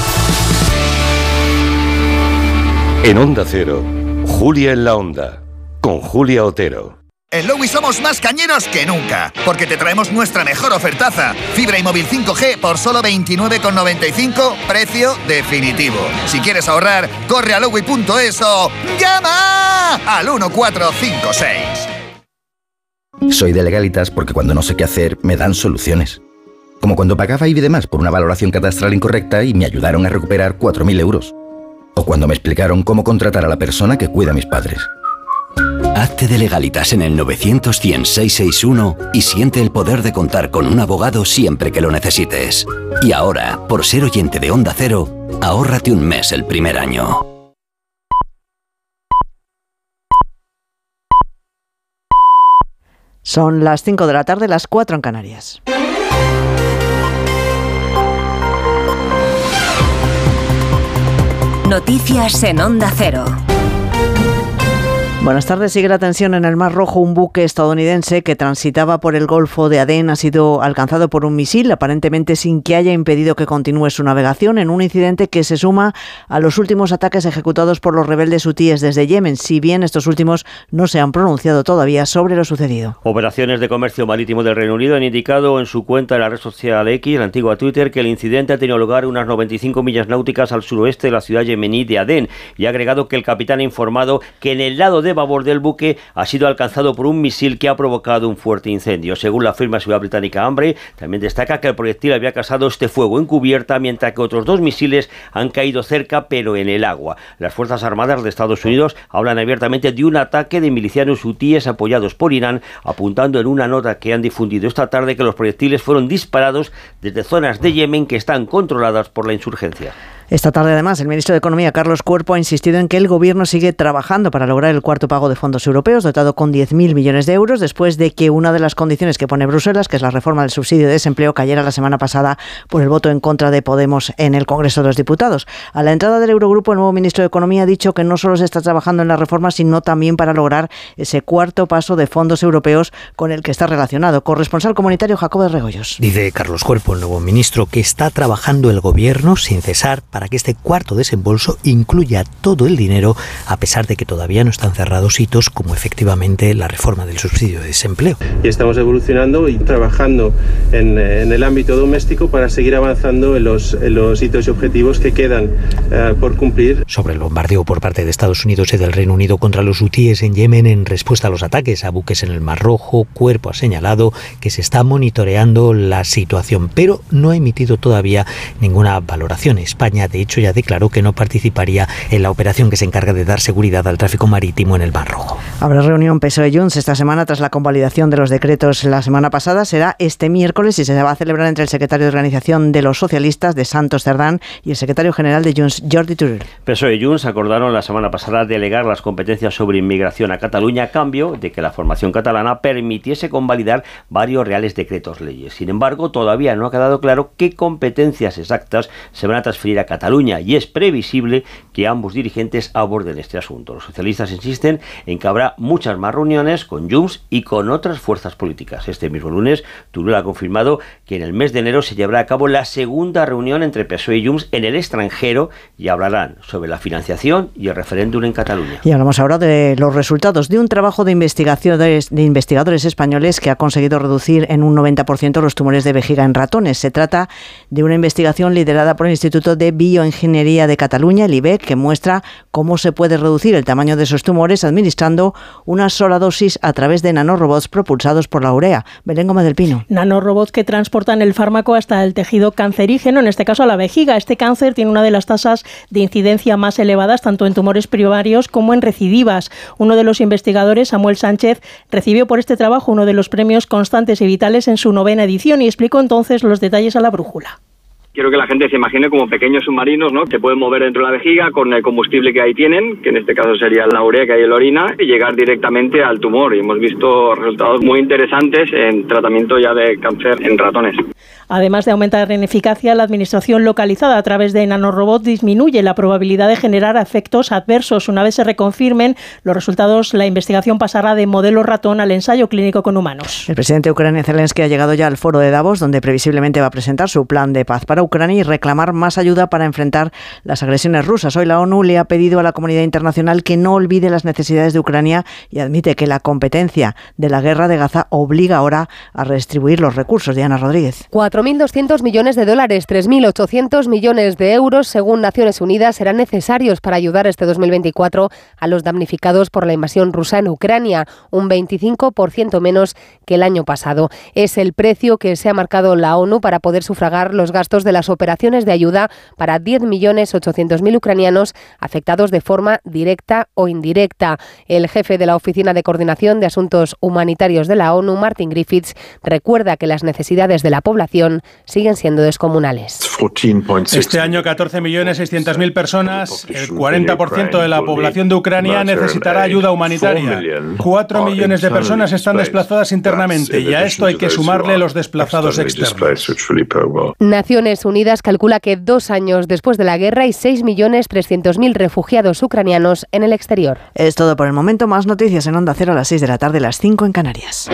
En Onda Cero, Julia en la Onda, con Julia Otero. En Lowy somos más cañeros que nunca, porque te traemos nuestra mejor ofertaza. Fibra y móvil 5G por solo 29,95, precio definitivo. Si quieres ahorrar, corre a lowy.es o llama al 1456. Soy de Legalitas porque cuando no sé qué hacer, me dan soluciones. Como cuando pagaba IBI de más por una valoración catastral incorrecta y me ayudaron a recuperar 4.000 euros. O cuando me explicaron cómo contratar a la persona que cuida a mis padres. Hazte de Legalitas en el 900-100-661 y siente el poder de contar con un abogado siempre que lo necesites. Y ahora, por ser oyente de Onda Cero, ahórrate un mes el primer año. Son las 5 de la tarde, las 4 en Canarias. Noticias en Onda Cero. Buenas tardes. Sigue la tensión en el Mar Rojo. Un buque estadounidense que transitaba por el Golfo de Adén ha sido alcanzado por un misil, aparentemente sin que haya impedido que continúe su navegación, en un incidente que se suma a los últimos ataques ejecutados por los rebeldes hutíes desde Yemen, si bien estos últimos no se han pronunciado todavía sobre lo sucedido. Operaciones de comercio marítimo del Reino Unido han indicado en su cuenta de la red social X, la antigua Twitter, que el incidente ha tenido lugar unas 95 millas náuticas al suroeste de la ciudad yemení de Adén, y ha agregado que el capitán ha informado que en el lado de babor del buque ha sido alcanzado por un misil que ha provocado un fuerte incendio. Según la firma ciudad británica Ambre, también destaca que el proyectil había causado este fuego encubierta, mientras que otros 2 misiles han caído cerca, pero en el agua. Las Fuerzas Armadas de Estados Unidos hablan abiertamente de un ataque de milicianos hutíes apoyados por Irán, apuntando en una nota que han difundido esta tarde que los proyectiles fueron disparados desde zonas de Yemen que están controladas por la insurgencia. Esta tarde, además, el ministro de Economía, Carlos Cuerpo, ha insistido en que el Gobierno sigue trabajando para lograr el cuarto pago de fondos europeos, dotado con 10.000 millones de euros, después de que una de las condiciones que pone Bruselas, que es la reforma del subsidio de desempleo, cayera la semana pasada por el voto en contra de Podemos en el Congreso de los Diputados. A la entrada del Eurogrupo, el nuevo ministro de Economía ha dicho que no solo se está trabajando en la reforma, sino también para lograr ese cuarto paso de fondos europeos con el que está relacionado. Corresponsal comunitario Jacobo de Regoyos. Dice Carlos Cuerpo, el nuevo ministro, que está trabajando el Gobierno sin cesar para que este cuarto desembolso incluya todo el dinero, a pesar de que todavía no están cerrados hitos como efectivamente la reforma del subsidio de desempleo. Y estamos evolucionando y trabajando en el ámbito doméstico para seguir avanzando en los hitos y objetivos que quedan por cumplir. Sobre el bombardeo por parte de Estados Unidos y del Reino Unido contra los hutíes en Yemen en respuesta a los ataques a buques en el Mar Rojo, Cuerpo ha señalado que se está monitoreando la situación, pero no ha emitido todavía ninguna valoración. España, de hecho, ya declaró que no participaría en la operación que se encarga de dar seguridad al tráfico marítimo en el Mar Rojo. Habrá reunión PSOE-Junts esta semana tras la convalidación de los decretos la semana pasada. Será este miércoles y se va a celebrar entre el secretario de Organización de los Socialistas, de Santos Cerdán, y el secretario general de Junts, Jordi Turull. PSOE y Junts acordaron la semana pasada delegar las competencias sobre inmigración a Cataluña a cambio de que la formación catalana permitiese convalidar varios reales decretos leyes. Sin embargo, todavía no ha quedado claro qué competencias exactas se van a transferir a Cataluña y es previsible que ambos dirigentes aborden este asunto. Los socialistas insisten en que habrá muchas más reuniones con Junts y con otras fuerzas políticas. Este mismo lunes, Turull ha confirmado que en el mes de enero se llevará a cabo la segunda reunión entre PSOE y Junts en el extranjero y hablarán sobre la financiación y el referéndum en Cataluña. Y hablamos ahora de los resultados de un trabajo de investigadores españoles que ha conseguido reducir en un 90% los tumores de vejiga en ratones. Se trata de una investigación liderada por el Instituto de Bioingeniería de Cataluña, el IBEC, que muestra cómo se puede reducir el tamaño de esos tumores administrando una sola dosis a través de nanorobots propulsados por la urea. Belén Gómez del Pino. Nanorobots que transportan el fármaco hasta el tejido cancerígeno, en este caso a la vejiga. Este cáncer tiene una de las tasas de incidencia más elevadas, tanto en tumores primarios como en recidivas. Uno de los investigadores, Samuel Sánchez, recibió por este trabajo uno de los premios Constantes y Vitales en su 9ª edición y explicó entonces los detalles a La Brújula. Quiero que la gente se imagine como pequeños submarinos, ¿no?, que pueden mover dentro de la vejiga con el combustible que ahí tienen, que en este caso sería la urea que hay en la orina, y llegar directamente al tumor. Y hemos visto resultados muy interesantes en tratamiento ya de cáncer en ratones. Además de aumentar en eficacia, la administración localizada a través de nanorobots disminuye la probabilidad de generar efectos adversos. Una vez se reconfirmen los resultados, la investigación pasará de modelo ratón al ensayo clínico con humanos. El presidente de Ucrania, Zelensky, ha llegado ya al foro de Davos, donde previsiblemente va a presentar su plan de paz para Ucrania y reclamar más ayuda para enfrentar las agresiones rusas. Hoy la ONU le ha pedido a la comunidad internacional que no olvide las necesidades de Ucrania y admite que la competencia de la guerra de Gaza obliga ahora a redistribuir los recursos. Diana Rodríguez. 4.200 millones de dólares, 3.800 millones de euros, según Naciones Unidas, serán necesarios para ayudar este 2024 a los damnificados por la invasión rusa en Ucrania, un 25% menos que el año pasado. Es el precio que se ha marcado la ONU para poder sufragar los gastos de las operaciones de ayuda para 10.800.000 ucranianos afectados de forma directa o indirecta. El jefe de la Oficina de Coordinación de Asuntos Humanitarios de la ONU, Martin Griffiths, recuerda que las necesidades de la población siguen siendo descomunales. Este año 14.600.000 personas, el 40% de la población de Ucrania necesitará ayuda humanitaria. 4 millones de personas están desplazadas internamente y a esto hay que sumarle los desplazados externos. Naciones Unidas calcula que 2 años después de la guerra hay 6.300.000 refugiados ucranianos en el exterior. Es todo por el momento. Más noticias en Onda Cero a las 6 de la tarde, las 5 en Canarias.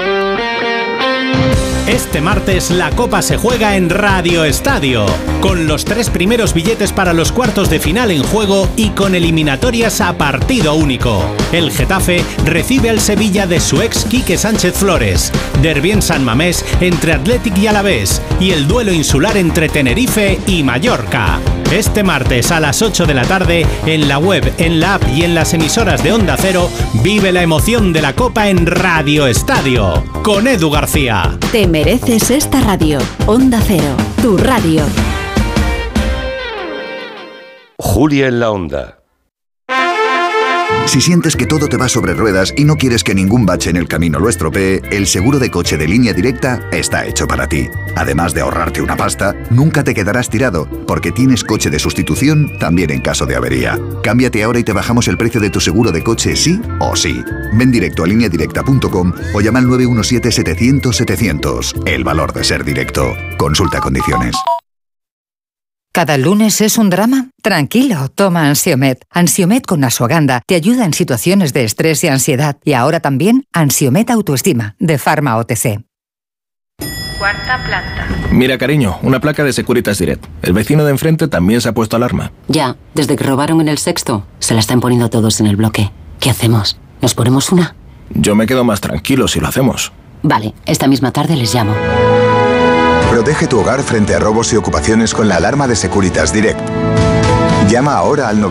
Este martes la Copa se juega en Radio Estadio, con los 3 primeros billetes para los cuartos de final en juego y con eliminatorias a partido único. El Getafe recibe al Sevilla de su ex Quique Sánchez Flores, derbi en San Mamés entre Athletic y Alavés y el duelo insular entre Tenerife y Mallorca. Este martes a las 8 de la tarde, en la web, en la app y en las emisoras de Onda Cero, vive la emoción de la Copa en Radio Estadio, con Edu García. Te mereces esta radio. Onda Cero, tu radio. Julia en la Onda. Si sientes que todo te va sobre ruedas y no quieres que ningún bache en el camino lo estropee, el seguro de coche de Línea Directa está hecho para ti. Además de ahorrarte una pasta, nunca te quedarás tirado, porque tienes coche de sustitución también en caso de avería. Cámbiate ahora y te bajamos el precio de tu seguro de coche sí o sí. Ven directo a lineadirecta.com o llama al 917-700-700. El valor de ser directo. Consulta condiciones. ¿Cada lunes es un drama? Tranquilo, toma Ansiomed. Ansiomed con Asuaganda te ayuda en situaciones de estrés y ansiedad. Y ahora también Ansiomed Autoestima, de Pharma OTC. Cuarta planta. Mira, cariño, una placa de Securitas Direct. El vecino de enfrente también se ha puesto alarma. Ya, desde que robaron en el sexto, se la están poniendo todos en el bloque. ¿Qué hacemos? ¿Nos ponemos una? Yo me quedo más tranquilo si lo hacemos. Vale, esta misma tarde les llamo. Protege tu hogar frente a robos y ocupaciones con la alarma de Securitas Direct. Llama ahora al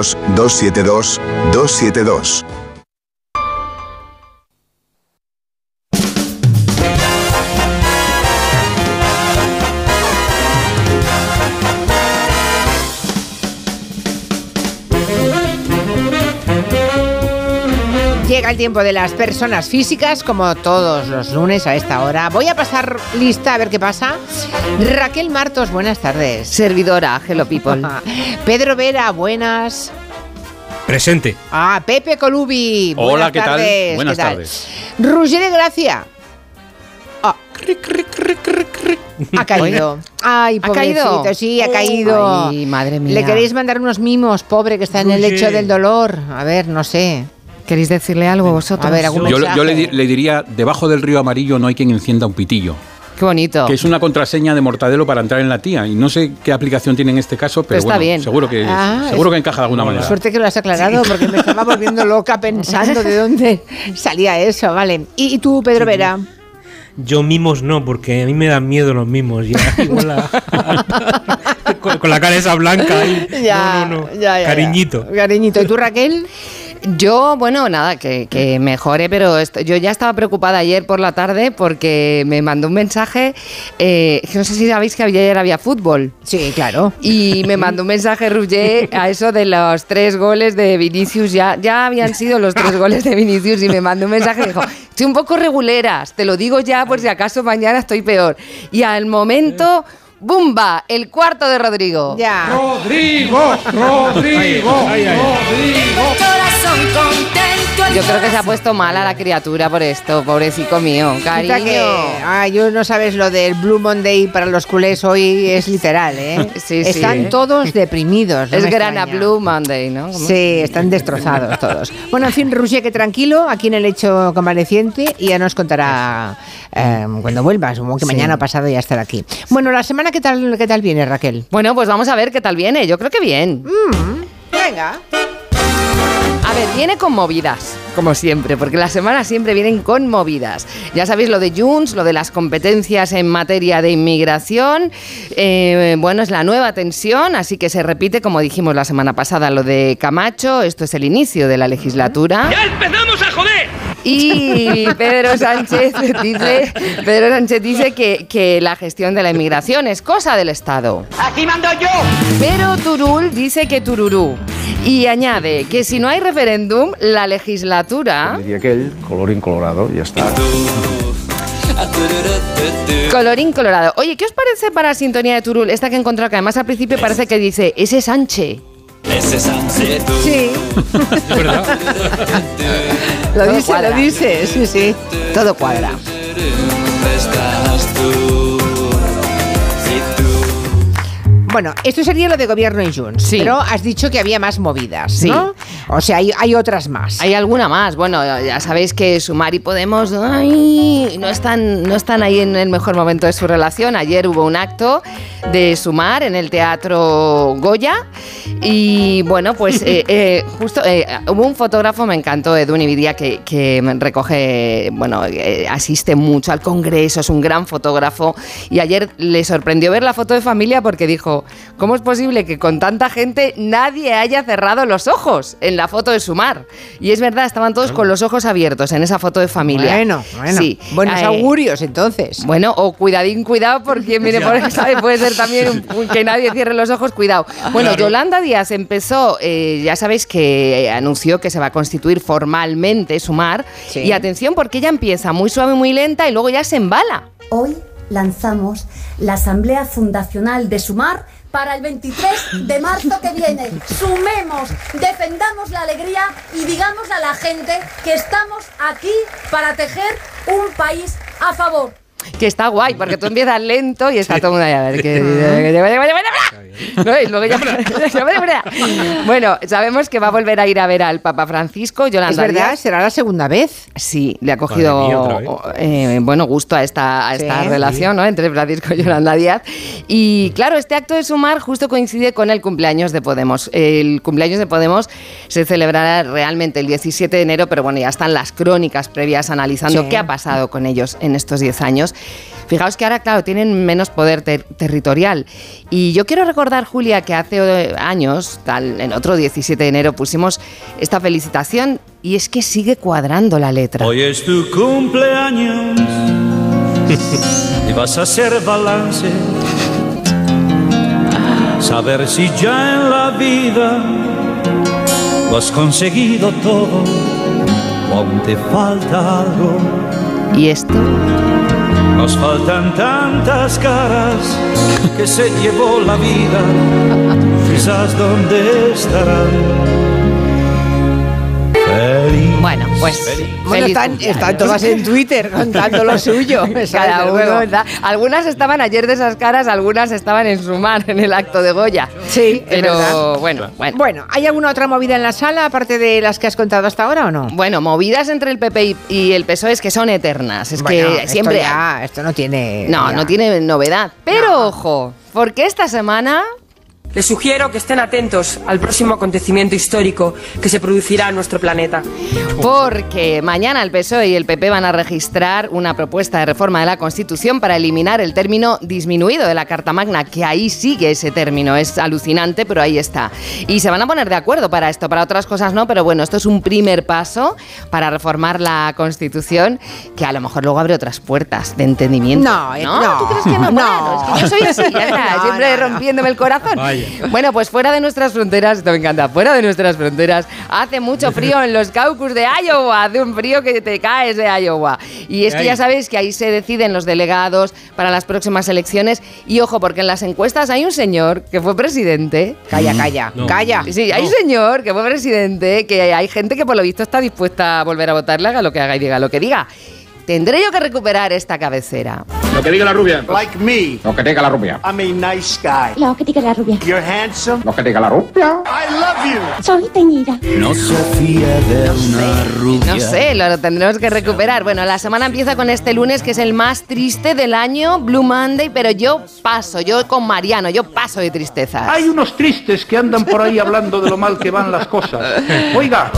900-272-272. Llega el tiempo de las personas físicas, como todos los lunes a esta hora. Voy a pasar lista a ver qué pasa. Raquel Martos, buenas tardes. Servidora, hello people. Pedro Vera, buenas. Presente. Pepe Colubi. Hola, ¿qué tal? Buenas ¿Qué tal? tardes. Roger de Gracia. Ha caído. Ay, pobrecito, sí, ha caído. Ay, madre mía. ¿Le queréis mandar unos mimos, pobre, que está en el lecho del dolor? A ver, no sé. ¿Queréis decirle algo vosotros? A ver, algún mensaje. Yo le diría, debajo del río amarillo no hay quien encienda un pitillo. Qué bonito. Que es una contraseña de Mortadelo para entrar en la tía. Y no sé qué aplicación tiene en este caso, pero está bueno, bien. Seguro que encaja de alguna manera. Suerte que lo has aclarado, porque me estaba volviendo loca pensando de dónde salía eso, vale. ¿Y tú, Pedro Vera? Yo mimos no, porque a mí me dan miedo los mimos. Ya, con la cara esa blanca ahí. No. Cariñito. Cariñito. ¿Y tú, Raquel? Yo, bueno, nada, que mejore, pero yo ya estaba preocupada ayer por la tarde porque me mandó un mensaje, no sé si sabéis que ayer había fútbol. Sí, claro. Y me mandó un mensaje Roger a eso de los 3 goles de Vinicius, ya habían sido los 3 goles de Vinicius y me mandó un mensaje y dijo, estoy un poco reguleras, te lo digo ya por si acaso mañana estoy peor. Y al momento... ¡Bumba! El cuarto de Rodrigo. Ya. ¡Rodrigo! Yo creo que se ha puesto mala la criatura por esto, pobrecito mío, cariño. Yo no sabes lo del Blue Monday para los culés hoy es literal, ¿eh? Sí, están todos deprimidos. Es Grana Blue Monday, ¿no? Sí, están destrozados todos. Bueno, en fin, Roger, que tranquilo, aquí en el lecho convaleciente y ya nos contará cuando vuelva, supongo que mañana o pasado ya estará aquí. Bueno, la semana, ¿qué tal viene, Raquel? Bueno, pues vamos a ver qué tal viene. Yo creo que bien. Venga. A ver, viene con movidas, como siempre, porque las semanas siempre vienen con movidas. Ya sabéis lo de Junts, lo de las competencias en materia de inmigración. Bueno, es la nueva tensión, así que se repite, como dijimos la semana pasada, lo de Camacho. Esto es el inicio de la legislatura. ¡Ya empezamos a joder! Y Pedro Sánchez dice que la gestión de la inmigración es cosa del Estado. ¡Aquí mando yo! Pero Turull dice que tururú. Y añade que si no hay referéndum, la legislatura... Diría que el colorín colorado, ya está. Colorín colorado. Oye, ¿qué os parece para la sintonía de Turull? Esta que he encontrado, que además al principio parece que dice, ese Sánchez. Ese Sánchez. Sí. ¿Es verdad? Lo dice, sí. Todo cuadra. Bueno, esto sería lo de Gobierno y Junts, sí. Pero has dicho que había más movidas, ¿no? Sí. O sea, hay otras más. Hay alguna más. Bueno, ya sabéis que Sumar y Podemos no están ahí en el mejor momento de su relación. Ayer hubo un acto de Sumar en el Teatro Goya y, bueno, pues justo hubo un fotógrafo, me encantó, Edu Nividia, que recoge, bueno, asiste mucho al Congreso, es un gran fotógrafo y ayer le sorprendió ver la foto de familia porque dijo, ¿cómo es posible que con tanta gente nadie haya cerrado los ojos en la foto de Sumar. Y es verdad, estaban todos con los ojos abiertos en esa foto de familia. Bueno. Sí. Buenos augurios, entonces. Bueno, o cuidado, porque mire, puede ser también que nadie cierre los ojos, cuidado. Bueno, claro. Yolanda Díaz empezó, ya sabéis que anunció que se va a constituir formalmente Sumar. Sí. Y atención, porque ella empieza muy suave, muy lenta y luego ya se embala. Hoy lanzamos la Asamblea Fundacional de Sumar para el 23 de marzo que viene. Sumemos, defendamos la alegría y digamos a la gente que estamos aquí para tejer un país a favor. Que está guay, porque tú empiezas lento y está todo el mundo ahí a ver que... ¿No? Y luego ya... Bueno, sabemos que va a volver a ir a ver al Papa Francisco. Yolanda ¿Es verdad? Díaz. ¿Será la segunda vez? Sí, le ha cogido gusto a esta relación, ¿no?, entre Francisco y Yolanda Díaz. Y claro, este acto de Sumar justo coincide con el cumpleaños de Podemos. El cumpleaños de Podemos se celebrará realmente el 17 de enero, pero bueno, ya están las crónicas previas analizando qué ha pasado con ellos en estos 10 años. Fijaos que ahora, claro, tienen menos poder territorial. Y yo quiero recordar, Julia, que hace años, en otro 17 de enero, pusimos esta felicitación y es que sigue cuadrando la letra. Hoy es tu cumpleaños y vas a hacer balance. Saber si ya en la vida lo has conseguido todo o aún te falta algo. ¿Y esto? Nos faltan tantas caras que se llevó la vida, quizás dónde estarán. Bueno, pues están todas en Twitter contando lo suyo. Cada uno, algunas estaban ayer de esas caras, algunas estaban en Sumar en el acto de Goya. Sí, pero bueno. Bueno, ¿hay alguna otra movida en la sala aparte de las que has contado hasta ahora o no? Bueno, movidas entre el PP y el PSOE es que son eternas. Es que siempre esto no tiene no tiene novedad. Pero ojo, porque esta semana les sugiero que estén atentos al próximo acontecimiento histórico que se producirá en nuestro planeta. Porque mañana el PSOE y el PP van a registrar una propuesta de reforma de la Constitución para eliminar el término disminuido de la Carta Magna, que ahí sigue ese término. Es alucinante, pero ahí está. Y se van a poner de acuerdo para esto, para otras cosas no, pero bueno, esto es un primer paso para reformar la Constitución, que a lo mejor luego abre otras puertas de entendimiento. No. ¿Tú crees que no? Bueno, es que yo soy así, siempre rompiéndome el corazón. Vaya. Bueno, pues fuera de nuestras fronteras, esto me encanta, fuera de nuestras fronteras, hace mucho frío en los caucus de Iowa, hace un frío que te caes de Iowa. Y es que ya sabéis que ahí se deciden los delegados para las próximas elecciones. Y ojo, porque en las encuestas hay un señor que fue presidente. Calla. Sí, hay un señor que fue presidente, que hay gente que por lo visto está dispuesta a volver a votarle, haga lo que haga y diga lo que diga. Tendré yo que recuperar esta cabecera. Lo que diga la rubia. Like me. Lo que diga la rubia. I'm a nice guy. Lo que diga la rubia. You're handsome. Lo que diga la rubia. I love you. Soy teñida. No se fía de una rubia. No sé, lo tendremos que recuperar. Bueno, la semana empieza con este lunes, que es el más triste del año, Blue Monday, pero yo con Mariano, yo paso de tristezas. Hay unos tristes que andan por ahí hablando de lo mal que van las cosas. Oiga,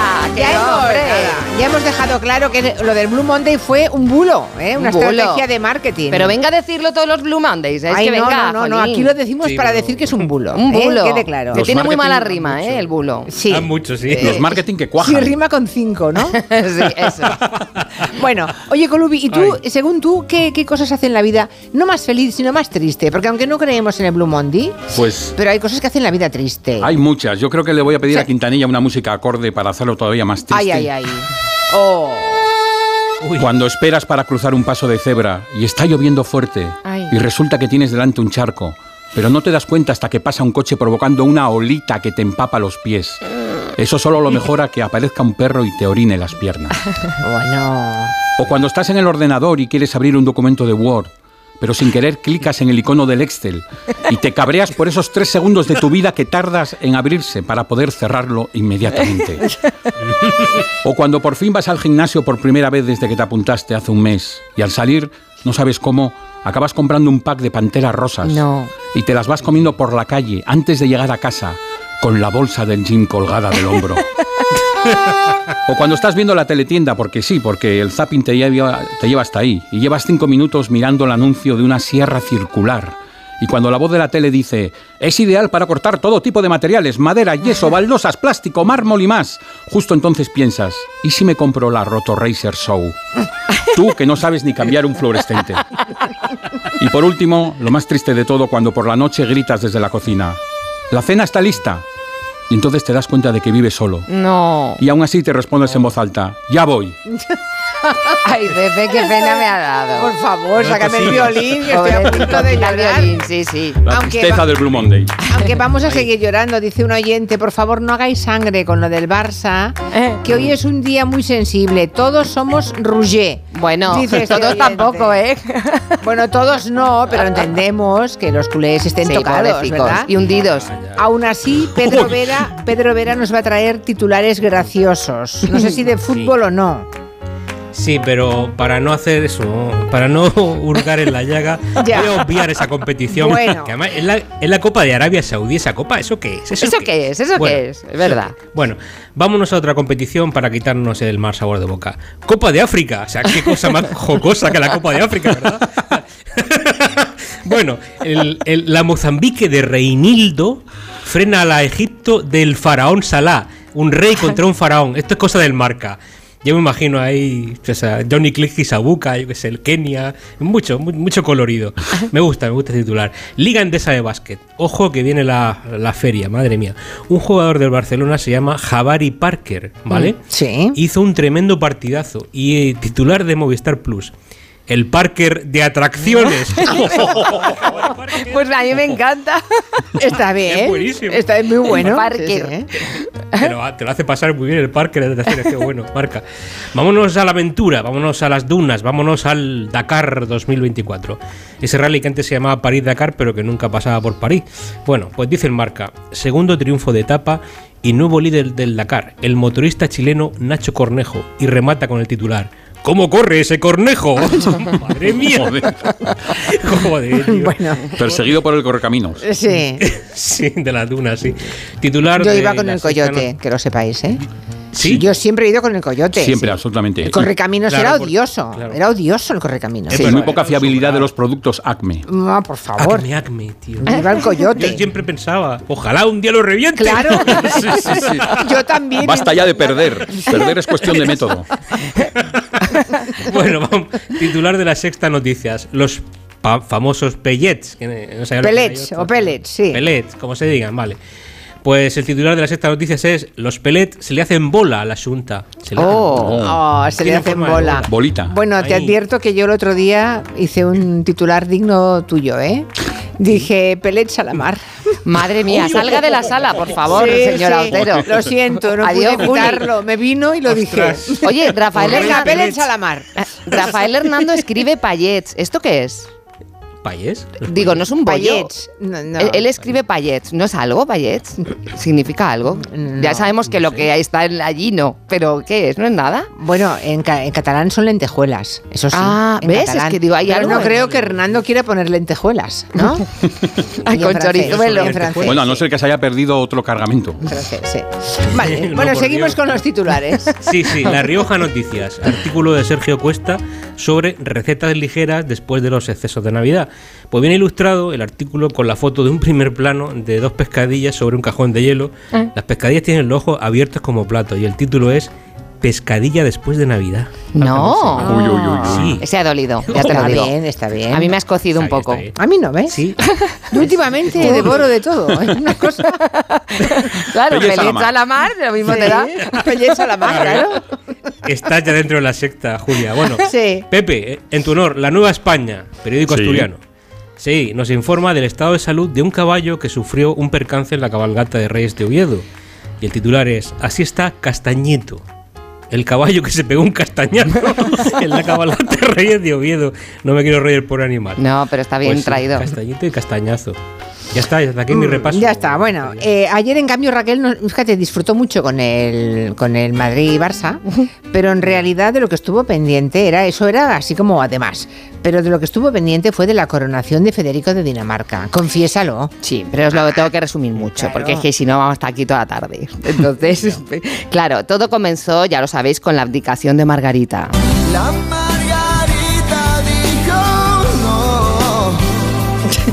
ya hemos dejado claro que lo del Blue Monday fue un bulo, una estrategia de marketing. Pero venga a decirlo todos los Blue Mondays, no, aquí lo decimos para decir que es un bulo. Un bulo. Quede claro. Que tiene muy mala rima, el bulo. Sí. Mucho, sí. Los marketing que cuajan. Sí, rima con 5, ¿no? Sí, eso. Bueno, oye, Colubi, ¿y tú, según tú, qué cosas hacen la vida no más feliz, sino más triste? Porque aunque no creemos en el Blue Monday, pero hay cosas que hacen la vida triste. Hay muchas. Yo creo que le voy a pedir a Quintanilla una música acorde para hacerlo todavía más triste. Ay. Oh. Cuando esperas para cruzar un paso de cebra y está lloviendo fuerte y resulta que tienes delante un charco, pero no te das cuenta hasta que pasa un coche provocando una olita que te empapa los pies. Eso solo lo mejora que aparezca un perro y te orine las piernas. Bueno. O cuando estás en el ordenador y quieres abrir un documento de Word, pero sin querer clicas en el icono del Excel y te cabreas por esos 3 segundos de tu vida que tardas en abrirse para poder cerrarlo inmediatamente. O cuando por fin vas al gimnasio por primera vez desde que te apuntaste hace un mes y al salir, no sabes cómo, acabas comprando un pack de panteras rosas y te las vas comiendo por la calle antes de llegar a casa con la bolsa del gym colgada del hombro. O cuando estás viendo la teletienda, porque el zapping te lleva hasta ahí y llevas 5 minutos mirando el anuncio de una sierra circular Y cuando la voz de la tele dice, es ideal para cortar todo tipo de materiales, madera, yeso, baldosas, plástico, mármol y más, justo entonces piensas, ¿y si me compro la Rotoracer Show? Tú, que no sabes ni cambiar un fluorescente. Y por último, lo más triste de todo, cuando por la noche gritas desde la cocina, ¿la cena está lista? Y entonces te das cuenta de que vives solo. No. Y aún así te respondes en voz alta, ya voy. Ay, Pepe, qué pena me ha dado. Por favor, sácame el violín, que estoy a punto de llorar. El violín, sí. La tristeza del Blue Monday. Aunque vamos a seguir llorando, dice un oyente, por favor no hagáis sangre con lo del Barça, que hoy es un día muy sensible, todos somos Rouget. Bueno, dice todos tampoco, Bueno, todos no, pero entendemos que los culés estén tocados, ¿verdad? Y hundidos. Aún así, Pedro Vera nos va a traer titulares graciosos. No sé si de fútbol o no. Sí, pero para no hacer eso, para no hurgar en la llaga, voy a obviar esa competición. Bueno. Que además es la Copa de Arabia Saudí, esa copa, ¿eso qué es? ¿Eso qué es? Es verdad. Bueno, vámonos a otra competición para quitarnos el mal sabor de boca. Copa de África, o sea, qué cosa más jocosa que la Copa de África, ¿verdad? Bueno, la Mozambique de Reinildo frena a la Egipto del faraón Salah, un rey contra un faraón. Esto es cosa del Marca. Yo me imagino ahí, o sea, Johnny Clegg y Sabuca, yo que sé, el Kenia, mucho colorido. Me gusta titular. Liga Endesa de Básquet. Ojo que viene la feria, madre mía. Un jugador del Barcelona se llama Jabari Parker, ¿vale? Sí. Hizo un tremendo partidazo y titular de Movistar Plus. El Parker de atracciones. Pues a mí me encanta. Está bien. Es buenísimo. Está muy bueno. El Parker. Te lo hace pasar muy bien el Parker de atracciones. Qué bueno, Marca. Vámonos a la aventura, vámonos a las dunas, vámonos al Dakar 2024. Ese rally que antes se llamaba París-Dakar, pero que nunca pasaba por París. Bueno, pues dice el Marca, segundo triunfo de etapa y nuevo líder del Dakar, el motorista chileno Nacho Cornejo, y remata con el titular: ¿cómo corre ese cornejo? ¡Madre mía! Joder, tío. Bueno. Perseguido por el correcaminos. Sí. Sí, de las dunas, sí. Titular. Yo iba con el Coyote, que lo sepáis, ¿eh? ¿Sí? Yo siempre he ido con el Coyote. Siempre, sí. Absolutamente. El correcaminos era odioso. Claro. Era odioso el correcaminos. Sí, muy poca fiabilidad de los productos Acme. No, por favor. Acme, tío. Iba el Coyote. Yo siempre pensaba, ojalá un día lo reviente. Claro. Sí. Yo también. Basta ya de perder. Perder es cuestión de método. Bueno, vamos. Titular de La Sexta Noticias. Los famosos pellets. No sé, pellets o pellets, sí. Pellets, como se digan, vale. Pues el titular de La Sexta Noticias es: los pellets se le hacen bola a la Xunta. Se le hacen bola. Bolita. Bueno, te advierto que yo el otro día hice un titular digno tuyo, ¿eh? Dije, pellets a la mar. Madre mía, salga de la sala, por favor, sí, señora sí. Otero. Lo siento, no Adiós, pude evitarlo. Me vino y lo dije. Oye, Rafael pellets a la mar. Rafael Hernando escribe pallets. ¿Esto qué es? ¿Payets? Digo, no es un bollo. Pallets. No. Él escribe pallets. ¿No es algo, pallets? ¿Significa algo? No, ya sabemos que lo que está allí no. ¿Pero qué es? ¿No es nada? Bueno, en catalán son lentejuelas. Eso sí. Ah, en ¿ves? catalán. Es que digo, hay pero algo. no creo que Hernando quiera poner lentejuelas, ¿no? Ay, con chorizuelo. Bueno, a no ser que se haya perdido otro cargamento. Francés, sí. Vale, bueno, seguimos con los titulares. Sí, La Rioja Noticias. Artículo de Sergio Cuesta sobre recetas ligeras después de los excesos de Navidad. Pues viene ilustrado el artículo con la foto de un primer plano de dos pescadillas sobre un cajón de hielo. Las pescadillas tienen los ojos abiertos como platos y el título es Pescadilla después de Navidad. No. Sí. Se ha dolido, ya te lo digo. Está bien. A mí me ha escocido un poco. A mí no, ¿ves? Sí. Yo últimamente devoro de todo. Es una cosa. Claro, Pellets pellets a la mar, lo mismo te da. Pellets a la mar, claro. Estás ya dentro de la secta, Julia. Bueno, sí. Pepe, en tu honor, La Nueva España, periódico asturiano. Sí, nos informa del estado de salud de un caballo que sufrió un percance en la cabalgata de Reyes de Oviedo. Y el titular es: así está Castañeto, el caballo que se pegó un castañazo en la cabalgata de Reyes de Oviedo. No me quiero reír por animal. No, pero está bien pues traído. Castañeto y castañazo. Ya está aquí mi repaso. Ya está, bueno. Ayer, en cambio, Raquel, fíjate, disfrutó mucho con el Madrid y Barça, pero en realidad de lo que estuvo pendiente eso era así como además. Pero de lo que estuvo pendiente fue de la coronación de Federico de Dinamarca. Confiésalo. Sí, pero os lo tengo que resumir mucho, claro. porque es que si no vamos a estar aquí toda la tarde. Entonces, claro, todo comenzó, ya lo sabéis, con la abdicación de Margarita. La Margarita dijo no.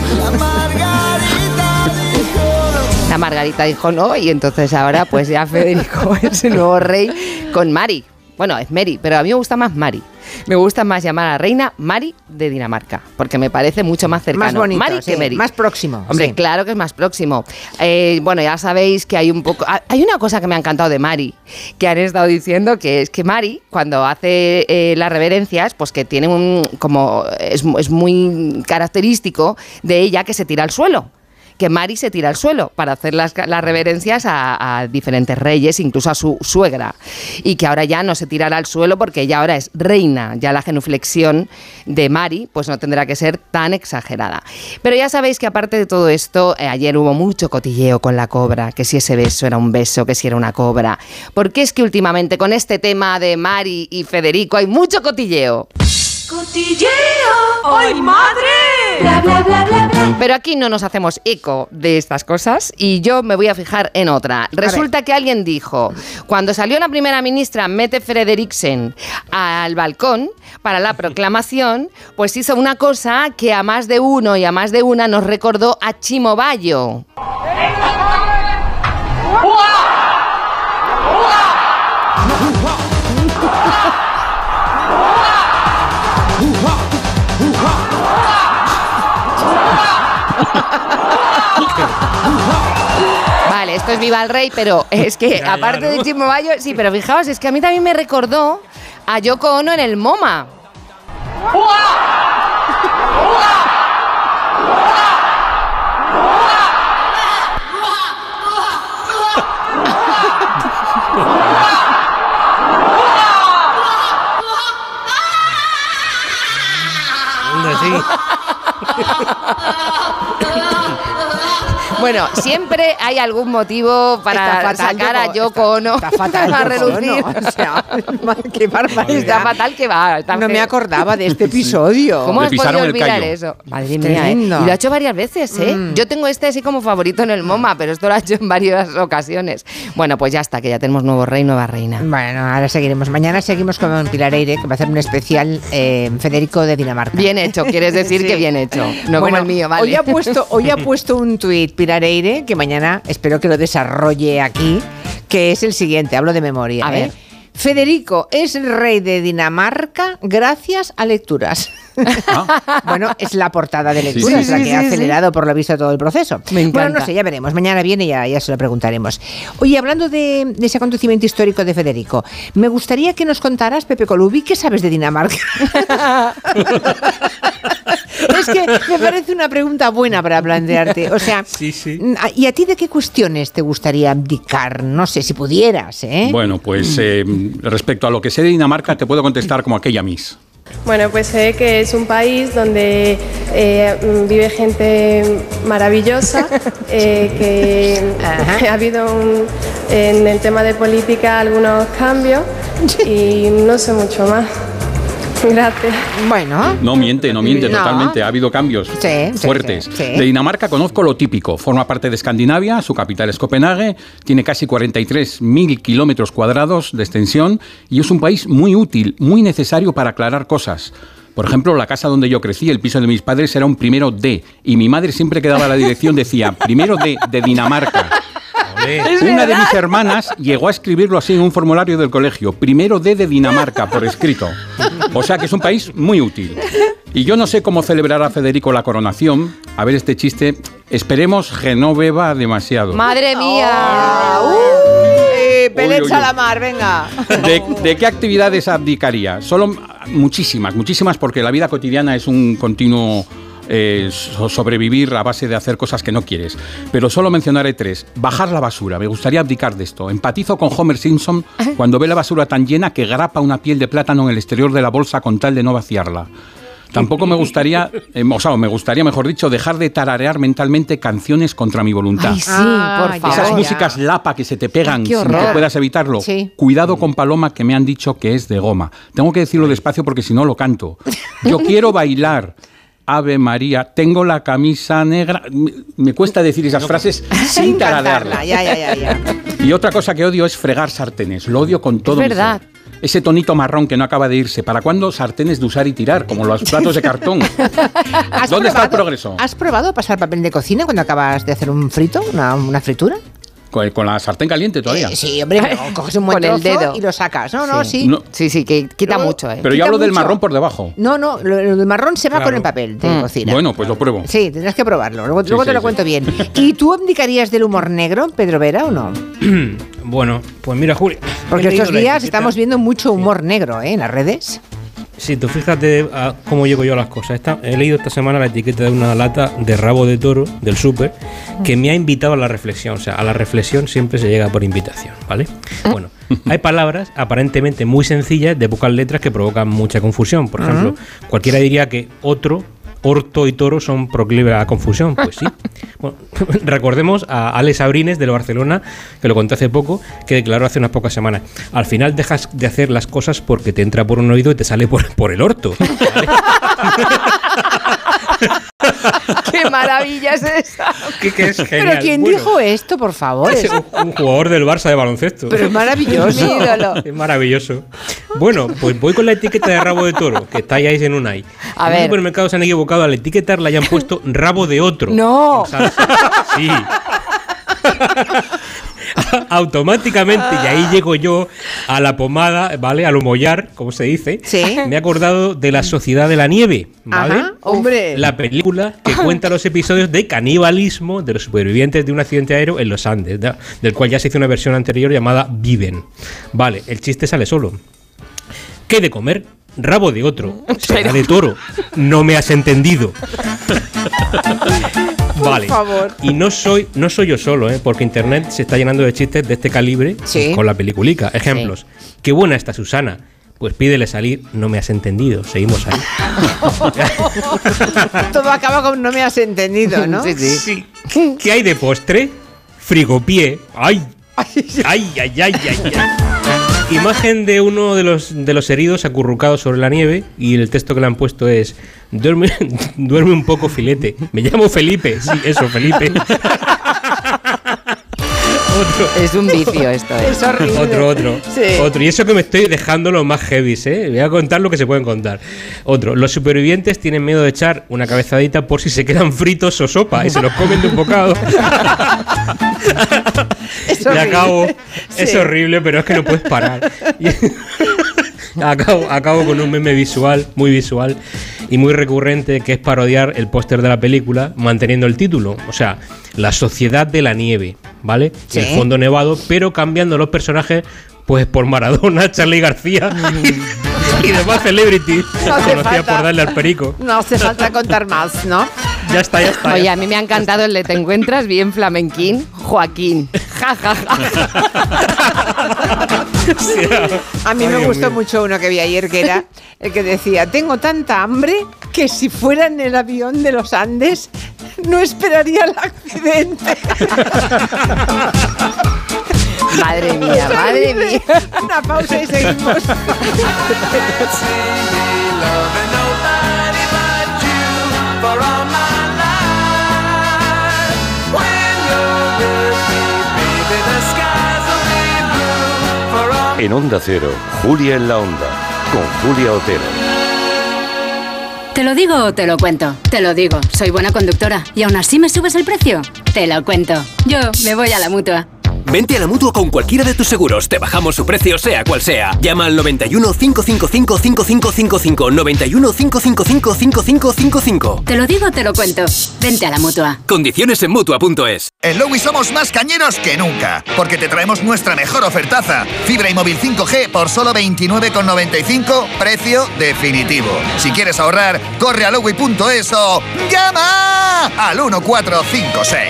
La Margarita dijo no, y entonces ahora pues ya Federico es el nuevo rey con Mari. Bueno, es Mary, pero a mí me gusta más Mari. Me gusta más llamar a la reina Mari de Dinamarca, porque me parece mucho más cercano. Más bonito, Mari sí, que Mary. más próximo. Hombre, sí. Claro que es más próximo. Bueno, ya sabéis que hay un poco... Hay una cosa que me ha encantado de Mari, que han estado diciendo, que es que Mari, cuando hace las reverencias, pues que tiene un... como es muy característico de ella que se tira al suelo. Que Mari se tira al suelo para hacer las reverencias a diferentes reyes, incluso a su suegra, y que ahora ya no se tirará al suelo porque ella ahora es reina, ya la genuflexión de Mari pues no tendrá que ser tan exagerada. Pero ya sabéis que aparte de todo esto, ayer hubo mucho cotilleo con la cobra, que si ese beso era un beso, que si era una cobra, porque es que últimamente con este tema de Mari y Federico hay mucho cotilleo. ¡Cotilleo! ¡Ay, madre! Bla, bla, bla, bla, bla. Pero aquí no nos hacemos eco de estas cosas y yo me voy a fijar en otra. Resulta que alguien dijo, cuando salió la primera ministra Mette Frederiksen al balcón para la proclamación, pues hizo una cosa que a más de uno y a más de una nos recordó a Chimo Bayo. Vale, esto es Viva el Rey, pero es que Ya, aparte ¿no? de Chimo Bayo, sí, pero fijaos, es que a mí también me recordó a Yoko Ono en el MoMA. Bueno, siempre hay algún motivo para sacar a Yoko Ono Está fatal, a Yoko relucir. Ono, o sea, qué barbaridad. Está fatal que va. está No me feo. acordaba de este episodio. ¿Cómo Le has pisaron podido el olvidar callo. eso? Madre mía, Tremendo. Y lo ha hecho varias veces, ¿eh? Yo tengo este así como favorito en el MoMA, pero esto lo ha hecho en varias ocasiones. Bueno, pues ya está, que ya tenemos nuevo rey, nueva reina. Bueno, ahora seguiremos. Mañana seguimos con Pilar Eire, que va a hacer un especial Federico de Dinamarca. Bien hecho, quieres decir Sí. que bien hecho. No Bueno, como el mío, vale. Hoy ha puesto un tuit Pilar Eire, que mañana espero que lo desarrolle aquí, que es el siguiente, hablo de memoria. A ver. Federico es rey de Dinamarca gracias a lecturas. Bueno, es la portada de lecturas Sí, la sí, que sí, ha sí. acelerado por lo visto todo el proceso. Me encanta. Bueno, no sé, ya veremos. Mañana viene y ya se lo preguntaremos. Oye, hablando de ese acontecimiento histórico de Federico, me gustaría que nos contaras, Pepe Colubi, ¿qué sabes de Dinamarca? Es que me parece una pregunta buena para plantearte. O sea, Sí, sí. ¿y a ti de qué cuestiones te gustaría abdicar? No sé, si pudieras, ¿eh? Bueno, pues respecto a lo que sé de Dinamarca, te puedo contestar como aquella Miss. Bueno, pues sé que es un país donde vive gente maravillosa, que ha habido en el tema de política algunos cambios y no sé mucho más. Gracias. Bueno. No miente No. totalmente. Ha habido cambios fuertes. sí. De Dinamarca conozco lo típico. Forma parte de Escandinavia, su capital es Copenhague, tiene casi 43.000 kilómetros cuadrados de extensión y es un país muy útil, muy necesario para aclarar cosas. Por ejemplo, la casa donde yo crecí, el piso de mis padres, era un primero D y mi madre siempre que daba la dirección decía primero D de Dinamarca. Una de mis hermanas llegó a escribirlo así en un formulario del colegio. Primero D de Dinamarca, por escrito. O sea que es un país muy útil. Y yo no sé cómo celebrará Federico la coronación. A ver este chiste. Esperemos que no beba demasiado. ¡Madre mía! Pellet Uy, uy, uy. Salamar, venga. ¿De qué actividades abdicaría? Solo muchísimas, porque la vida cotidiana es un continuo sobrevivir a base de hacer cosas que no quieres. Pero solo mencionaré 3. Bajar la basura. Me gustaría abdicar de esto. Empatizo con Homer Simpson cuando ve la basura tan llena que grapa una piel de plátano en el exterior de la bolsa con tal de no vaciarla. Tampoco me gustaría, mejor dicho, dejar de tararear mentalmente canciones contra mi voluntad. Ay, sí, por favor. Esas músicas lapa que se te pegan Qué sin que horror. puedas evitarlo. Sí. Cuidado con Paloma, que me han dicho que es de goma. Tengo que decirlo despacio porque si no lo canto. Yo quiero bailar. Ave María, tengo la camisa negra. Me cuesta decir esas frases sin tararearlas. Ya. Y otra cosa que odio es fregar sartenes. Lo odio con todo mi verdad. ser. ese tonito marrón que no acaba de irse. ¿Para cuándo sartenes de usar y tirar, como los platos de cartón? ¿Dónde está el progreso? ¿Has probado pasar papel de cocina cuando acabas de hacer un frito, una fritura? ¿Con la sartén caliente todavía? Sí, hombre, coges un buen trozo dedo y lo sacas. Sí. Sí, que quita mucho. Pero yo hablo del marrón por debajo. No, lo del marrón se va con el papel de cocina. Bueno, pues lo pruebo. Sí, tendrás que probarlo. Luego te lo cuento bien. ¿Y tú abdicarías del humor negro, Pedro Vera, o no? Bueno, pues mira, Juli. Porque estos días estamos viendo mucho humor negro, en las redes. Sí, tú fíjate cómo llego yo a las cosas. He leído esta semana la etiqueta de una lata de rabo de toro del súper que me ha invitado a la reflexión. O sea, a la reflexión siempre se llega por invitación, ¿vale? Bueno, hay palabras aparentemente muy sencillas de pocas letras que provocan mucha confusión. Por ejemplo, cualquiera diría que otro, orto y toro son proclives a confusión. Pues sí. Bueno, recordemos a Alex Abrines del Barcelona, que lo conté hace poco, que declaró hace unas pocas semanas: al final dejas de hacer las cosas porque te entra por un oído y te sale por el orto, ¿vale? ¡Qué maravilla es esa! Que es genial. ¿Pero quién dijo esto, por favor? Es un jugador del Barça de baloncesto. Pero es maravilloso. Es maravilloso. Bueno, pues voy con la etiqueta de rabo de toro, que está ahí en Unai. En los supermercados se han equivocado, al etiquetarla y han puesto rabo de otro. ¡No! Sí. Automáticamente, y ahí llego yo a la pomada, ¿vale? Al humollar, como se dice. Sí. Me he acordado de La Sociedad de la Nieve, ¿vale? Ajá, hombre. La película que cuenta los episodios de canibalismo de los supervivientes de un accidente aéreo en los Andes, del cual ya se hizo una versión anterior llamada Viven. Vale, el chiste sale solo. ¿Qué de comer? Rabo de otro. Será de toro. No me has entendido. Vale. Por favor. Y no soy yo solo, porque internet se está llenando de chistes de este calibre con la peliculica. Ejemplos. Sí. Qué buena está Susana. Pues pídele salir, no me has entendido. Seguimos ahí. Todo acaba con no me has entendido, ¿no? Sí. ¿Qué hay de postre? Frigopié. ¡Ay! ¡Ay! Imagen de uno de los heridos acurrucados sobre la nieve, y el texto que le han puesto es: duerme un poco, filete. Me llamo Felipe. Sí, eso, Felipe. Es un vicio esto. Es horrible. Otro. Y eso que me estoy dejando los más heavies, Voy a contar lo que se pueden contar. Otro. Los supervivientes tienen miedo de echar una cabezadita por si se quedan fritos o sopa y se los comen de un bocado. Es horrible. Y acabo. Sí. Es horrible, pero es que no puedes parar. Acabo con un meme muy visual y muy recurrente, que es parodiar el póster de la película manteniendo el título. O sea, La Sociedad de la Nieve, ¿vale? Sí. El fondo nevado, pero cambiando los personajes pues por Maradona, Charly García y demás celebrities conocida por darle al perico. No hace falta contar más, ¿no? Ya está. Oye, a mí me ha encantado el de te encuentras bien flamenquín, Joaquín. Ja, ja, ja. A mí me gustó mucho uno que vi ayer, que era el que decía: tengo tanta hambre que si fuera en el avión de los Andes no esperaría el accidente. Madre mía. Una pausa y seguimos. En Onda Cero, Julia en la Onda, con Julia Otero. ¿Te lo digo o te lo cuento? Te lo digo, soy buena conductora. ¿Y aún así me subes el precio? Te lo cuento. Yo me voy a la Mutua. Vente a la Mutua con cualquiera de tus seguros. Te bajamos su precio, sea cual sea. Llama al 91 555 5555. 91 555 5555. Te lo digo o te lo cuento. Vente a la Mutua. Condiciones en Mutua.es. En Lowy somos más cañeros que nunca, porque te traemos nuestra mejor ofertaza. Fibra y móvil 5G por solo 29,95, precio definitivo. Si quieres ahorrar, corre a Lowy.es o llama al 1456.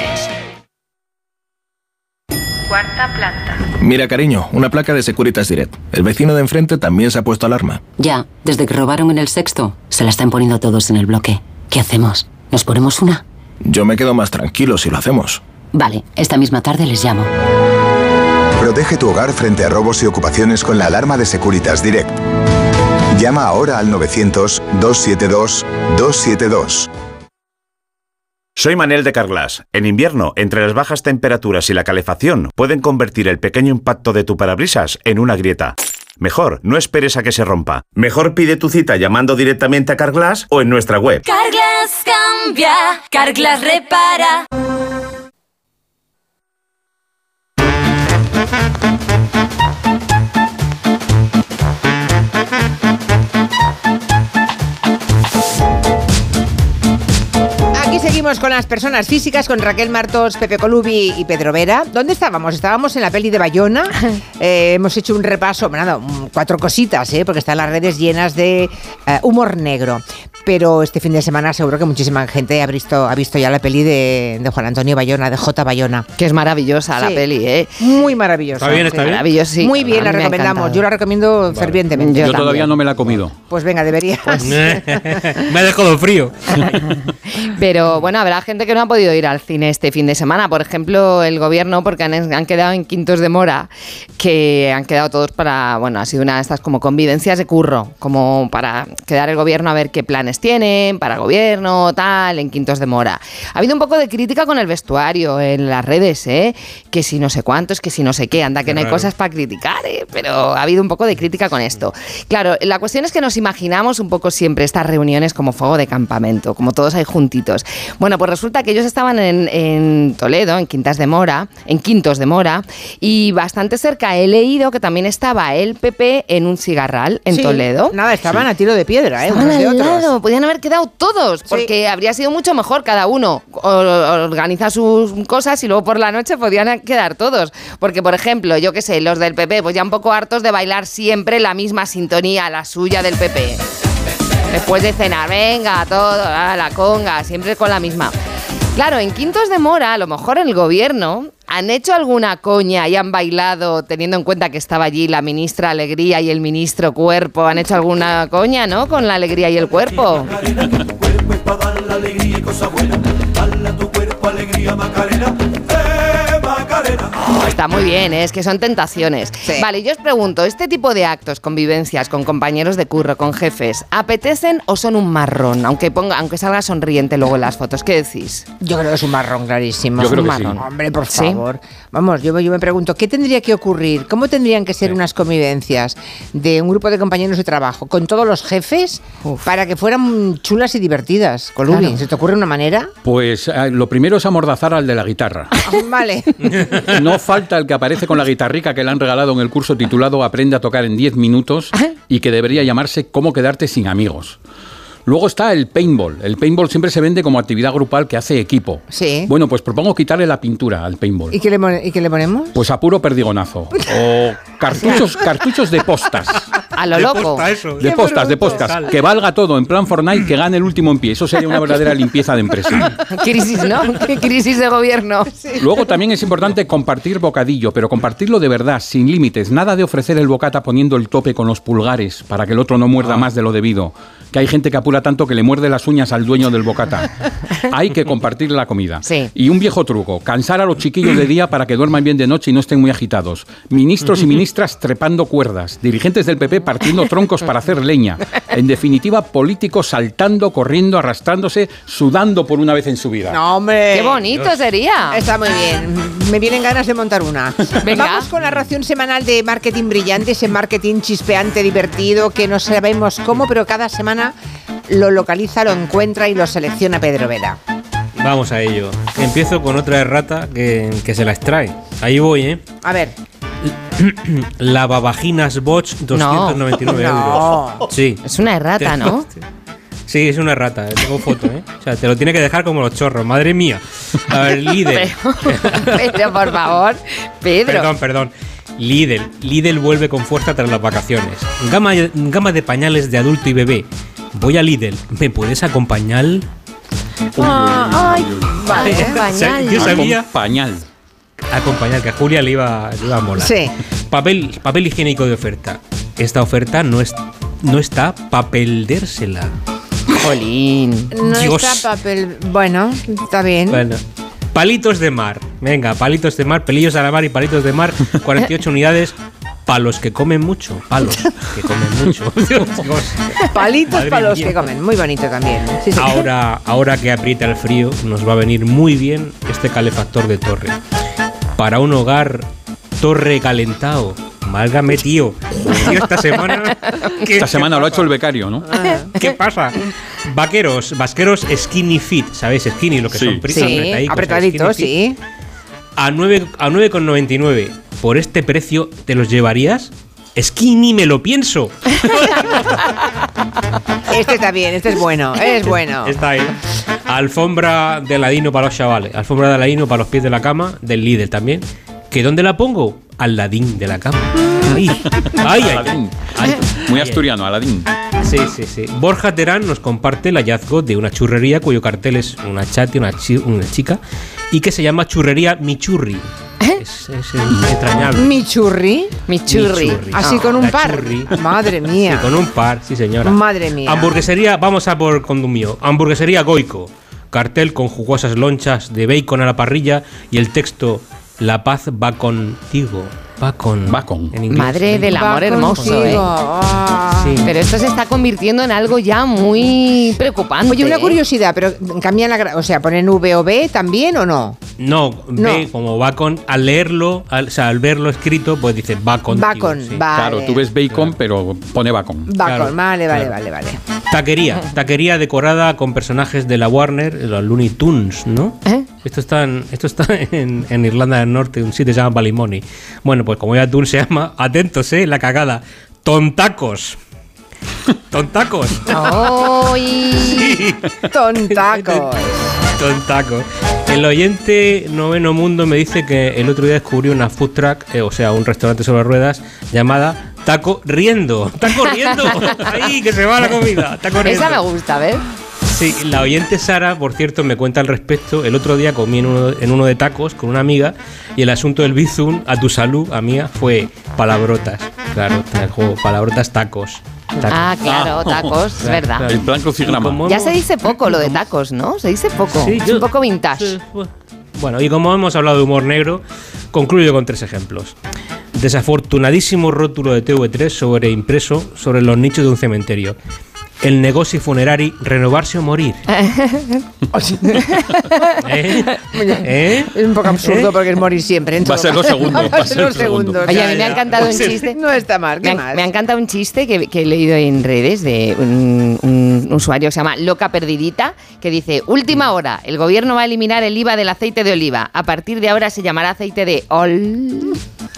Cuarta planta. Mira, cariño, una placa de Securitas Direct. El vecino de enfrente también se ha puesto alarma. Ya, desde que robaron en el sexto, se la están poniendo todos en el bloque. ¿Qué hacemos? ¿Nos ponemos una? Yo me quedo más tranquilo si lo hacemos. Vale, esta misma tarde les llamo. Protege tu hogar frente a robos y ocupaciones con la alarma de Securitas Direct. Llama ahora al 900-272-272. Soy Manel de Carglass. En invierno, entre las bajas temperaturas y la calefacción, pueden convertir el pequeño impacto de tu parabrisas en una grieta. Mejor, no esperes a que se rompa. Mejor pide tu cita llamando directamente a Carglass o en nuestra web. Carglass cambia, Carglass repara. Aquí seguimos con las personas físicas, con Raquel Martos, Pepe Colubi y Pedro Vera. ¿Dónde estábamos? Estábamos en la peli de Bayona. Hemos hecho un repaso, bueno, 4 cositas, porque están las redes llenas de humor negro. Pero este fin de semana seguro que muchísima gente ha visto ya la peli de Juan Antonio Bayona, de J. Bayona. Que es maravillosa la peli, ¿eh? Muy maravillosa. ¿Está bien? ¿Está bien? Maravillosa, sí. Muy bien, la recomendamos. Yo la recomiendo fervientemente. Yo todavía no me la he comido. Pues venga, deberías. Me ha dejado frío. Pero bueno, habrá gente que no ha podido ir al cine este fin de semana. Por ejemplo, el gobierno, porque han quedado en Quintos de Mora, que han quedado todos para, bueno, ha sido una de estas como convivencias de curro, como para quedar el gobierno a ver qué planes tienen para gobierno, tal, en Quintos de Mora. Ha habido un poco de crítica con el vestuario en las redes, que si no sé cuántos, que si no sé qué, anda que no hay cosas para criticar, pero ha habido un poco de crítica con esto. Claro, la cuestión es que nos imaginamos un poco siempre estas reuniones como fuego de campamento, como todos ahí juntitos. Bueno, pues resulta que ellos estaban en Toledo, en Quintos de Mora, y bastante cerca he leído que también estaba el PP en un cigarral en Toledo. Nada, estaban a tiro de piedra, estaban unos de al otros. lado, podían haber quedado todos, porque habría sido mucho mejor cada uno organiza sus cosas y luego por la noche podían quedar todos. Porque, por ejemplo, yo qué sé, los del PP, pues ya un poco hartos de bailar siempre la misma sintonía, la suya del PP. Después de cenar, venga, todo, la conga, siempre con la misma. Claro, en Quintos de Mora, a lo mejor el gobierno han hecho alguna coña y han bailado, teniendo en cuenta que estaba allí la ministra Alegría y el ministro Cuerpo, han hecho alguna coña, ¿no?, con la alegría y el cuerpo. Está muy bien, es que son tentaciones. Sí. Vale, yo os pregunto, ¿este tipo de actos, convivencias con compañeros de curro, con jefes, apetecen o son un marrón? Aunque salga sonriente luego en las fotos, ¿qué decís? Yo creo que es un marrón clarísimo. Yo creo un que marrón. sí. Hombre, por favor. Vamos, yo me pregunto, ¿qué tendría que ocurrir? ¿Cómo tendrían que ser unas convivencias de un grupo de compañeros de trabajo con todos los jefes para que fueran chulas y divertidas? Colubi, claro. ¿Se te ocurre una manera? Pues lo primero es amordazar al de la guitarra. Vale. No falta el que aparece con la guitarrica que le han regalado en el curso titulado Aprende a tocar en 10 minutos y que debería llamarse Cómo quedarte sin amigos. Luego está el paintball. El paintball siempre se vende como actividad grupal que hace equipo. Sí. Bueno, pues propongo quitarle la pintura al paintball. ¿Y qué le ponemos? Pues a puro perdigonazo. O cartuchos de postas. A lo loco. De postas. Que valga todo, en plan Fortnite, que gane el último en pie. Eso sería una verdadera limpieza de empresa. Crisis, ¿no? Crisis de gobierno. Sí. Luego también es importante compartir bocadillo, pero compartirlo de verdad, sin límites. Nada de ofrecer el bocata poniendo el tope con los pulgares para que el otro no muerda más de lo debido. Que hay gente que apura tanto que le muerde las uñas al dueño del bocata. Hay que compartir la comida. Sí. Y un viejo truco, cansar a los chiquillos de día para que duerman bien de noche y no estén muy agitados. Ministros y ministras trepando cuerdas. Dirigentes del PP partiendo troncos para hacer leña. En definitiva, políticos saltando, corriendo, arrastrándose, sudando por una vez en su vida. No, hombre. ¡Qué bonito sería! Está muy bien. Me vienen ganas de montar una. Venga. Vamos con la ración semanal de marketing brillante, ese marketing chispeante, divertido, que no sabemos cómo, pero cada semana lo localiza, lo encuentra y lo selecciona Pedro Vera. Vamos a ello. Empiezo con otra errata que se la extrae. Ahí voy, A ver. Lavavaginas Bosch, 299 euros. Sí. Es una errata, ¿no? Sí, es una errata. Tengo foto, O sea, te lo tiene que dejar como los chorros. Madre mía. A ver, Lidl. Pero por favor, Pedro. Perdón. Lidl vuelve con fuerza tras las vacaciones. Gama de pañales de adulto y bebé. Voy a Lidl. ¿Me puedes acompañar? Ay, vale, pañal. Yo sabía. Acompañar, que a Julia le iba a molar. Sí. Papel higiénico de oferta. Esta oferta no está papeldérsela. Jolín. No Dios. está papel. Bueno, está bien. Bueno. Palitos de mar. Venga, palitos de mar, pelillos a la mar y palitos de mar. 48 unidades. Palos que comen mucho. Palos que comen mucho. Palitos para los que comen. Muy bonito también. Sí, sí. Ahora que aprieta el frío, nos va a venir muy bien este calefactor de torre. Para un hogar torre calentado. Válgame, tío. Esta semana... Esta semana lo ha hecho el becario, ¿no? ¿Qué pasa? Vasqueros skinny fit, ¿sabéis? Skinny, lo que son apretaditos, sí. A 9,99. Por este precio, ¿te los llevarías? Skinny, me lo pienso. Este está bien, este es bueno, es bueno. Está ahí. Alfombra de ladino para los chavales. Alfombra de ladino para los pies de la cama, del Lidl también. ¿Que dónde la pongo? Al ladín de la cama. Ay. Muy asturiano, Aladín. Sí. Borja Terán nos comparte el hallazgo de una churrería cuyo cartel es una chati, una chica, y que se llama Churrería Michurri. Es entrañable. ¿Michurri? Así con un par. Churri. Madre mía. Sí, con un par, sí señora. Madre mía. Hamburguesería, vamos a por con un mío. Hamburguesería Goico. Cartel con jugosas lonchas de bacon a la parrilla y el texto: la paz va contigo. Bacon. En inglés. Madre del amor hermoso, Sí. Pero esto se está convirtiendo en algo ya muy preocupante. Oye, una curiosidad, pero cambian ¿ponen V o B también o no? No, B como bacon, al leerlo, al verlo escrito, pues dice bacon. Bacon, sí. vale. Claro, tú ves bacon, pero pone bacon. Bacon, vale. Taquería decorada con personajes de la Warner, los Looney Tunes, ¿no? Esto está en Irlanda del Norte, un sitio se llama Ballymoney. Bueno, pues como ya Dune se llama, atentos, la cagada. Tontacos. Tontacos. ¡Ay! Sí. Tontacos. El oyente Noveno Mundo me dice que el otro día descubrió una food truck, un restaurante sobre ruedas, llamada Taco Riendo. ¡Taco Riendo! ¡Ahí, que se va la comida! ¡Taco Riendo! Esa me gusta, ¿ves? Sí, la oyente Sara, por cierto, me cuenta al respecto. El otro día comí en uno de tacos con una amiga y el asunto del bizum, a tu salud, a mía, fue palabrotas. Claro, el juego, palabrotas tacos. Claro, tacos, es verdad. Claro, el plan crucigrama. Ya se dice poco lo de tacos, ¿no? Se dice poco. Sí, es un poco vintage. Bueno, y como hemos hablado de humor negro, concluyo con 3 ejemplos. Desafortunadísimo rótulo de TV3 impreso sobre los nichos de un cementerio. El negoci funerari, renovarse o morir. Es un poco absurdo porque es morir siempre. Va a ser los segundos. Oye, a mí me ha encantado un chiste. No está mal, ¿qué más? Me ha encantado un chiste que he leído en redes de un usuario que se llama Loca Perdidita, que dice: última hora, el gobierno va a eliminar el IVA del aceite de oliva. A partir de ahora se llamará aceite de ol.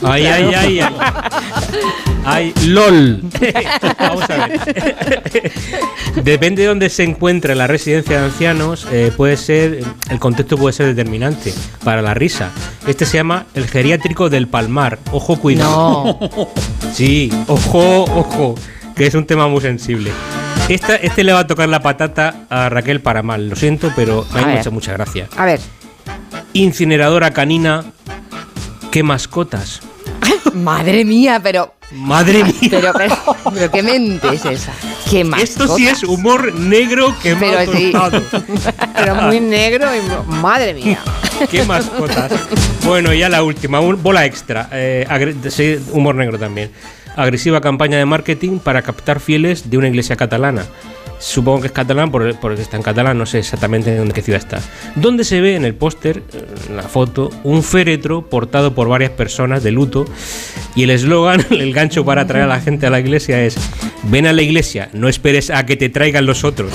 Ay, LOL. Vamos a ver. Depende de dónde se encuentre la residencia de ancianos, el contexto puede ser determinante para la risa. Este se llama el geriátrico del Palmar. Ojo, cuidado. No. Sí, ojo, que es un tema muy sensible. Este le va a tocar la patata a Raquel para mal. Lo siento, pero me ha hecho mucha gracia. A ver. Incineradora canina. ¿Qué mascotas? Madre mía, pero... Madre mía. Pero qué mente es esa. ¿Qué mascotas? Esto sí es humor negro que me ha tostado. Pero muy negro y... Madre mía. ¿Qué mascotas? Bueno, ya la última, bola extra. Humor negro también. Agresiva campaña de marketing para captar fieles de una iglesia catalana. Supongo que es catalán porque está en catalán, no sé exactamente en qué ciudad está. Donde se ve en el póster, en la foto, un féretro portado por varias personas de luto y el eslogan, el gancho para atraer a la gente a la iglesia es: ven a la iglesia, no esperes a que te traigan los otros.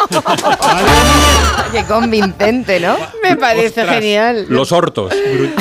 Qué convincente, ¿no? Me parece genial. Los hortos.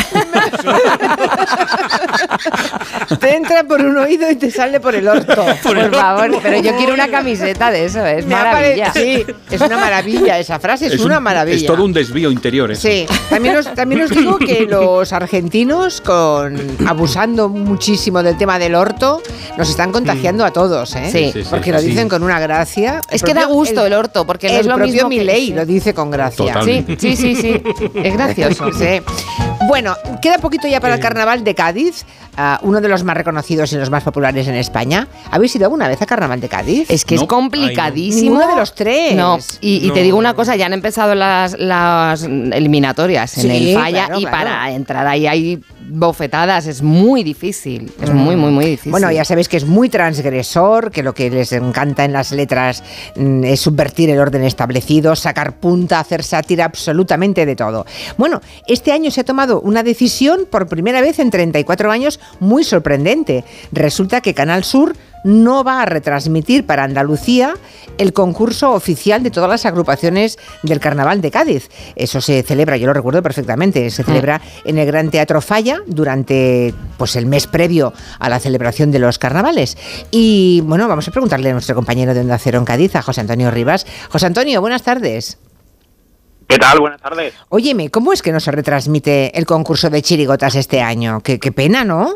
Te entra por un oído y te sale por el orto. Por favor, pero yo quiero una camiseta de eso, es maravilla. Sí, es una maravilla, esa frase es una maravilla. Es todo un desvío interior eso. Sí, también os digo que los argentinos, abusando muchísimo del tema del orto, nos están contagiando a todos, ¿eh? Sí, porque lo dicen con una gracia. Es que da gusto el orto, porque no es lo mismo. El propio Milei lo dice con gracia. Totalmente. Sí, es gracioso. Sí. Bueno, queda poquito ya para el Carnaval de Cádiz, uno de los más reconocidos y los más populares en España. ¿Habéis ido alguna vez a Carnaval de Cádiz? Es que es complicadísimo. Ninguno de los tres. No, y te digo una cosa, ya han empezado las eliminatorias en el Falla, y para entrar ahí hay bofetadas, es muy difícil, es muy, muy, muy difícil. Bueno, ya sabéis que es muy transgresor, que lo que les encanta en las letras es subvertir el orden establecido, sacar punta, hacer sátira, absolutamente de todo. Bueno, este año se ha tomado una decisión por primera vez en 34 años muy sorprendente. Resulta que Canal Sur no va a retransmitir para Andalucía el concurso oficial de todas las agrupaciones del Carnaval de Cádiz. Eso se celebra, yo lo recuerdo perfectamente, se celebra en el Gran Teatro Falla durante pues el mes previo a la celebración de los carnavales. Y bueno, vamos a preguntarle a nuestro compañero de Onda Cero en Cádiz, a José Antonio Rivas. José Antonio, buenas tardes. ¿Qué tal? Buenas tardes. Óyeme, ¿cómo es que no se retransmite el concurso de chirigotas este año? Qué pena, ¿no?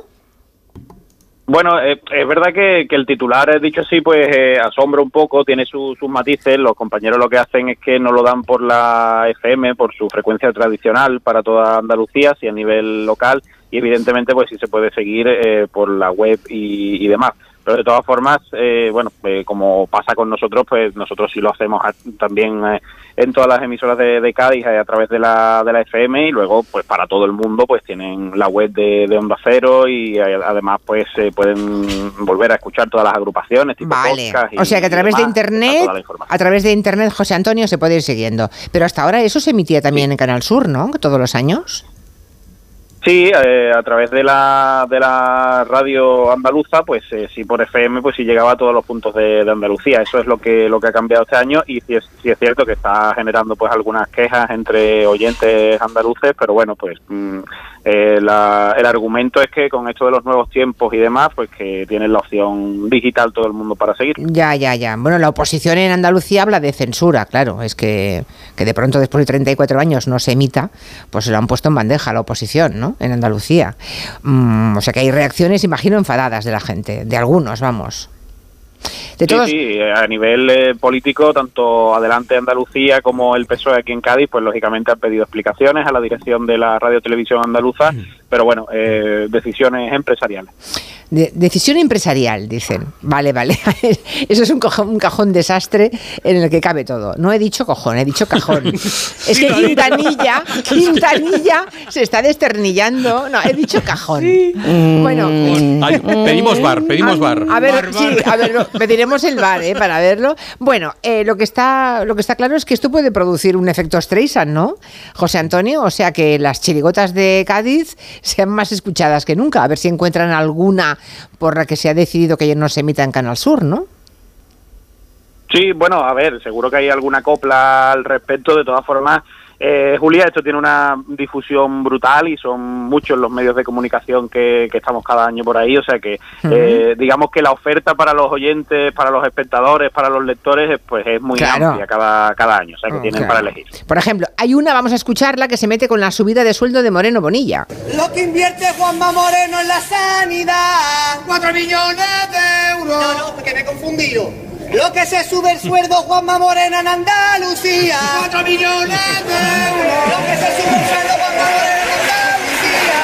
Bueno, es verdad que el titular, dicho así, pues asombra un poco, tiene sus matices. Los compañeros lo que hacen es que no lo dan por la FM, por su frecuencia tradicional para toda Andalucía, sí a nivel local, y evidentemente pues sí se puede seguir por la web y demás. Pero de todas formas, como pasa con nosotros, pues nosotros sí lo hacemos también en todas las emisoras de Cádiz a través de la FM, y luego pues para todo el mundo pues tienen la web de Onda Cero, y además pues pueden volver a escuchar todas las agrupaciones tipo podcast. O sea que a través de internet, José Antonio, se puede ir siguiendo. Pero hasta ahora eso se emitía también en Canal Sur, ¿no? Todos los años. Sí, a través de la radio andaluza, pues sí por FM, pues sí llegaba a todos los puntos de Andalucía. Eso es lo que ha cambiado este año, y sí es cierto que está generando pues algunas quejas entre oyentes andaluces, pero bueno, pues el argumento es que con esto de los nuevos tiempos y demás, pues que tienen la opción digital todo el mundo para seguir. Ya. Bueno, la oposición en Andalucía habla de censura, claro, es que de pronto después de 34 años no se emita, pues se lo han puesto en bandeja a la oposición, ¿no? En Andalucía. O sea que hay reacciones, imagino, enfadadas de la gente, de algunos, vamos. Sí, a nivel político, tanto Adelante Andalucía como el PSOE aquí en Cádiz, pues lógicamente han pedido explicaciones a la dirección de la Radio Televisión Andaluza, pero bueno, decisiones empresariales. Decisión empresarial, dicen. Vale. Eso es un cajón desastre en el que cabe todo. No he dicho cojón, he dicho cajón. Es que Quintanilla se está desternillando. No, he dicho cajón. Bueno. Pedimos bar. A ver, pediremos el bar, para verlo. Bueno, lo que está claro es que esto puede producir un efecto Streisand, ¿no, José Antonio? O sea que las chirigotas de Cádiz sean más escuchadas que nunca. A ver si encuentran alguna por la que se ha decidido que no se emita en Canal Sur, ¿no? Sí, bueno, a ver, seguro que hay alguna copla al respecto. De todas formas, Julia, esto tiene una difusión brutal y son muchos los medios de comunicación que estamos cada año por ahí, o sea que digamos que la oferta para los oyentes, para los espectadores, para los lectores, pues es muy amplia cada año, o sea que tienen para elegir. Por ejemplo, hay una, vamos a escucharla, que se mete con la subida de sueldo de Moreno Bonilla. Lo que invierte Juanma Moreno en la sanidad, 4 millones de euros. No, porque me he confundido. Lo que se sube el sueldo Juanma Moreno en Andalucía, 4 millones de euros. Lo que se sube el sueldo Juanma Moreno en Andalucía.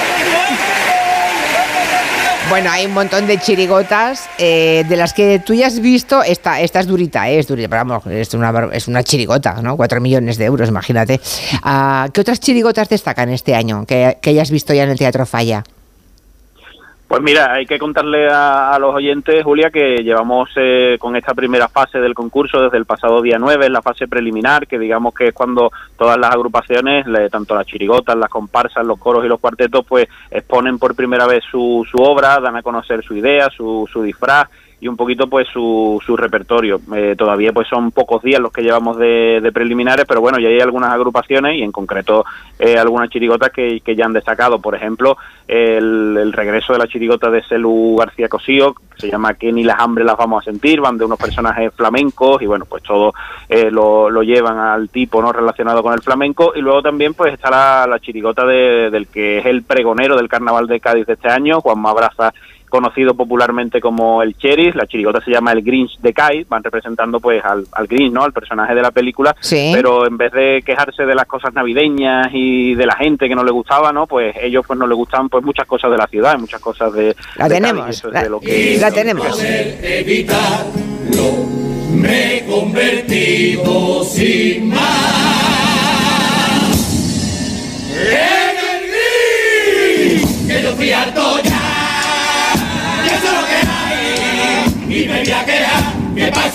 Bueno, hay un montón de chirigotas de las que tú ya has visto. Esta es durita, pero vamos, es una chirigota, ¿no? 4 millones de euros, imagínate. ¿Qué otras chirigotas destacan este año que hayas visto ya en el Teatro Falla? Pues mira, hay que contarle a los oyentes, Julia, que llevamos con esta primera fase del concurso desde el pasado día 9, en la fase preliminar, que digamos que es cuando todas las agrupaciones, tanto las chirigotas, las comparsas, los coros y los cuartetos, pues exponen por primera vez su obra, dan a conocer su idea, su disfraz y un poquito pues su repertorio. Todavía pues son pocos días los que llevamos de preliminares, pero bueno, ya hay algunas agrupaciones y en concreto algunas chirigotas que ya han destacado. Por ejemplo, el regreso de la chirigota de Celu García Cosío, que se llama Que ni las hambres las vamos a sentir, van de unos personajes flamencos y bueno, pues todo lo llevan al tipo no relacionado con el flamenco. Y luego también pues está la chirigota del que es el pregonero del Carnaval de Cádiz de este año, Juanma Braza, conocido popularmente como el Cheris. La chirigota se llama el Grinch de Cádiz, van representando pues al Grinch, ¿no? Al personaje de la película, sí. Pero en vez de quejarse de las cosas navideñas y de la gente que no le gustaba, ¿no? Pues ellos pues no les gustan pues muchas cosas de la ciudad, muchas cosas de tenemos, Cádiz, la tenemos. Evitarlo, me he convertido sin más en el Grinch.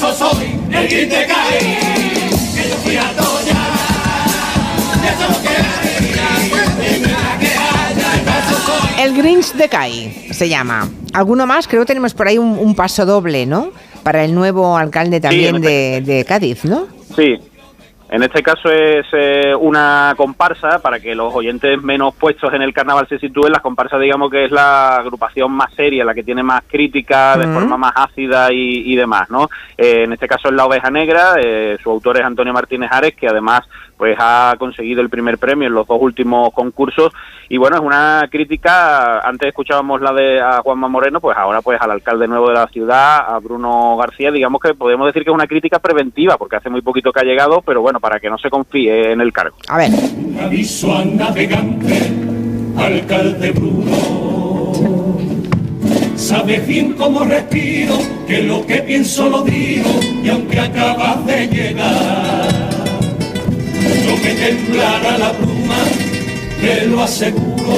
eso soy, el Grinch de Cádiz, que yo fui a Toya, eso es lo que hay, que haya, eso soy. El Grinch de Cádiz se llama. ¿Alguno más? Creo que tenemos por ahí un paso doble, ¿no? Para el nuevo alcalde también de Cádiz, ¿no? Sí. En este caso es una comparsa, para que los oyentes menos puestos en el carnaval se sitúen. La comparsa, digamos que es la agrupación más seria, la que tiene más crítica, de forma más ácida y demás, ¿no? En este caso es La Oveja Negra, su autor es Antonio Martínez Ares, que además pues ha conseguido el primer premio en los 2 últimos concursos. Y bueno, es una crítica, antes escuchábamos la de a Juanma Moreno, pues ahora pues al alcalde nuevo de la ciudad, a Bruno García. Digamos que podemos decir que es una crítica preventiva, porque hace muy poquito que ha llegado, pero bueno, para que no se confíe en el cargo. A ver. Aviso a navegante, alcalde Bruno, sabes bien cómo respiro, que lo que pienso lo digo, y aunque acabas de llegar, lo que temblara la pluma, te lo aseguro.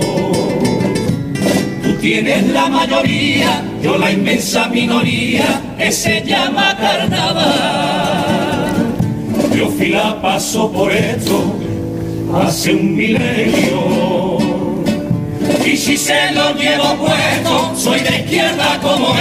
Tú tienes la mayoría, yo la inmensa minoría, que se llama carnaval. Yo fila paso por esto hace un milenio, y si se lo llevo puesto, soy de izquierda como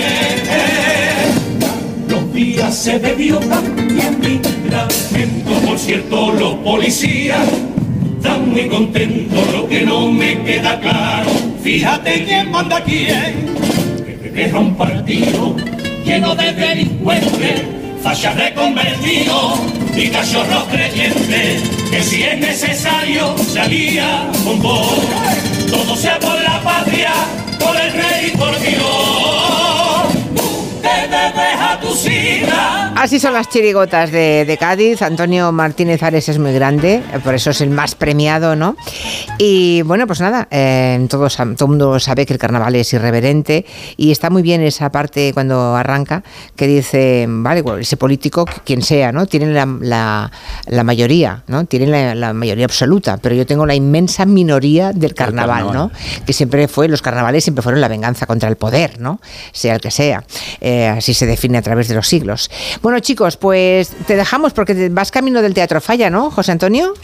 él. Los días se bebió también mi lamento. Por cierto, los policías están muy contentos. Lo que no me queda claro, fíjate quién manda quién, que es un partido lleno de delincuentes, fachas reconvertidos y cachorros creyentes, que si es necesario se alía con vos. Todo sea por la patria, por el rey y por Dios. Te debes a tu sida. Así son las chirigotas de Cádiz. Antonio Martínez Ares es muy grande, por eso es el más premiado, ¿no? Y bueno, pues nada, todo el mundo sabe que el carnaval es irreverente, y está muy bien esa parte cuando arranca, que dice, vale, ese político, quien sea, ¿no? Tienen la mayoría, ¿no? Tienen la mayoría absoluta, pero yo tengo la inmensa minoría del carnaval, ¿no? Que siempre los carnavales siempre fueron la venganza contra el poder, ¿no? Sea el que sea. Así se define a través de los siglos. Bueno, chicos, pues te dejamos porque vas camino del Teatro Falla, ¿no, José Antonio?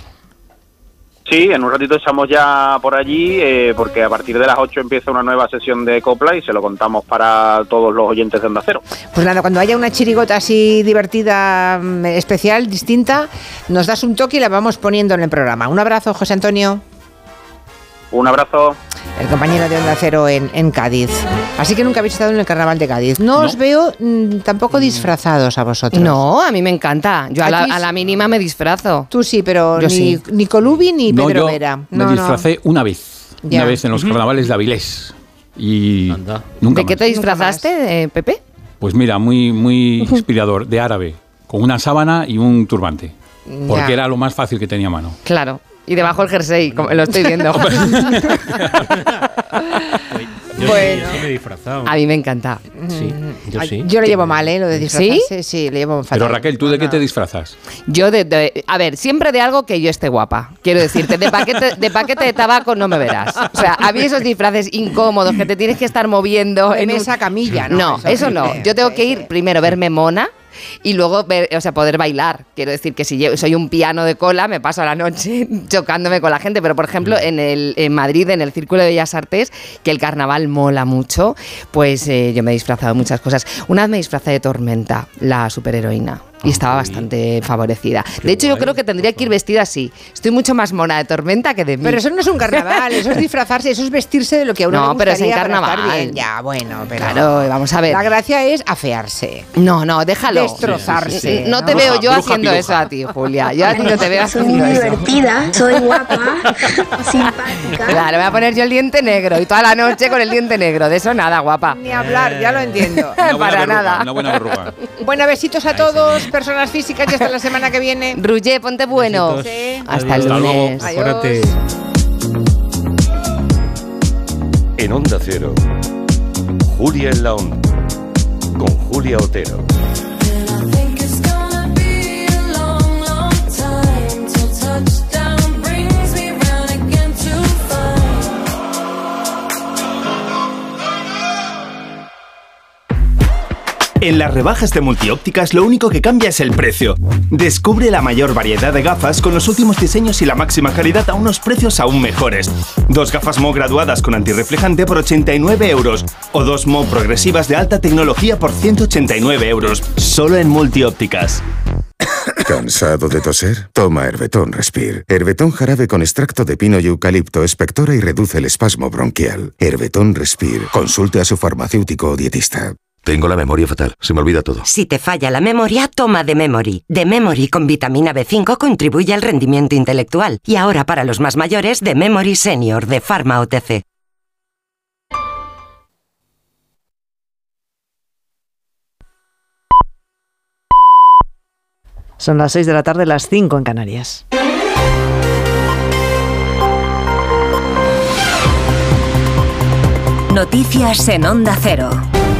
Sí, en un ratito estamos ya por allí, porque a partir de las 8 empieza una nueva sesión de copla y se lo contamos para todos los oyentes de Onda Cero. Pues nada, cuando haya una chirigota así divertida, especial, distinta, nos das un toque y la vamos poniendo en el programa. Un abrazo, José Antonio. Un abrazo. El compañero de Onda Cero en Cádiz. Así que nunca habéis estado en el carnaval de Cádiz. No os veo tampoco disfrazados a vosotros. No, a mí me encanta. Yo a la mínima me disfrazo. Tú sí, pero ni Colubi ni Pedro Vera. Me disfracé una vez. Ya. Una vez en los carnavales de Avilés. Y nunca ¿De qué te disfrazaste, Pepe? Pues mira, muy inspirador, de árabe, con una sábana y un turbante. Porque era lo más fácil que tenía a mano. Claro. Y debajo el jersey, como lo estoy viendo. Bueno, yo sí me he disfrazado. A mí me encanta. Sí, yo sí. Yo lo llevo mal, lo de disfrazarse. Sí, lo llevo fatal. Pero Raquel, ¿tú de qué te disfrazas? Yo a ver, siempre de algo que yo esté guapa. Quiero decirte, de paquete de tabaco no me verás. O sea, a mí esos disfraces incómodos que te tienes que estar moviendo en esa camilla, ¿no? No, eso no. Yo tengo que ir primero verme mona. Y luego poder bailar. Quiero decir que si yo soy un piano de cola, me paso la noche chocándome con la gente. Pero, por ejemplo, en Madrid, en el Círculo de Bellas Artes, que el carnaval mola mucho, pues yo me he disfrazado de muchas cosas. Una vez me disfrazé de Tormenta, la superheroína. Y estaba bastante favorecida. De hecho, yo creo que tendría que ir vestida así. Estoy mucho más mona de Tormenta que de mí. Pero eso no es un carnaval, eso es disfrazarse, eso es vestirse de lo que a uno le gustaría. No, pero es en carnaval. Estar bien. Ya, bueno, pero... Claro, vamos a ver. La gracia es afearse. No, déjalo. Destrozarse. Sí. No te veo yo haciendo eso a ti, Julia. Yo a ti no te veo haciendo eso. Soy divertida, soy guapa, simpática. Claro, me voy a poner yo el diente negro y toda la noche con el diente negro. De eso nada, guapa. Ni hablar, ya lo entiendo. Para nada. Una buena verruga. Bueno, besitos a todos, personas físicas, y hasta la semana que viene. Ruye, ponte bueno. Sí. Hasta el lunes. Acuérdate. En Onda Cero, Julia en la Onda, con Julia Otero. En las rebajas de Multiópticas lo único que cambia es el precio. Descubre la mayor variedad de gafas con los últimos diseños y la máxima calidad a unos precios aún mejores. 2 gafas Mo graduadas con antirreflejante por 89 euros o 2 Mo progresivas de alta tecnología por 189 euros. Solo en Multiópticas. ¿Cansado de toser? Toma Herbetón Respire. Herbetón jarabe con extracto de pino y eucalipto expectora y reduce el espasmo bronquial. Herbetón Respire. Consulte a su farmacéutico o dietista. Tengo la memoria fatal, se me olvida todo. Si te falla la memoria, toma The Memory. The Memory con vitamina B5 contribuye al rendimiento intelectual. Y ahora para los más mayores, The Memory Senior de Pharma OTC. Son las 6 de la tarde, las 5 en Canarias. Noticias en Onda Cero.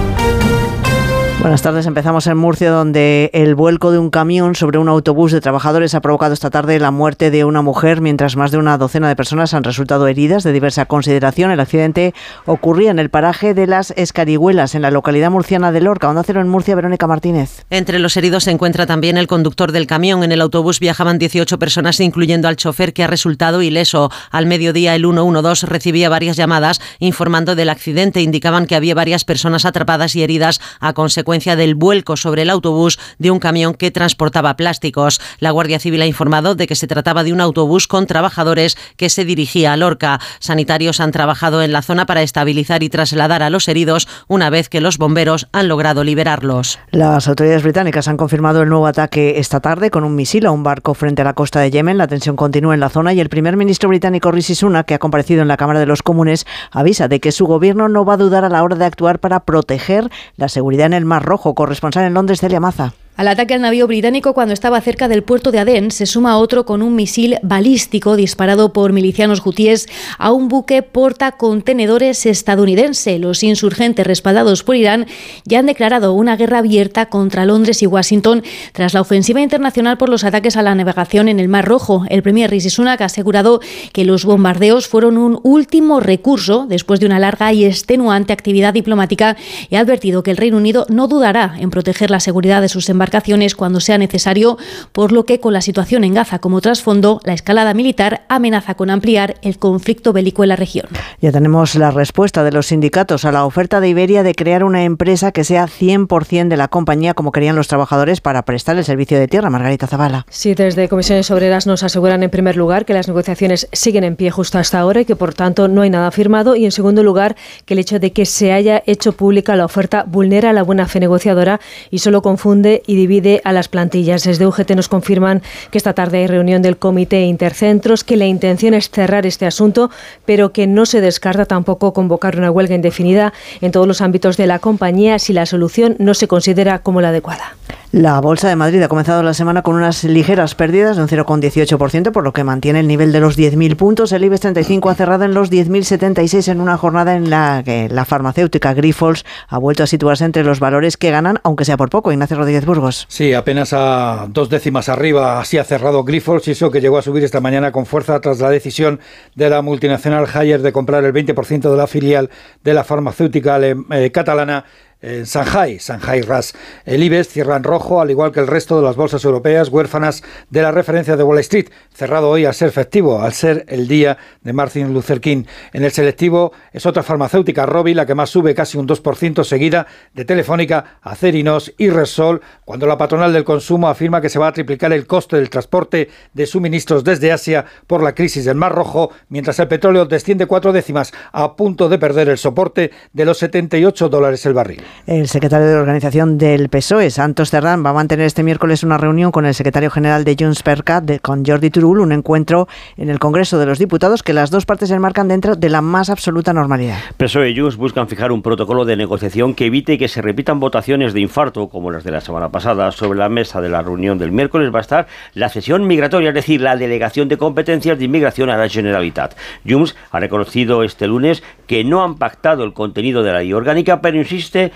Buenas tardes, empezamos en Murcia, donde el vuelco de un camión sobre un autobús de trabajadores ha provocado esta tarde la muerte de una mujer, mientras más de una docena de personas han resultado heridas de diversa consideración. El accidente ocurría en el paraje de Las Escarihuelas, en la localidad murciana de Lorca. Onda Cero en Murcia, Verónica Martínez. Entre los heridos se encuentra también el conductor del camión. En el autobús viajaban 18 personas, incluyendo al chofer, que ha resultado ileso. Al mediodía, el 112 recibía varias llamadas informando del accidente. Indicaban que había varias personas atrapadas y heridas a consecuencia del vuelco sobre el autobús de un camión que transportaba plásticos. La Guardia Civil ha informado de que se trataba de un autobús con trabajadores que se dirigía a Lorca. Sanitarios han trabajado en la zona para estabilizar y trasladar a los heridos una vez que los bomberos han logrado liberarlos. Las autoridades británicas han confirmado el nuevo ataque esta tarde con un misil a un barco frente a la costa de Yemen. La tensión continúa en la zona y el primer ministro británico Rishi Sunak, que ha comparecido en la Cámara de los Comunes, avisa de que su gobierno no va a dudar a la hora de actuar para proteger la seguridad en el Mar Rojo. Corresponsal en Londres, Celia Maza. Al ataque al navío británico cuando estaba cerca del puerto de Adén se suma otro con un misil balístico disparado por milicianos hutíes a un buque portacontenedores estadounidense. Los insurgentes respaldados por Irán ya han declarado una guerra abierta contra Londres y Washington tras la ofensiva internacional por los ataques a la navegación en el Mar Rojo. El premier Rishi Sunak ha asegurado que los bombardeos fueron un último recurso después de una larga y extenuante actividad diplomática y ha advertido que el Reino Unido no dudará en proteger la seguridad de sus embarcaciones cuando sea necesario, por lo que con la situación en Gaza como trasfondo, la escalada militar amenaza con ampliar el conflicto bélico en la región. Ya tenemos la respuesta de los sindicatos a la oferta de Iberia de crear una empresa que sea 100% de la compañía, como querían los trabajadores, para prestar el servicio de tierra. Margarita Zavala. Sí, desde Comisiones Obreras nos aseguran en primer lugar que las negociaciones siguen en pie justo hasta ahora y que por tanto no hay nada firmado, y en segundo lugar que el hecho de que se haya hecho pública la oferta vulnera la buena fe negociadora y solo confunde y divide a las plantillas. Desde UGT nos confirman que esta tarde hay reunión del Comité Intercentros, que la intención es cerrar este asunto, pero que no se descarta tampoco convocar una huelga indefinida en todos los ámbitos de la compañía si la solución no se considera como la adecuada. La Bolsa de Madrid ha comenzado la semana con unas ligeras pérdidas de un 0,18%, por lo que mantiene el nivel de los 10.000 puntos. El IBEX 35 ha cerrado en los 10.076 en una jornada en la que la farmacéutica Grifols ha vuelto a situarse entre los valores que ganan, aunque sea por poco. Ignacio Rodríguez Burgos. Sí, apenas a 2 décimas arriba, así ha cerrado Grifols, y eso que llegó a subir esta mañana con fuerza tras la decisión de la multinacional Haier de comprar el 20% de la filial de la farmacéutica catalana Shanghai RAAS. El IBEX cierra en rojo, al igual que el resto de las bolsas europeas, huérfanas de la referencia de Wall Street, cerrado hoy al ser festivo, al ser el día de Martin Luther King. En el selectivo es otra farmacéutica, Rovi, la que más sube, casi un 2%, seguida de Telefónica, Acerinos y Repsol, cuando la patronal del consumo afirma que se va a triplicar el coste del transporte de suministros desde Asia por la crisis del Mar Rojo, mientras el petróleo desciende 4 décimas, a punto de perder el soporte de los $78 el barril. El secretario de Organización del PSOE, Santos Cerdán, va a mantener este miércoles una reunión con el secretario general de Junts per Cat, con Jordi Turull, un encuentro en el Congreso de los Diputados que las dos partes enmarcan dentro de la más absoluta normalidad. PSOE y Junts buscan fijar un protocolo de negociación que evite que se repitan votaciones de infarto como las de la semana pasada. Sobre la mesa de la reunión del miércoles va a estar la cesión migratoria, es decir, la delegación de competencias de inmigración a la Generalitat. Junts ha reconocido este lunes que no han pactado el contenido de la ley orgánica, pero insiste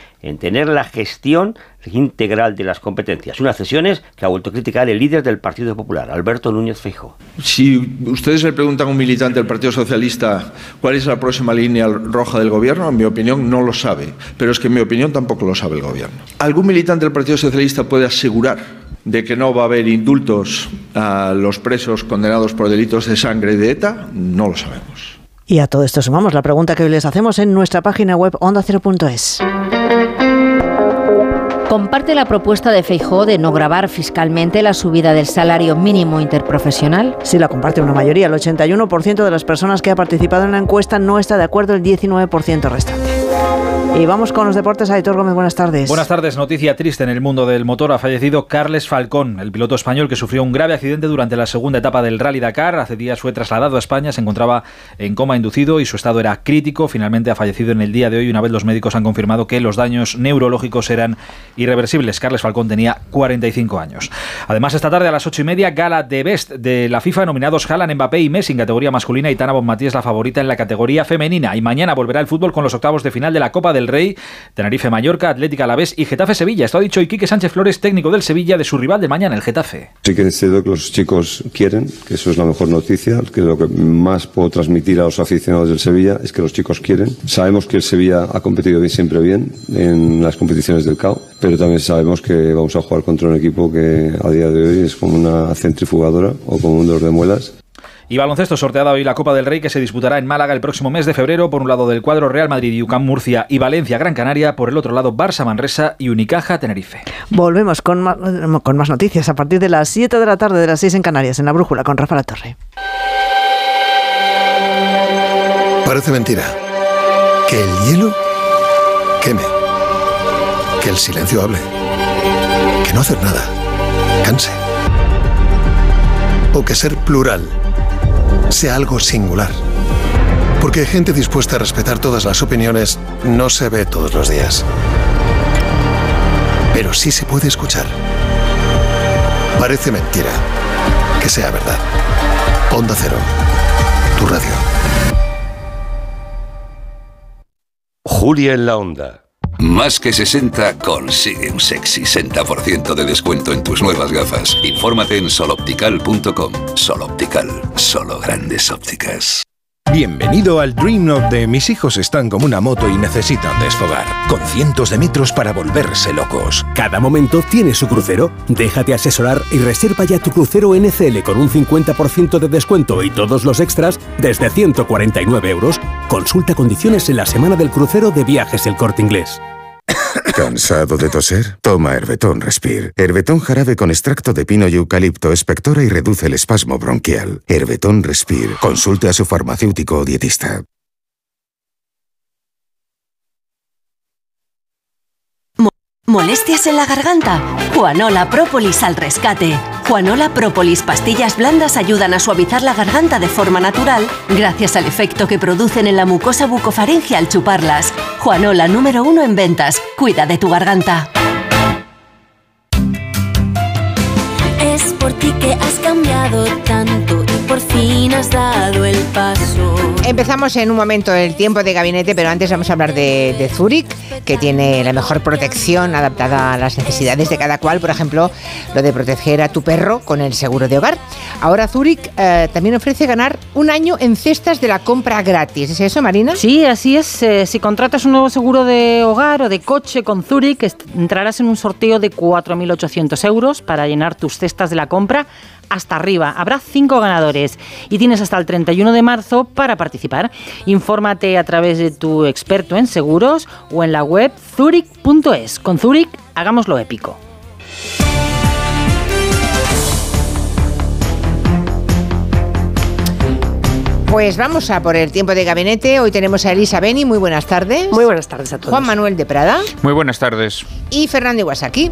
en tener la gestión integral de las competencias. Unas cesiones que ha vuelto a criticar el líder del Partido Popular, Alberto Núñez Feijóo. Si ustedes le preguntan a un militante del Partido Socialista cuál es la próxima línea roja del gobierno, en mi opinión no lo sabe, pero es que en mi opinión tampoco lo sabe el gobierno. ¿Algún militante del Partido Socialista puede asegurar de que no va a haber indultos a los presos condenados por delitos de sangre de ETA? No lo sabemos. Y a todo esto sumamos la pregunta que hoy les hacemos en nuestra página web ondacero.es. ¿Comparte la propuesta de Feijóo de no gravar fiscalmente la subida del salario mínimo interprofesional? Sí, la comparte una mayoría. El 81% de las personas que ha participado en la encuesta no está de acuerdo, el 19% restante. Y vamos con los deportes. Aitor Gómez, buenas tardes. Buenas tardes. Noticia triste en el mundo del motor. Ha fallecido Carles Falcón, el piloto español que sufrió un grave accidente durante la segunda etapa del Rally Dakar. Hace días fue trasladado a España, se encontraba en coma inducido y su estado era crítico. Finalmente ha fallecido en el día de hoy, una vez los médicos han confirmado que los daños neurológicos eran irreversibles. Carles Falcón tenía 45 años. Además, esta tarde a las 8:30, gala de Best de la FIFA, nominados Haaland, Mbappé y Messi en categoría masculina y Tana Bonmatí es la favorita en la categoría femenina. Y mañana volverá el fútbol con los octavos de final de la Copa del Rey. Tenerife-Mallorca, Atlético Alavés y Getafe-Sevilla. Esto ha dicho Quique Sánchez Flores, técnico del Sevilla, de su rival de mañana, el Getafe. Sí que decido que los chicos quieren, que eso es la mejor noticia, que lo que más puedo transmitir a los aficionados del Sevilla es que los chicos quieren. Sabemos que el Sevilla ha competido siempre bien en las competiciones del CAO, pero también sabemos que vamos a jugar contra un equipo que a día de hoy es como una centrifugadora o como un dolor de muelas. Y baloncesto, sorteada hoy la Copa del Rey, que se disputará en Málaga el próximo mes de febrero. Por un lado del cuadro Real Madrid y UCAM Murcia y Valencia Gran Canaria. Por el otro lado Barça Manresa y Unicaja Tenerife. Volvemos con más noticias a partir de las 7 de la tarde, de las 6 en Canarias, en La Brújula, con Rafa La Torre. Parece mentira que el hielo queme, que el silencio hable, que no hacer nada canse, o que ser plural sea algo singular. Porque hay gente dispuesta a respetar todas las opiniones no se ve todos los días. Pero sí se puede escuchar. Parece mentira que sea verdad. Onda Cero, tu radio. Julia en la Onda. Más que 60 consigue un sexy 60% de descuento en tus nuevas gafas. Infórmate en soloptical.com. Soloptical, solo grandes ópticas. Bienvenido al Dream Note de mis hijos están como una moto y necesitan desfogar, con cientos de metros para volverse locos. Cada momento tiene su crucero. Déjate asesorar y reserva ya tu crucero NCL con un 50% de descuento y todos los extras desde 149 €. Consulta condiciones en la semana del crucero de Viajes El Corte Inglés. ¿Cansado de toser? Toma Herbetón Respir. Herbetón jarabe con extracto de pino y eucalipto espectora y reduce el espasmo bronquial. Herbetón Respir. Consulte a su farmacéutico o dietista. ¿Molestias en la garganta? Juanola Própolis al rescate. Juanola Própolis pastillas blandas ayudan a suavizar la garganta de forma natural gracias al efecto que producen en la mucosa bucofaringe al chuparlas. Juanola número 1 en ventas. Cuida de tu garganta. Es por ti que has cambiado tanto y por fin has dado el paso. Empezamos en un momento el tiempo de gabinete, pero antes vamos a hablar de Zurich, que tiene la mejor protección adaptada a las necesidades de cada cual. Por ejemplo, lo de proteger a tu perro con el seguro de hogar. Ahora Zurich también ofrece ganar un año en cestas de la compra gratis. ¿Es eso, Marina? Sí, así es. Si contratas un nuevo seguro de hogar o de coche con Zurich, entrarás en un sorteo de 4.800 € para llenar tus cestas de la compra hasta arriba. Habrá 5 ganadores y tienes hasta el 31 de marzo para participar. Infórmate a través de tu experto en seguros o en la web zurich.es. Con Zurich, hagámoslo épico. Pues vamos a por el tiempo de gabinete. Hoy tenemos a Elisa Beni. Muy buenas tardes. Muy buenas tardes a todos. Juan Manuel de Prada. Muy buenas tardes. Y Fernando Iwasaki.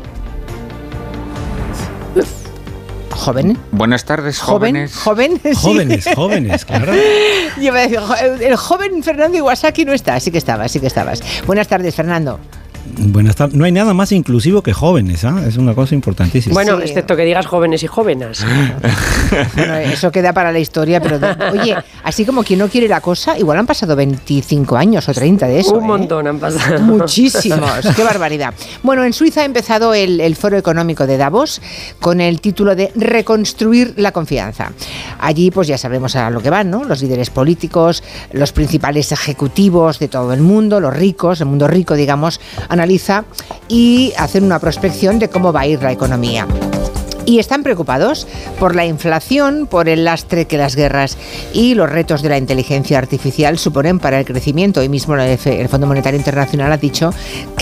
Joven. Buenas tardes, jóvenes. Sí. Jóvenes, claro. Yo iba a decir, el joven Fernando Iwasaki no está, sí que estabas. Buenas tardes, Fernando. Buenas tardes. No hay nada más inclusivo que jóvenes, ¿eh? Es una cosa importantísima. Bueno, sí, excepto que digas jóvenes y jóvenes. Bueno, eso queda para la historia, pero oye, así como quien no quiere la cosa, igual han pasado 25 años o 30 de eso. Un montón han pasado. Muchísimos, qué barbaridad. Bueno, en Suiza ha empezado el Foro Económico de Davos con el título de Reconstruir la confianza. Allí pues ya sabemos a lo que van, ¿no? Los líderes políticos, los principales ejecutivos de todo el mundo, los ricos, el mundo rico, digamos, analiza y hacen una prospección de cómo va a ir la economía. Y están preocupados por la inflación, por el lastre que las guerras y los retos de la inteligencia artificial suponen para el crecimiento. Hoy mismo el Fondo Monetario Internacional ha dicho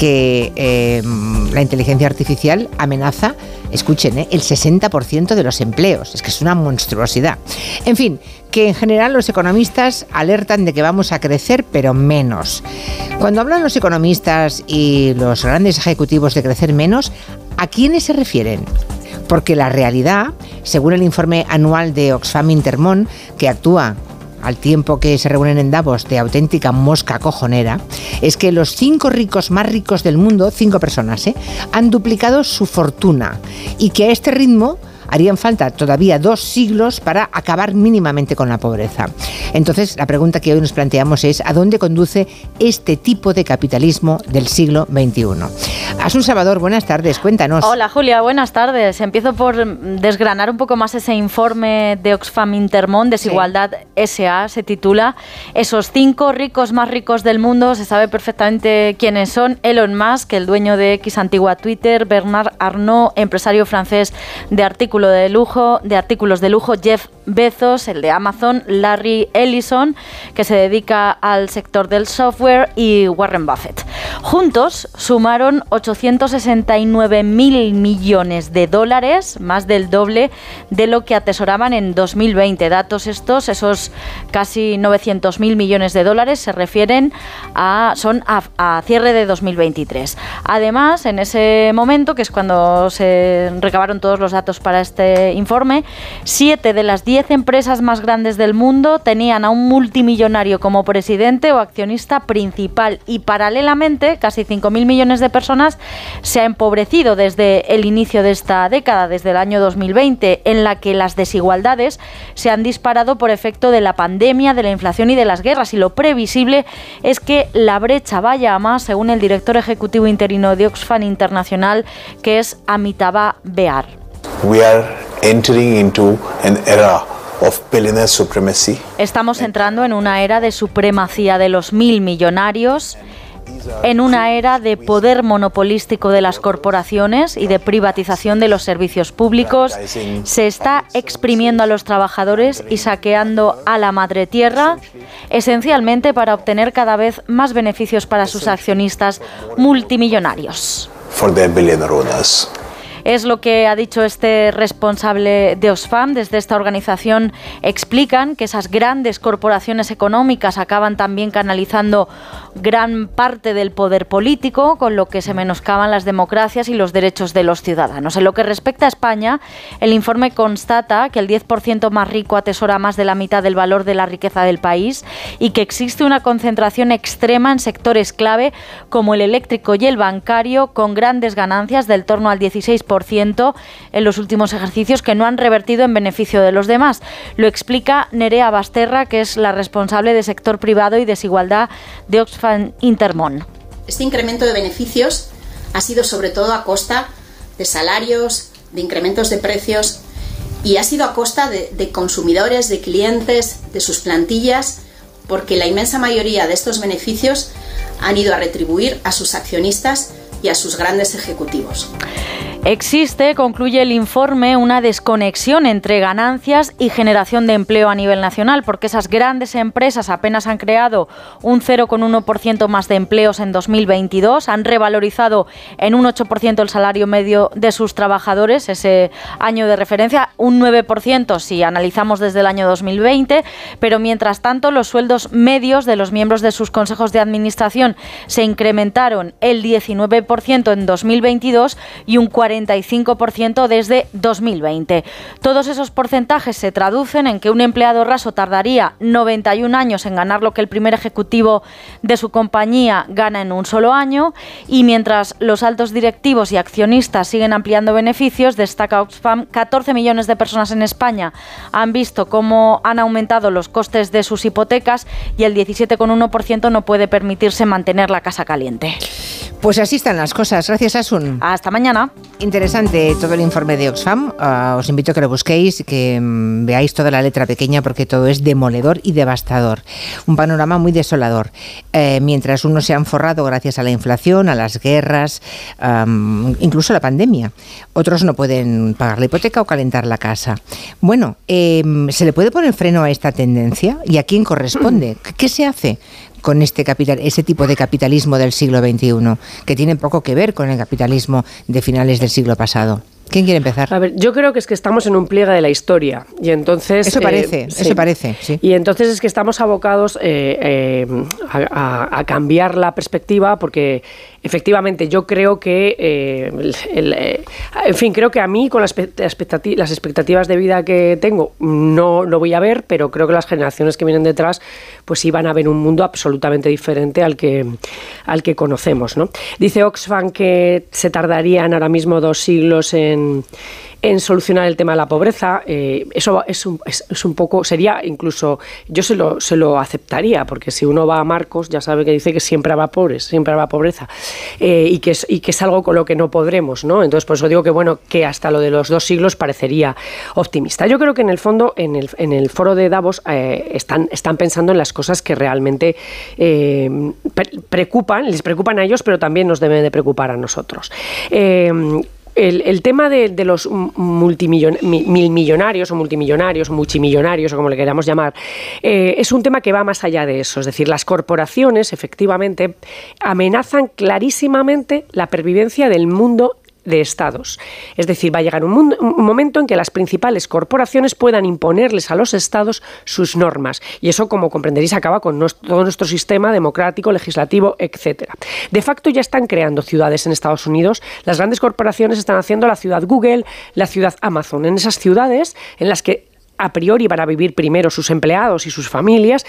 que la inteligencia artificial amenaza, escuchen, el 60% de los empleos. Es que es una monstruosidad. En fin, que en general los economistas alertan de que vamos a crecer, pero menos. Cuando hablan los economistas y los grandes ejecutivos de crecer menos, ¿a quiénes se refieren? Porque la realidad, según el informe anual de Oxfam Intermón, que actúa al tiempo que se reúnen en Davos de auténtica mosca cojonera, es que los 5 ricos más ricos del mundo, 5 personas, han duplicado su fortuna y que a este ritmo harían falta todavía 2 siglos para acabar mínimamente con la pobreza. Entonces, la pregunta que hoy nos planteamos es ¿a dónde conduce este tipo de capitalismo del siglo XXI? Asun Salvador, buenas tardes, cuéntanos. Hola Julia, buenas tardes. Empiezo por desgranar un poco más ese informe de Oxfam Intermón, Desigualdad S.A., se titula. Esos 5 ricos más ricos del mundo, se sabe perfectamente quiénes son. Elon Musk, el dueño de X, antigua Twitter, Bernard Arnault, empresario francés de artículos de lujo, Jeff Bezos, el de Amazon, Larry Ellison, que se dedica al sector del software, y Warren Buffett. Juntos sumaron 869.000 millones de dólares, más del doble de lo que atesoraban en 2020. Datos esos casi 900.000 millones de dólares se refieren a cierre de 2023. Además, en ese momento, que es cuando se recabaron todos los datos para este informe, 7 de las 10 empresas más grandes del mundo tenían a un multimillonario como presidente o accionista principal, y paralelamente casi 5.000 millones de personas se ha empobrecido desde el inicio de esta década, desde el año 2020, en la que las desigualdades se han disparado por efecto de la pandemia, de la inflación y de las guerras, y lo previsible es que la brecha vaya a más, según el director ejecutivo interino de Oxfam Internacional, que es Amitabh Bear. We are entering into an era of billionaire supremacy. Estamos entrando en una era de supremacía de los 1.000 millonarios, en una era de poder monopolístico de las corporaciones y de privatización de los servicios públicos. Se está exprimiendo a los trabajadores y saqueando a la madre tierra, esencialmente para obtener cada vez más beneficios para sus accionistas multimillonarios. For their billionaire owners. Es lo que ha dicho este responsable de Oxfam. Desde esta organización explican que esas grandes corporaciones económicas acaban también canalizando gran parte del poder político, con lo que se menoscaban las democracias y los derechos de los ciudadanos. En lo que respecta a España, el informe constata que el 10% más rico atesora más de la mitad del valor de la riqueza del país y que existe una concentración extrema en sectores clave como el eléctrico y el bancario, con grandes ganancias del torno al 16% en los últimos ejercicios, que no han revertido en beneficio de los demás. Lo explica Nerea Basterra, que es la responsable de sector privado y desigualdad de Oxfam Intermón. Este incremento de beneficios ha sido sobre todo a costa de salarios, de incrementos de precios, y ha sido a costa de consumidores, de clientes, de sus plantillas, porque la inmensa mayoría de estos beneficios han ido a retribuir a sus accionistas y a sus grandes ejecutivos. Existe, concluye el informe, una desconexión entre ganancias y generación de empleo a nivel nacional, porque esas grandes empresas apenas han creado un 0,1% más de empleos en 2022, han revalorizado en un 8% el salario medio de sus trabajadores, ese año de referencia, un 9% si analizamos desde el año 2020, pero mientras tanto los sueldos medios de los miembros de sus consejos de administración se incrementaron el 19% en 2022 y un 40% 45% desde 2020. Todos esos porcentajes se traducen en que un empleado raso tardaría 91 años en ganar lo que el primer ejecutivo de su compañía gana en un solo año, y mientras los altos directivos y accionistas siguen ampliando beneficios, destaca Oxfam, 14 millones de personas en España han visto cómo han aumentado los costes de sus hipotecas y el 17,1% no puede permitirse mantener la casa caliente. Pues así están las cosas. Gracias, Asun. Hasta mañana. Interesante todo el informe de Oxfam. Os invito a que lo busquéis y que veáis toda la letra pequeña, porque todo es demoledor y devastador. Un panorama muy desolador. Mientras unos se han forrado gracias a la inflación, a las guerras, incluso a la pandemia. Otros no pueden pagar la hipoteca o calentar la casa. Bueno, ¿se le puede poner freno a esta tendencia? ¿Y a quién corresponde? ¿Qué se hace con ese tipo de capitalismo del siglo XXI, que tiene poco que ver con el capitalismo de finales del siglo pasado? ¿Quién quiere empezar? A ver, yo creo que es que estamos en un pliegue de la historia y entonces... Eso parece, sí. Y entonces es que estamos abocados a cambiar la perspectiva, porque efectivamente yo creo que, en fin, creo que a mí con las expectativas de vida que tengo no lo voy a ver, pero creo que las generaciones que vienen detrás pues sí van a ver un mundo absolutamente diferente al que conocemos, ¿no? Dice Oxfam que se tardarían ahora mismo 2 siglos en solucionar el tema de la pobreza. Eso es un poco, sería incluso, yo se lo aceptaría, porque si uno va a Marcos ya sabe que dice que siempre habrá pobres, siempre habrá pobreza, y que es algo con lo que no podremos, ¿no? Entonces por eso digo que bueno, que hasta lo de los 2 siglos parecería optimista. Yo creo que en el fondo en el foro de Davos están pensando en las cosas que realmente les preocupan a ellos, pero también nos deben de preocupar a nosotros. El tema de los milmillonarios o multimillonarios, multimillonarios o como le queramos llamar, es un tema que va más allá de eso. Es decir, las corporaciones efectivamente amenazan clarísimamente la pervivencia del mundo de estados. Es decir, va a llegar un momento en que las principales corporaciones puedan imponerles a los estados sus normas. Y eso, como comprenderéis, acaba con todo nuestro sistema democrático, legislativo, etcétera. De facto ya están creando ciudades en Estados Unidos. Las grandes corporaciones están haciendo la ciudad Google, la ciudad Amazon. En esas ciudades en las que a priori van a vivir primero sus empleados y sus familias,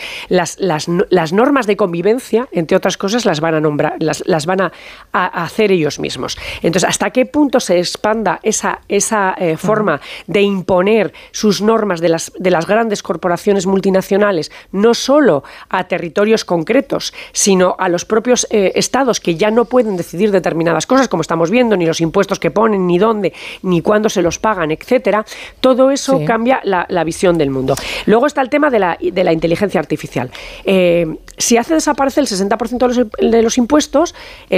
las normas de convivencia, entre otras cosas, las van a nombrar, las van a hacer ellos mismos. Entonces, ¿hasta qué punto se expanda esa forma de imponer sus normas de las grandes corporaciones multinacionales, no solo a territorios concretos, sino a los propios estados que ya no pueden decidir determinadas cosas, como estamos viendo, ni los impuestos que ponen, ni dónde, ni cuándo se los pagan, etcétera? Todo eso cambia la visión del mundo. Luego está el tema de la inteligencia artificial. Si hace desaparecer el 60% de los impuestos,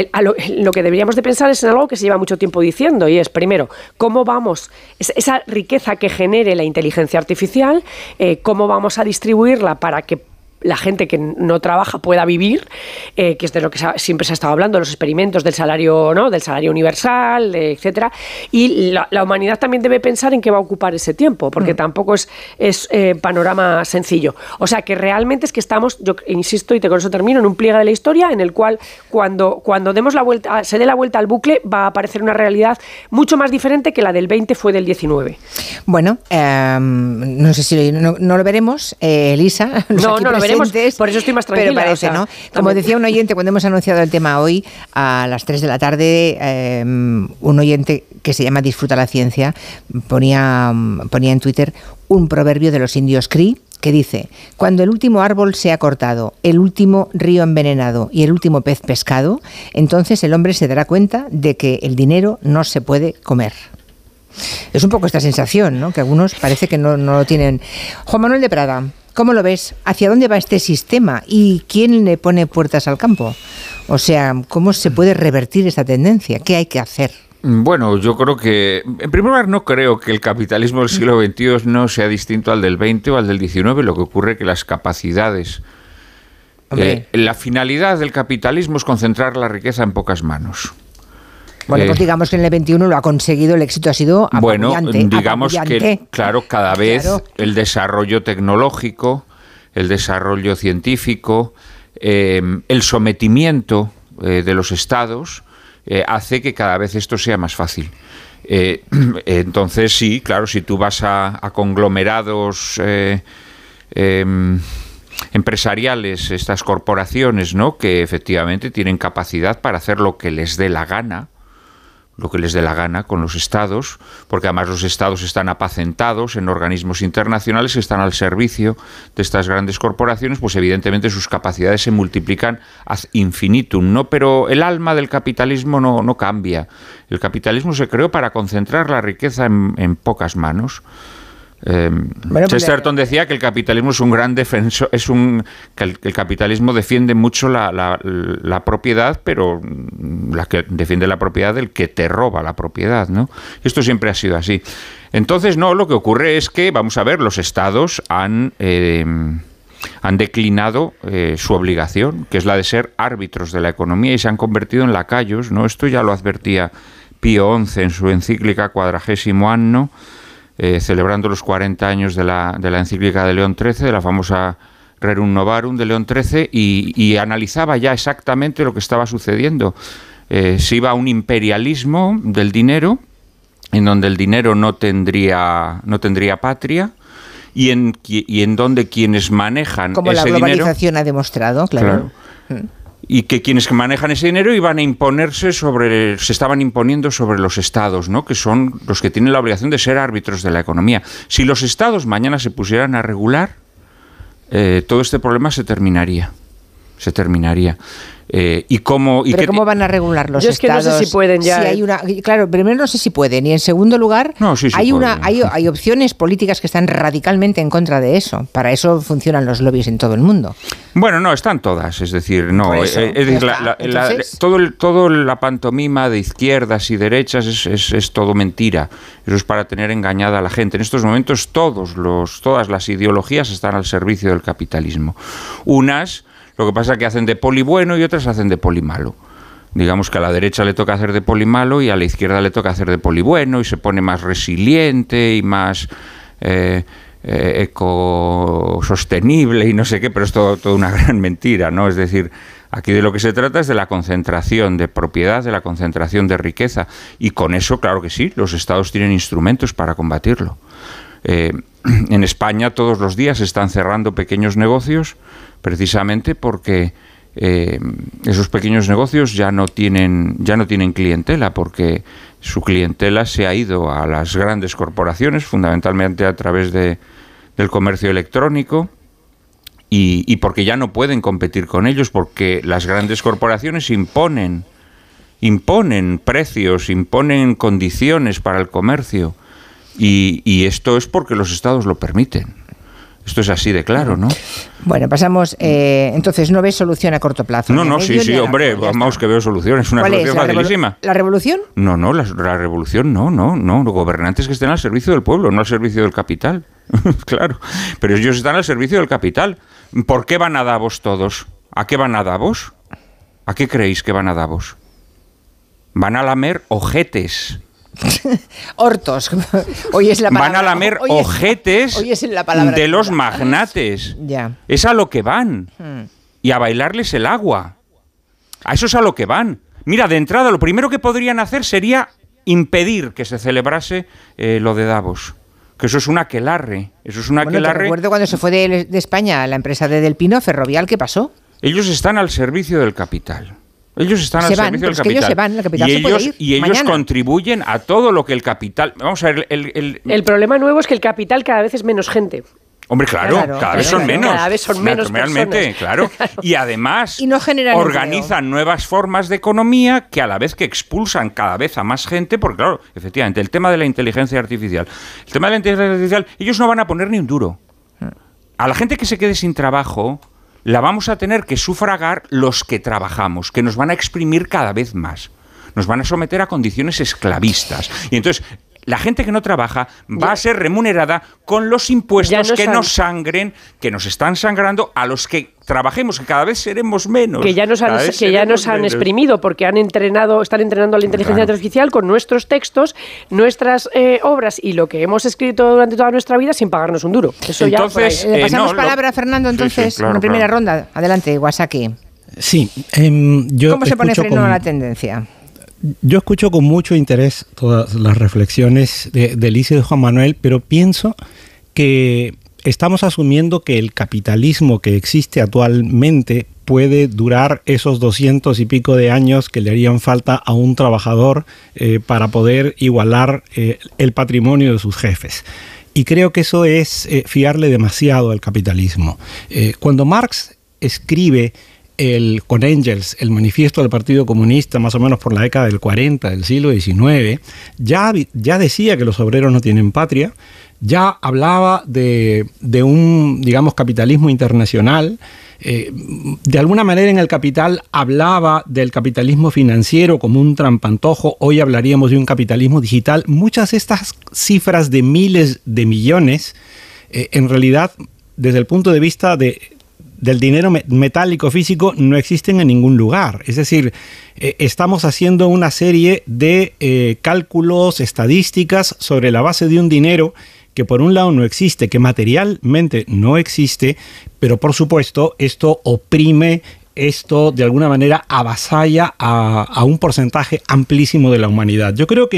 lo que deberíamos de pensar es en algo que se lleva mucho tiempo diciendo, y es, primero, cómo vamos, esa riqueza que genere la inteligencia artificial, cómo vamos a distribuirla para que la gente que no trabaja pueda vivir, que es de lo que siempre se ha estado hablando, los experimentos del salario, ¿no?, del salario universal, etcétera. Y la humanidad también debe pensar en qué va a ocupar ese tiempo, porque tampoco es panorama sencillo. O sea, que realmente es que estamos, yo insisto, y con eso termino, en un pliegue de la historia en el cual cuando demos la vuelta, se dé la vuelta al bucle, va a aparecer una realidad mucho más diferente que la del 20 fue del 19. Bueno, no sé si no lo veremos, Elisa. No lo veremos. Por eso estoy más tranquila. Pero parece, ¿no? Como decía un oyente cuando hemos anunciado el tema hoy, a las 3 de la tarde, un oyente que se llama Disfruta la Ciencia ponía en Twitter un proverbio de los indios Cree que dice: cuando el último árbol se ha cortado, el último río envenenado y el último pez pescado, entonces el hombre se dará cuenta de que el dinero no se puede comer. Es un poco esta sensación, ¿no?, que algunos parece que no lo tienen. Juan Manuel de Prada, ¿cómo lo ves? ¿Hacia dónde va este sistema? ¿Y quién le pone puertas al campo? O sea, ¿cómo se puede revertir esta tendencia? ¿Qué hay que hacer? Bueno, yo creo que, en primer lugar, no creo que el capitalismo del siglo XXI no sea distinto al del XX o al del XIX. Lo que ocurre es que las capacidades... la finalidad del capitalismo es concentrar la riqueza en pocas manos. Bueno, pues digamos que en el XXI lo ha conseguido, el éxito ha sido apabullante. Bueno, digamos que, claro, cada vez el desarrollo tecnológico, el desarrollo científico, el sometimiento de los estados hace que cada vez esto sea más fácil. Entonces sí, claro, si tú vas a conglomerados empresariales, estas corporaciones, ¿no?, que efectivamente tienen capacidad para hacer lo que les dé la gana con los estados, porque además los estados están apacentados en organismos internacionales que están al servicio de estas grandes corporaciones, pues evidentemente sus capacidades se multiplican ad infinitum, ¿no? Pero el alma del capitalismo no cambia. El capitalismo se creó para concentrar la riqueza en pocas manos. Chesterton decía que el capitalismo es un gran defensor, que el capitalismo defiende mucho la propiedad, pero la que defiende la propiedad del que te roba la propiedad, ¿no? Esto siempre ha sido así. Entonces, no, lo que ocurre es que, vamos a ver, los estados han declinado su obligación, que es la de ser árbitros de la economía, y se han convertido en lacayos, ¿no? Esto ya lo advertía Pío XI en su encíclica Quadragésimo Anno, celebrando los 40 años de la encíclica de León XIII, de la famosa Rerum Novarum de León XIII, y analizaba ya exactamente lo que estaba sucediendo. Se iba a un imperialismo del dinero, en donde el dinero no tendría patria, y en donde quienes manejan como ese la dinero... globalización ha demostrado, claro. Y que quienes manejan ese dinero iban a imponerse se estaban imponiendo sobre los estados, ¿no?, que son los que tienen la obligación de ser árbitros de la economía. Si los estados mañana se pusieran a regular, todo este problema se terminaría. ¿Pero cómo van a regular los Yo estados? Es que no sé si pueden ya. Claro, primero no sé si pueden, y en segundo lugar, hay opciones políticas que están radicalmente en contra de eso. Para eso funcionan los lobbies en todo el mundo. Bueno, no, están todas, es decir, no, todo la pantomima de izquierdas y derechas es todo mentira. Eso es para tener engañada a la gente. En estos momentos todas las ideologías están al servicio del capitalismo. Lo que pasa es que hacen de poli bueno y otras hacen de poli malo. Digamos que a la derecha le toca hacer de poli malo y a la izquierda le toca hacer de poli bueno, y se pone más resiliente y más ecosostenible y no sé qué, pero es todo una gran mentira, ¿no? Es decir, aquí de lo que se trata es de la concentración de propiedad, de la concentración de riqueza, y con eso, claro que sí, los estados tienen instrumentos para combatirlo. En España todos los días se están cerrando pequeños negocios, precisamente porque esos pequeños negocios ya no tienen clientela, porque su clientela se ha ido a las grandes corporaciones, fundamentalmente a través del comercio electrónico, y porque ya no pueden competir con ellos, porque las grandes corporaciones imponen precios, imponen condiciones para el comercio, y esto es porque los estados lo permiten. Esto es así de claro, ¿no? Bueno, pasamos. Entonces, ¿no ves solución a corto plazo? Sí, hombre, vamos, que veo solución. Es una solución facilísima. ¿La revolución? No, la revolución no. Los gobernantes que estén al servicio del pueblo, no al servicio del capital. Claro, pero ellos están al servicio del capital. ¿Por qué van a Davos todos? ¿A qué van a Davos? ¿A qué creéis que van a Davos? Van a lamer ojetes. Hortos. Hoy es la palabra. Van a lamer ojetes de los magnates. Ya. Es a lo que van. Y a bailarles el agua. A eso es a lo que van. Mira, de entrada, lo primero que podrían hacer sería impedir que se celebrase lo de Davos. Que eso es un aquelarre. Te recuerdo cuando se fue de España la empresa de Del Pino, Ferrovial, ¿qué pasó? Ellos están al servicio del capital. Ellos están al servicio del capital. Ellos se van, el capital se puede ir y ellos mañana. Contribuyen a todo lo que el capital... Vamos a ver, el problema nuevo es que el capital cada vez es menos gente. Hombre, claro, cada vez son menos. Cada vez son menos realmente, claro. Y además y no organizan nuevas formas de economía que a la vez que expulsan cada vez a más gente, porque claro, efectivamente, el tema de la inteligencia artificial. Ellos no van a poner ni un duro. A la gente que se quede sin trabajo la vamos a tener que sufragar los que trabajamos, que nos van a exprimir cada vez más. Nos van a someter a condiciones esclavistas. Y entonces, la gente que no trabaja va a ser remunerada con los impuestos que nos están sangrando a los que trabajemos, que cada vez seremos menos. Que ya nos han exprimido, porque están entrenando a la inteligencia artificial con nuestros textos, nuestras obras y lo que hemos escrito durante toda nuestra vida sin pagarnos un duro. Eso entonces, ya. Pasamos palabra a Fernando, entonces, en la primera ronda. Adelante, Iwasaki. Sí, ¿Cómo se pone freno a la tendencia? Yo escucho con mucho interés todas las reflexiones de Elisa y de Juan Manuel, pero pienso que estamos asumiendo que el capitalismo que existe actualmente puede durar esos 200 y pico de años que le harían falta a un trabajador para poder igualar el patrimonio de sus jefes. Y creo que eso es fiarle demasiado al capitalismo. Cuando Marx escribe con Engels, el manifiesto del Partido Comunista, más o menos por la década del 40 del siglo XIX, ya decía que los obreros no tienen patria, ya hablaba de un, digamos, capitalismo internacional. De alguna manera en El Capital hablaba del capitalismo financiero como un trampantojo. Hoy hablaríamos de un capitalismo digital. Muchas de estas cifras de miles de millones, en realidad, desde el punto de vista del dinero metálico físico, no existen en ningún lugar. Es decir, estamos haciendo una serie de cálculos, estadísticas sobre la base de un dinero que por un lado no existe, que materialmente no existe, pero por supuesto esto oprime, esto de alguna manera avasalla a un porcentaje amplísimo de la humanidad. Yo creo que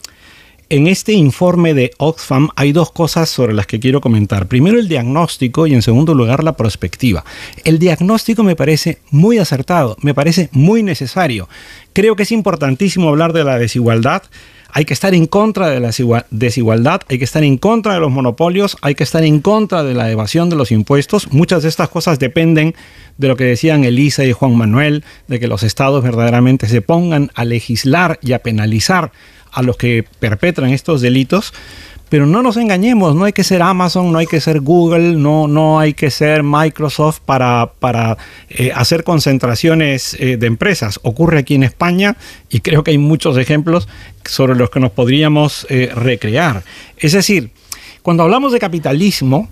en este informe de Oxfam hay dos cosas sobre las que quiero comentar. Primero, el diagnóstico y en segundo lugar la perspectiva. El diagnóstico me parece muy acertado, me parece muy necesario. Creo que es importantísimo hablar de la desigualdad. Hay que estar en contra de la desigualdad, hay que estar en contra de los monopolios, hay que estar en contra de la evasión de los impuestos. Muchas de estas cosas dependen de lo que decían Elisa y Juan Manuel, de que los estados verdaderamente se pongan a legislar y a penalizar a los que perpetran estos delitos. Pero no nos engañemos, no hay que ser Amazon, no hay que ser Google, no hay que ser Microsoft para hacer concentraciones de empresas. Ocurre aquí en España y creo que hay muchos ejemplos sobre los que nos podríamos recrear. Es decir, cuando hablamos de capitalismo,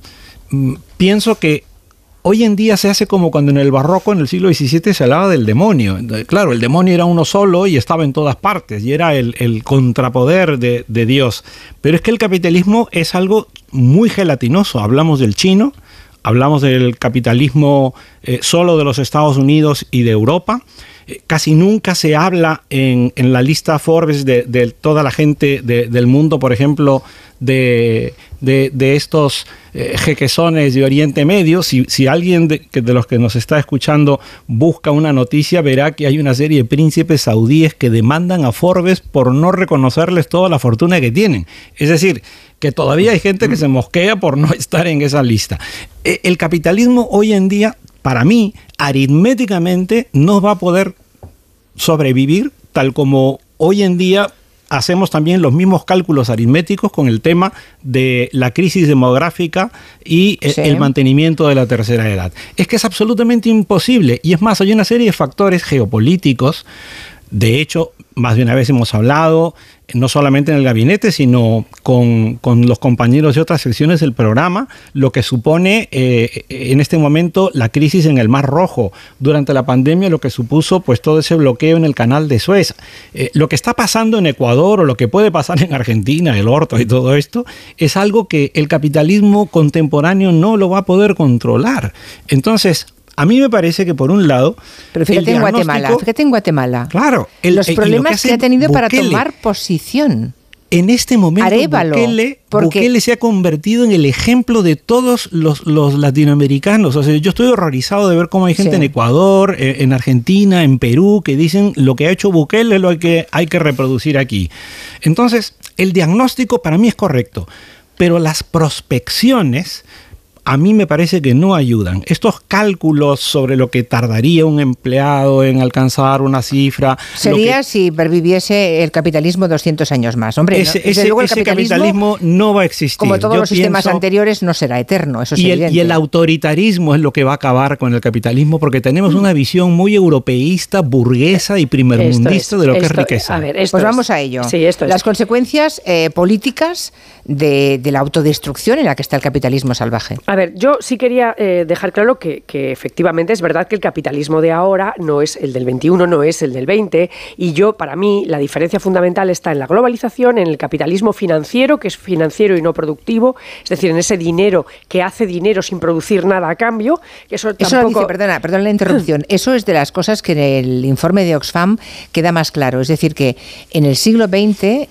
pienso que hoy en día se hace como cuando en el barroco, en el siglo XVII, se hablaba del demonio. Claro, el demonio era uno solo y estaba en todas partes y era el contrapoder de Dios. Pero es que el capitalismo es algo muy gelatinoso. Hablamos del chino, hablamos del capitalismo solo de los Estados Unidos y de Europa. Casi nunca se habla en la lista Forbes de toda la gente del mundo, por ejemplo, de estos jequesones de Oriente Medio. Si alguien de los que nos está escuchando busca una noticia, verá que hay una serie de príncipes saudíes que demandan a Forbes por no reconocerles toda la fortuna que tienen. Es decir, que todavía hay gente que se mosquea por no estar en esa lista. El capitalismo hoy en día, para mí, aritméticamente no va a poder sobrevivir, tal como hoy en día hacemos también los mismos cálculos aritméticos con el tema de la crisis demográfica y el mantenimiento de la tercera edad. Es que es absolutamente imposible. Y es más, hay una serie de factores geopolíticos. De hecho, más de una vez hemos hablado, no solamente en el gabinete, sino con los compañeros de otras secciones del programa, lo que supone en este momento la crisis en el Mar Rojo. Durante la pandemia, lo que supuso pues todo ese bloqueo en el canal de Suez. Lo que está pasando en Ecuador o lo que puede pasar en Argentina, el orto y todo esto, es algo que el capitalismo contemporáneo no lo va a poder controlar. Entonces, a mí me parece que por un lado... Pero fíjate en Guatemala. Claro. Los problemas que ha tenido para tomar posición. En este momento Bukele se ha convertido en el ejemplo de todos los latinoamericanos. O sea, yo estoy horrorizado de ver cómo hay gente en Ecuador, en Argentina, en Perú, que dicen lo que ha hecho Bukele es lo que hay que reproducir aquí. Entonces, el diagnóstico para mí es correcto, pero las prospecciones a mí me parece que no ayudan. Estos cálculos sobre lo que tardaría un empleado en alcanzar una cifra... Sería si perviviese el capitalismo 200 años más. Hombre, ese capitalismo no va a existir. Como todos los sistemas anteriores, no será eterno. Eso es evidente. Y el autoritarismo es lo que va a acabar con el capitalismo, porque tenemos una visión muy europeísta, burguesa y primermundista de lo que es riqueza. A ver, pues vamos a ello. Sí, las consecuencias políticas de la autodestrucción en la que está el capitalismo salvaje. A ver, yo sí quería dejar claro que efectivamente es verdad que el capitalismo de ahora no es el del 21, no es el del 20, y para mí, la diferencia fundamental está en la globalización, en el capitalismo financiero, que es financiero y no productivo, es decir, en ese dinero que hace dinero sin producir nada a cambio. Eso tampoco... Perdona la interrupción, eso es de las cosas que en el informe de Oxfam queda más claro, es decir, que en el siglo XX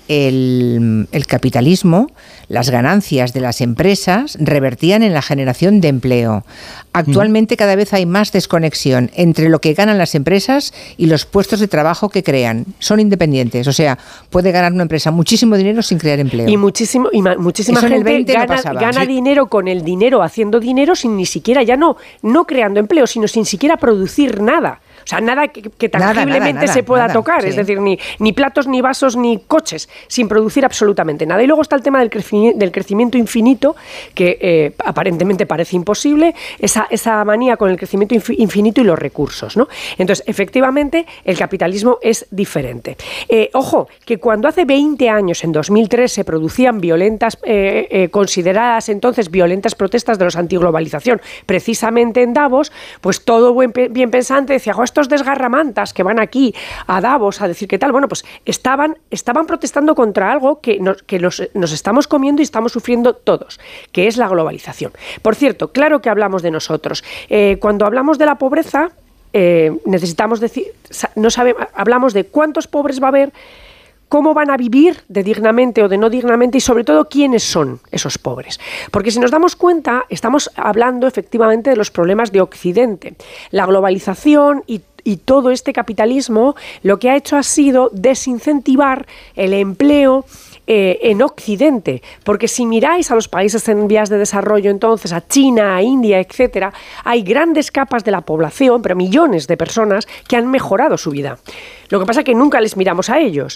el capitalismo, las ganancias de las empresas revertían en la generación de empleo. Actualmente cada vez hay más desconexión entre lo que ganan las empresas y los puestos de trabajo que crean. Son independientes, o sea, puede ganar una empresa muchísimo dinero sin crear empleo. Y muchísima gente gana dinero con el dinero, haciendo dinero sin ni siquiera, ya no creando empleo, sino sin siquiera producir nada. O sea, nada que tangiblemente se pueda tocar, sí. Es decir, ni platos, ni vasos, ni coches, sin producir absolutamente nada. Y luego está el tema del crecimiento infinito, que aparentemente parece imposible, esa manía con el crecimiento infinito y los recursos, ¿no? Entonces, efectivamente, el capitalismo es diferente. Ojo, que cuando hace 20 años, en 2003, se producían violentas, consideradas entonces violentas protestas de los antiglobalización, precisamente en Davos, pues todo bien pensante decía, estos desgarramantas que van aquí a Davos a decir qué tal, bueno, pues estaban protestando contra algo que nos estamos comiendo y estamos sufriendo todos, que es la globalización. Por cierto, claro que hablamos de nosotros. Cuando hablamos de la pobreza, necesitamos decir, hablamos de cuántos pobres va a haber, cómo van a vivir de dignamente o de no dignamente y sobre todo quiénes son esos pobres. Porque si nos damos cuenta, estamos hablando efectivamente de los problemas de Occidente. La globalización y todo este capitalismo lo que ha hecho ha sido desincentivar el empleo en Occidente, porque si miráis a los países en vías de desarrollo, entonces a China, a India, etcétera, hay grandes capas de la población, pero millones de personas que han mejorado su vida. Lo que pasa es que nunca les miramos a ellos,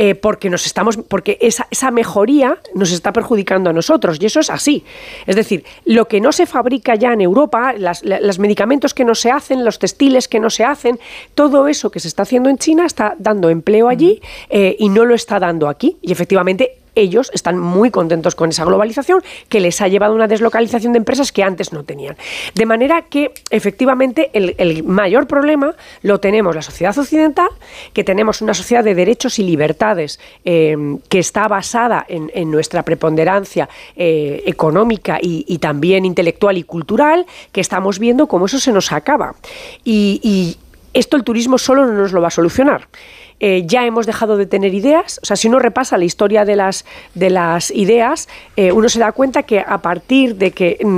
porque esa mejoría nos está perjudicando a nosotros, y eso es así. Es decir, lo que no se fabrica ya en Europa, los medicamentos que no se hacen, los textiles que no se hacen, todo eso que se está haciendo en China está dando empleo allí y no lo está dando aquí. Y efectivamente ellos están muy contentos con esa globalización que les ha llevado a una deslocalización de empresas que antes no tenían. De manera que, efectivamente, el mayor problema lo tenemos la sociedad occidental, que tenemos una sociedad de derechos y libertades que está basada en nuestra preponderancia económica y también intelectual y cultural, que estamos viendo cómo eso se nos acaba. Y esto el turismo solo no nos lo va a solucionar. Ya hemos dejado de tener ideas, o sea, si uno repasa la historia de las ideas, uno se da cuenta que a partir de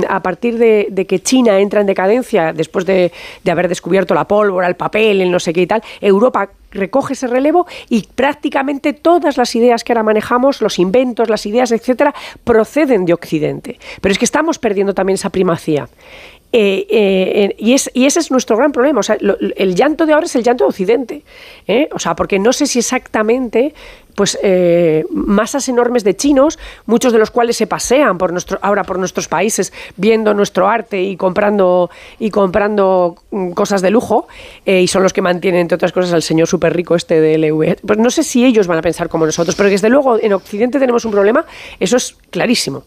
que China entra en decadencia después de haber descubierto la pólvora, el papel, el no sé qué y tal, Europa recoge ese relevo y prácticamente todas las ideas que ahora manejamos, los inventos, las ideas, etcétera, proceden de Occidente. Pero es que estamos perdiendo también esa primacía. Y ese es nuestro gran problema. O sea, el llanto de ahora es el llanto de Occidente, o sea, porque no sé si exactamente pues masas enormes de chinos, muchos de los cuales se pasean ahora por nuestros países viendo nuestro arte y comprando cosas de lujo, y son los que mantienen, entre otras cosas, al señor súper rico este de LV. Pues no sé si ellos van a pensar como nosotros, pero desde luego en Occidente tenemos un problema, eso es clarísimo.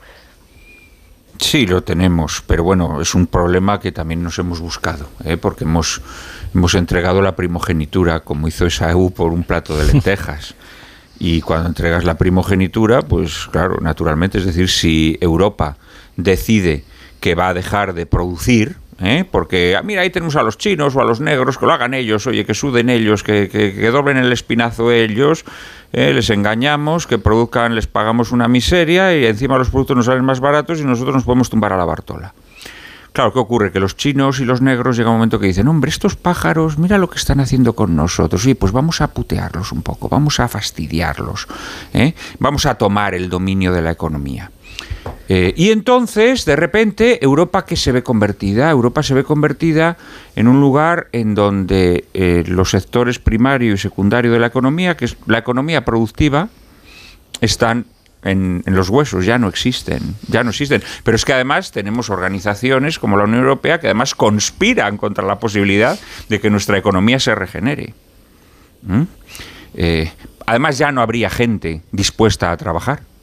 Sí, lo tenemos, pero bueno, es un problema que también nos hemos buscado, porque hemos entregado la primogenitura, como hizo Esaú, por un plato de lentejas. Y cuando entregas la primogenitura, pues claro, naturalmente, es decir, si Europa decide que va a dejar de producir, porque mira, ahí tenemos a los chinos o a los negros, que lo hagan ellos, oye, que suden ellos, que doblen el espinazo ellos, les engañamos, que produzcan, les pagamos una miseria y encima los productos nos salen más baratos y nosotros nos podemos tumbar a la Bartola. Claro, ¿qué ocurre? Que los chinos y los negros llega un momento que dicen, hombre, estos pájaros, mira lo que están haciendo con nosotros, y pues vamos a putearlos un poco, vamos a fastidiarlos, vamos a tomar el dominio de la economía. Y entonces, de repente, ¿Europa qué se ve convertida? Europa se ve convertida en un lugar en donde los sectores primario y secundario de la economía, que es la economía productiva, están en los huesos, ya no existen. Pero es que además tenemos organizaciones como la Unión Europea que además conspiran contra la posibilidad de que nuestra economía se regenere. Además ya no habría gente dispuesta a trabajar.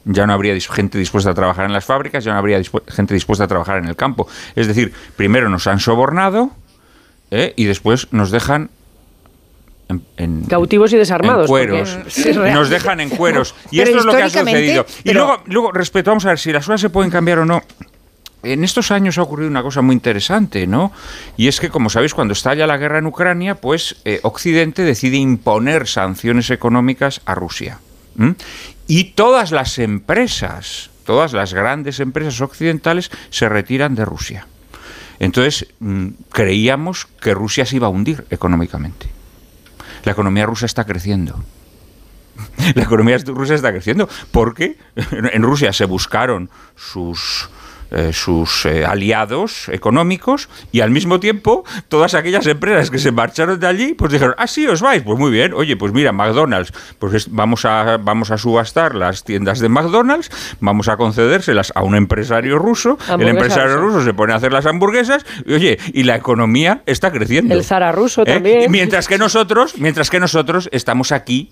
ya no habría gente dispuesta a trabajar en las fábricas, ya no habría gente dispuesta a trabajar en el campo. Es decir, primero nos han sobornado y después nos dejan cautivos y desarmados. En cueros. Nos dejan en cueros. Y esto es lo que ha sucedido. Y luego, respecto, vamos a ver si las cosas se pueden cambiar o no. En estos años ha ocurrido una cosa muy interesante, ¿no? Y es que, como sabéis, cuando estalla la guerra en Ucrania, pues Occidente decide imponer sanciones económicas a Rusia. Y todas las empresas, todas las grandes empresas occidentales se retiran de Rusia. Entonces, creíamos que Rusia se iba a hundir económicamente. La economía rusa está creciendo. La economía rusa está creciendo porque en Rusia se buscaron sus aliados económicos y al mismo tiempo todas aquellas empresas que se marcharon de allí pues dijeron, sí, os vais, pues muy bien, oye, pues mira, McDonald's, pues vamos a subastar las tiendas de McDonald's, vamos a concedérselas a un empresario ruso, el empresario ruso se pone a hacer las hamburguesas y oye, y la economía está creciendo. El Zara ruso también. Mientras que nosotros estamos aquí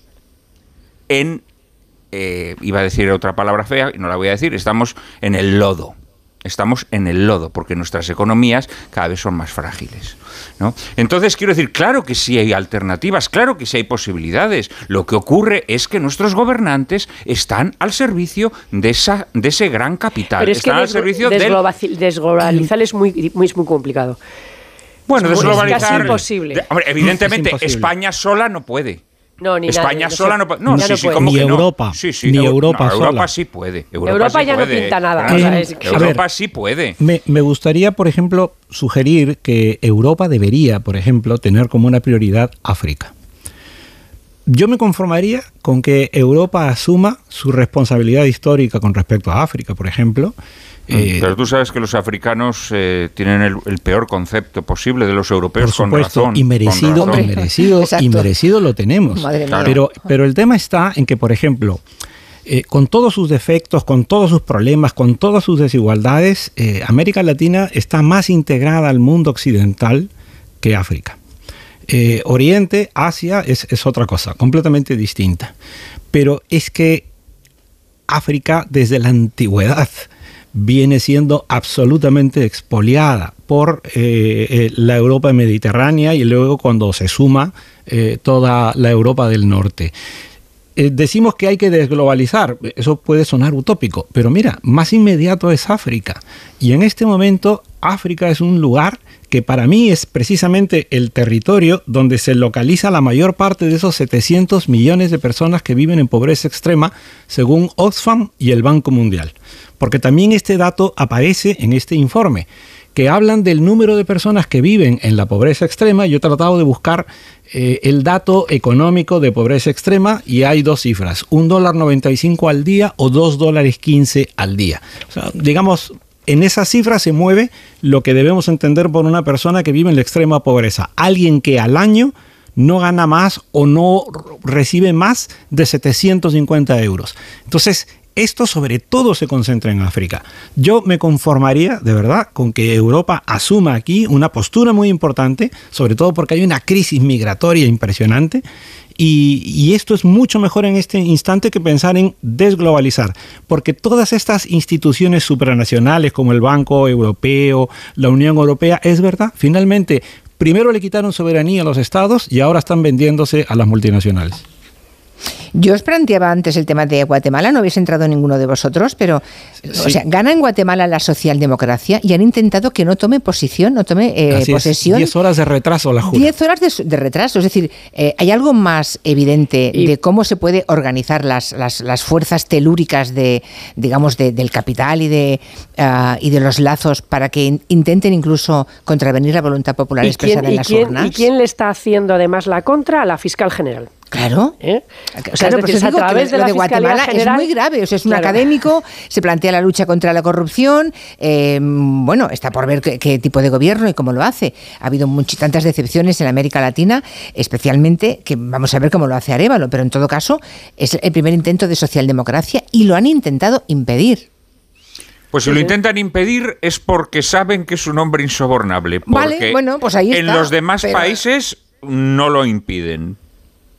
iba a decir otra palabra fea y no la voy a decir, estamos en el lodo. Estamos en el lodo porque nuestras economías cada vez son más frágiles, ¿no? Entonces, quiero decir, claro que sí hay alternativas, claro que sí hay posibilidades. Lo que ocurre es que nuestros gobernantes están al servicio de ese gran capital. Pero es están que al servicio desglobalizar es muy complicado. Bueno, desglobalizar... Es casi imposible. Hombre, evidentemente, es imposible. España sola no puede. No, ni España nadie, sola no puede. No, sí, como ni Europa. Sí, Ni Europa sola. Europa sí puede. Europa sí ya puede. no pinta nada. Europa sí puede. Me gustaría, por ejemplo, sugerir que Europa debería, por ejemplo, tener como una prioridad África. Yo me conformaría con que Europa asuma su responsabilidad histórica con respecto a África, por ejemplo. Pero tú sabes que los africanos tienen el peor concepto posible de los europeos, por supuesto, con razón. Y merecido lo tenemos. Pero el tema está en que, por ejemplo, con todos sus defectos, con todos sus problemas, con todas sus desigualdades, América Latina está más integrada al mundo occidental que África. Oriente, Asia es otra cosa, completamente distinta. Pero es que África, desde la antigüedad, viene siendo absolutamente expoliada por la Europa mediterránea y luego cuando se suma toda la Europa del norte. Decimos que hay que desglobalizar, eso puede sonar utópico, pero mira, más inmediato es África. Y en este momento África es un lugar que para mí es precisamente el territorio donde se localiza la mayor parte de esos 700 millones de personas que viven en pobreza extrema, según Oxfam y el Banco Mundial. Porque también este dato aparece en este informe, que hablan del número de personas que viven en la pobreza extrema. Yo he tratado de buscar el dato económico de pobreza extrema y hay dos cifras, $1.95 al día o $2.15 al día. O sea, digamos, en esa cifra se mueve lo que debemos entender por una persona que vive en la extrema pobreza. Alguien que al año no gana más o no recibe más de 750 euros. Entonces, esto sobre todo se concentra en África. Yo me conformaría, de verdad, con que Europa asuma aquí una postura muy importante, sobre todo porque hay una crisis migratoria impresionante, y esto es mucho mejor en este instante que pensar en desglobalizar, porque todas estas instituciones supranacionales como el Banco Europeo, la Unión Europea, es verdad, finalmente, primero le quitaron soberanía a los estados y ahora están vendiéndose a las multinacionales. Yo os planteaba antes el tema de Guatemala, no habéis entrado ninguno de vosotros, pero sí. O sea, gana en Guatemala la socialdemocracia y han intentado que no tome posición, no tome posesión. 10 horas de retraso la jura. 10 horas de retraso, es decir, ¿hay algo más evidente de cómo se puede organizar las fuerzas telúricas del capital y de los lazos para que intenten incluso contravenir la voluntad popular expresada en las urnas? ¿Y quién le está haciendo además la contra? A la fiscal general. Claro. O sea, pues a través de la Guatemala general, es muy grave. O sea, es un académico, se plantea la lucha contra la corrupción. Bueno, está por ver qué tipo de gobierno y cómo lo hace. Ha habido tantas decepciones en América Latina, especialmente, que vamos a ver cómo lo hace Arévalo, pero en todo caso es el primer intento de socialdemocracia y lo han intentado impedir. Pues si lo intentan impedir es porque saben que es un hombre insobornable. Porque vale, bueno, pues ahí está. En los demás países no lo impiden.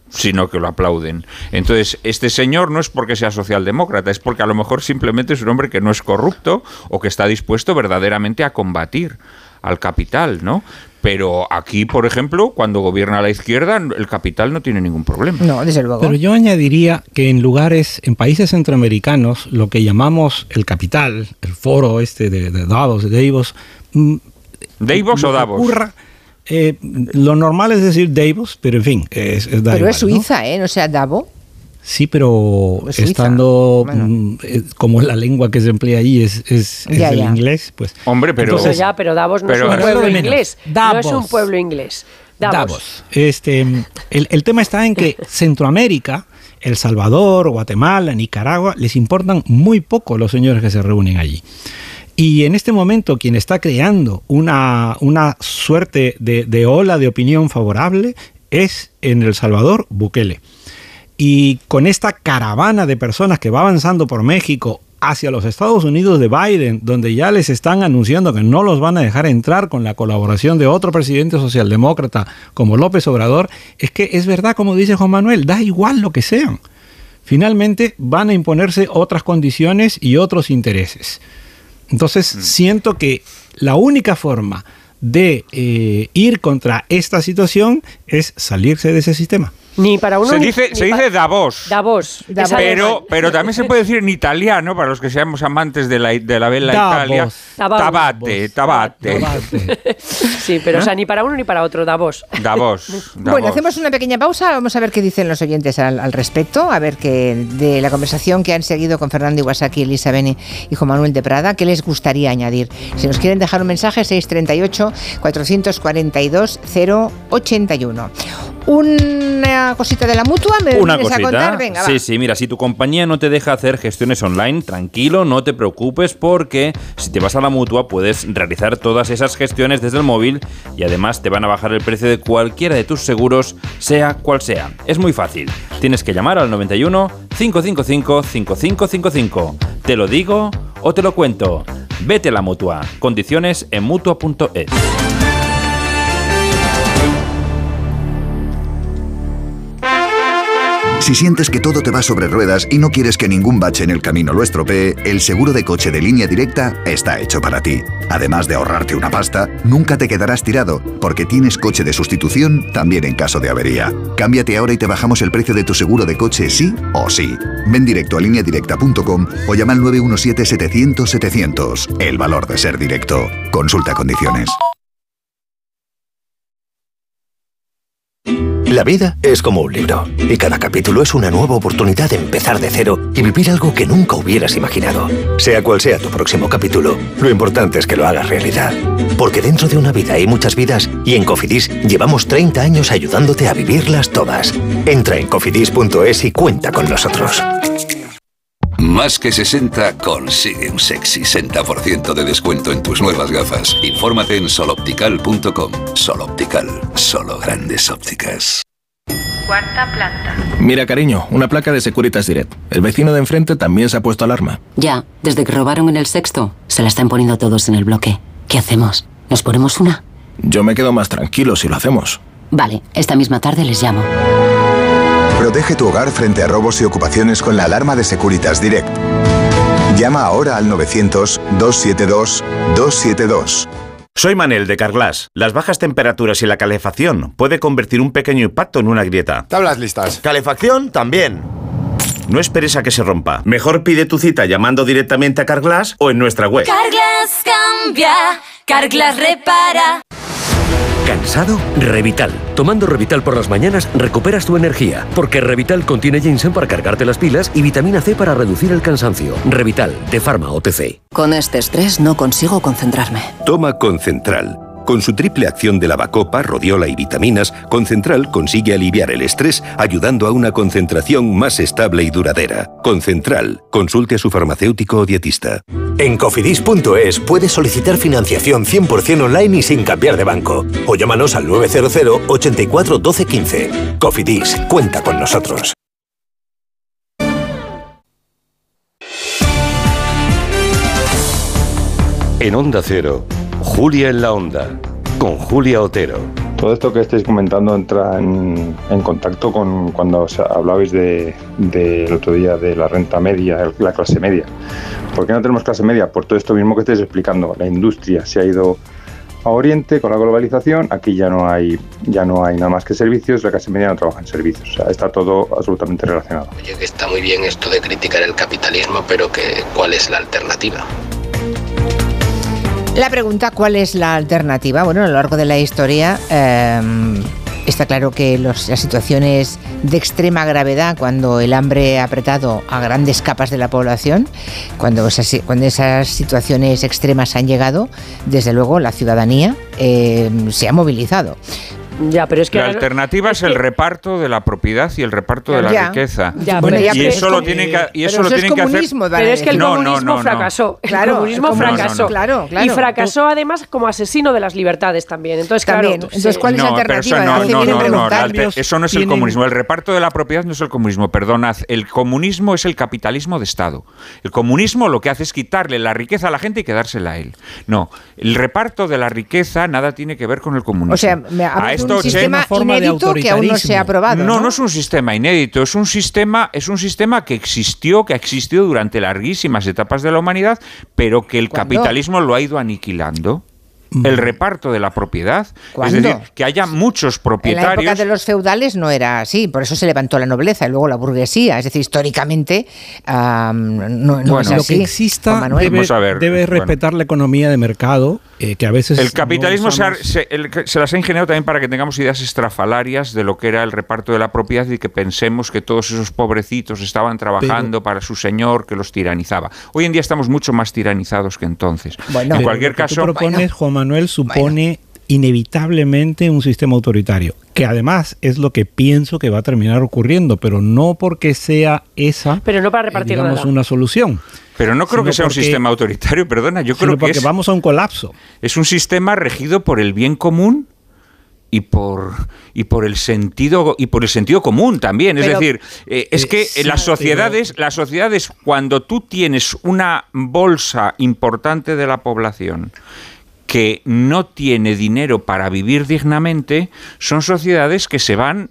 sino que lo aplauden. Entonces, este señor no es porque sea socialdemócrata, es porque a lo mejor simplemente es un hombre que no es corrupto o que está dispuesto verdaderamente a combatir al capital, ¿no? Pero aquí, por ejemplo, cuando gobierna la izquierda, el capital no tiene ningún problema. No, desde luego. Pero yo añadiría que en países centroamericanos, lo que llamamos el capital, el foro de Davos, ¿Davos o Davos? Lo normal es decir Davos, pero en fin, es da pero igual, es Suiza, ¿no? No sea Davos. Sí, pero estando como la lengua que se emplea allí es el inglés, pues. Hombre, pero entonces, pero Davos no es un pueblo inglés. No es un pueblo inglés. Davos. El tema está en que Centroamérica, El Salvador, Guatemala, Nicaragua, les importan muy poco los señores que se reúnen allí. Y en este momento quien está creando una suerte de ola de opinión favorable es en El Salvador Bukele. Y con esta caravana de personas que va avanzando por México hacia los Estados Unidos de Biden, donde ya les están anunciando que no los van a dejar entrar con la colaboración de otro presidente socialdemócrata como López Obrador, es que es verdad, como dice Juan Manuel, da igual lo que sean. Finalmente van a imponerse otras condiciones y otros intereses. Entonces siento que la única forma de ir contra esta situación es salirse de ese sistema. Ni para uno se dice Davos. Davos. Pero también se puede decir en italiano, para los que seamos amantes de la bella Italia. Tabate. Sí, pero o sea, ni para uno ni para otro, Davos. Bueno, hacemos una pequeña pausa, vamos a ver qué dicen los oyentes al respecto, a ver qué de la conversación que han seguido con Fernando Iwasaki, Elisa Beni y Juan Manuel de Prada, qué les gustaría añadir. Si nos quieren dejar un mensaje, 638-442-081. Una cosita de la Mutua, ¿me vienes a contar? Venga, va. Sí, mira, si tu compañía no te deja hacer gestiones online, tranquilo, no te preocupes, porque si te vas a la Mutua puedes realizar todas esas gestiones desde el móvil y además te van a bajar el precio de cualquiera de tus seguros, sea cual sea. Es muy fácil, tienes que llamar al 91 555 5555. ¿Te lo digo o te lo cuento? Vete a la Mutua. Condiciones en Mutua.es. Si sientes que todo te va sobre ruedas y no quieres que ningún bache en el camino lo estropee, el seguro de coche de Línea Directa está hecho para ti. Además de ahorrarte una pasta, nunca te quedarás tirado, porque tienes coche de sustitución también en caso de avería. Cámbiate ahora y te bajamos el precio de tu seguro de coche sí o sí. Ven directo a lineadirecta.com o llama al 917-700-700. El valor de ser directo. Consulta condiciones. La vida es como un libro, y cada capítulo es una nueva oportunidad de empezar de cero y vivir algo que nunca hubieras imaginado. Sea cual sea tu próximo capítulo, lo importante es que lo hagas realidad. Porque dentro de una vida hay muchas vidas, y en Cofidis llevamos 30 años ayudándote a vivirlas todas. Entra en cofidis.es y cuenta con nosotros. Más que 60 consigue un sexy 60% de descuento en tus nuevas gafas. Infórmate en soloptical.com. Soloptical, solo grandes ópticas. Cuarta planta. Mira, cariño, una placa de Securitas Direct. El vecino de enfrente también se ha puesto alarma. Ya, desde que robaron en el sexto, se la están poniendo todos en el bloque. ¿Qué hacemos? ¿Nos ponemos una? Yo me quedo más tranquilo si lo hacemos. Vale, esta misma tarde les llamo. Protege tu hogar frente a robos y ocupaciones con la alarma de Securitas Direct. Llama ahora al 900-272-272. Soy Manel de Carglass. Las bajas temperaturas y la calefacción puede convertir un pequeño impacto en una grieta. Tablas listas. Calefacción también. No esperes a que se rompa. Mejor pide tu cita llamando directamente a Carglass o en nuestra web. Carglass cambia, Carglass repara. ¿Cansado? Revital. Tomando Revital por las mañanas recuperas tu energía, porque Revital contiene ginseng para cargarte las pilas y vitamina C para reducir el cansancio. Revital, de Pharma OTC. Con este estrés no consigo concentrarme. Toma Concentral. Con su triple acción de lavacopa, rodiola y vitaminas, Concentral consigue aliviar el estrés ayudando a una concentración más estable y duradera. Concentral. Consulte a su farmacéutico o dietista. En cofidis.es puedes solicitar financiación 100% online y sin cambiar de banco. O llámanos al 900 84 12 15. Cofidis, cuenta con nosotros. En Onda Cero, Julia en la Onda, con Julia Otero. Todo esto que estáis comentando entra en contacto con cuando hablabais del otro día de la renta media, la clase media. ¿Por qué no tenemos clase media? Por todo esto mismo que estáis explicando. La industria se ha ido a Oriente con la globalización, aquí ya no hay nada más que servicios, la clase media no trabaja en servicios. O sea, está todo absolutamente relacionado. Oye, que está muy bien esto de criticar el capitalismo, pero ¿cuál es la alternativa? La pregunta, ¿cuál es la alternativa? Bueno, a lo largo de la historia está claro que las situaciones de extrema gravedad, cuando el hambre ha apretado a grandes capas de la población, cuando esas situaciones extremas han llegado, desde luego la ciudadanía se ha movilizado. Ya, pero es que la alternativa es el reparto de la propiedad y el reparto de la riqueza. Y eso lo tienen que hacer. Pero es que el comunismo fracasó. Claro, el comunismo fracasó. Claro. Y fracasó además como asesino de las libertades también. Entonces, Entonces, ¿cuál es la alternativa? Eso no es el comunismo. El reparto de la propiedad no es el comunismo. Perdonad, el comunismo es el capitalismo de Estado. El comunismo lo que hace es quitarle la riqueza a la gente y quedársela a él. No, el reparto de la riqueza nada tiene que ver con el comunismo. O sea, un sistema inédito que aún no se ha aprobado. No es un sistema inédito, es un sistema que ha existido durante larguísimas etapas de la humanidad, pero que el capitalismo lo ha ido aniquilando. El reparto de la propiedad, ¿cuándo? Es decir, que haya muchos propietarios. En la época de los feudales no era así, por eso se levantó la nobleza y luego la burguesía, es decir, históricamente no es así. Lo que exista debe respetar la economía de mercado, que a veces... El capitalismo se las ha ingeniado también para que tengamos ideas estrafalarias de lo que era el reparto de la propiedad y que pensemos que todos esos pobrecitos estaban trabajando para su señor que los tiranizaba. Hoy en día estamos mucho más tiranizados que entonces. En cualquier caso... Juan Manuel, supone inevitablemente un sistema autoritario, que además es lo que pienso que va a terminar ocurriendo, pero no porque sea esa, pero no para repartir una solución. Pero no creo que sea un sistema autoritario, perdona, yo creo que vamos a un colapso. Es un sistema regido por el bien común y por el sentido común también. Es decir, es que las sociedades, cuando tú tienes una bolsa importante de la población que no tiene dinero para vivir dignamente, son sociedades que se van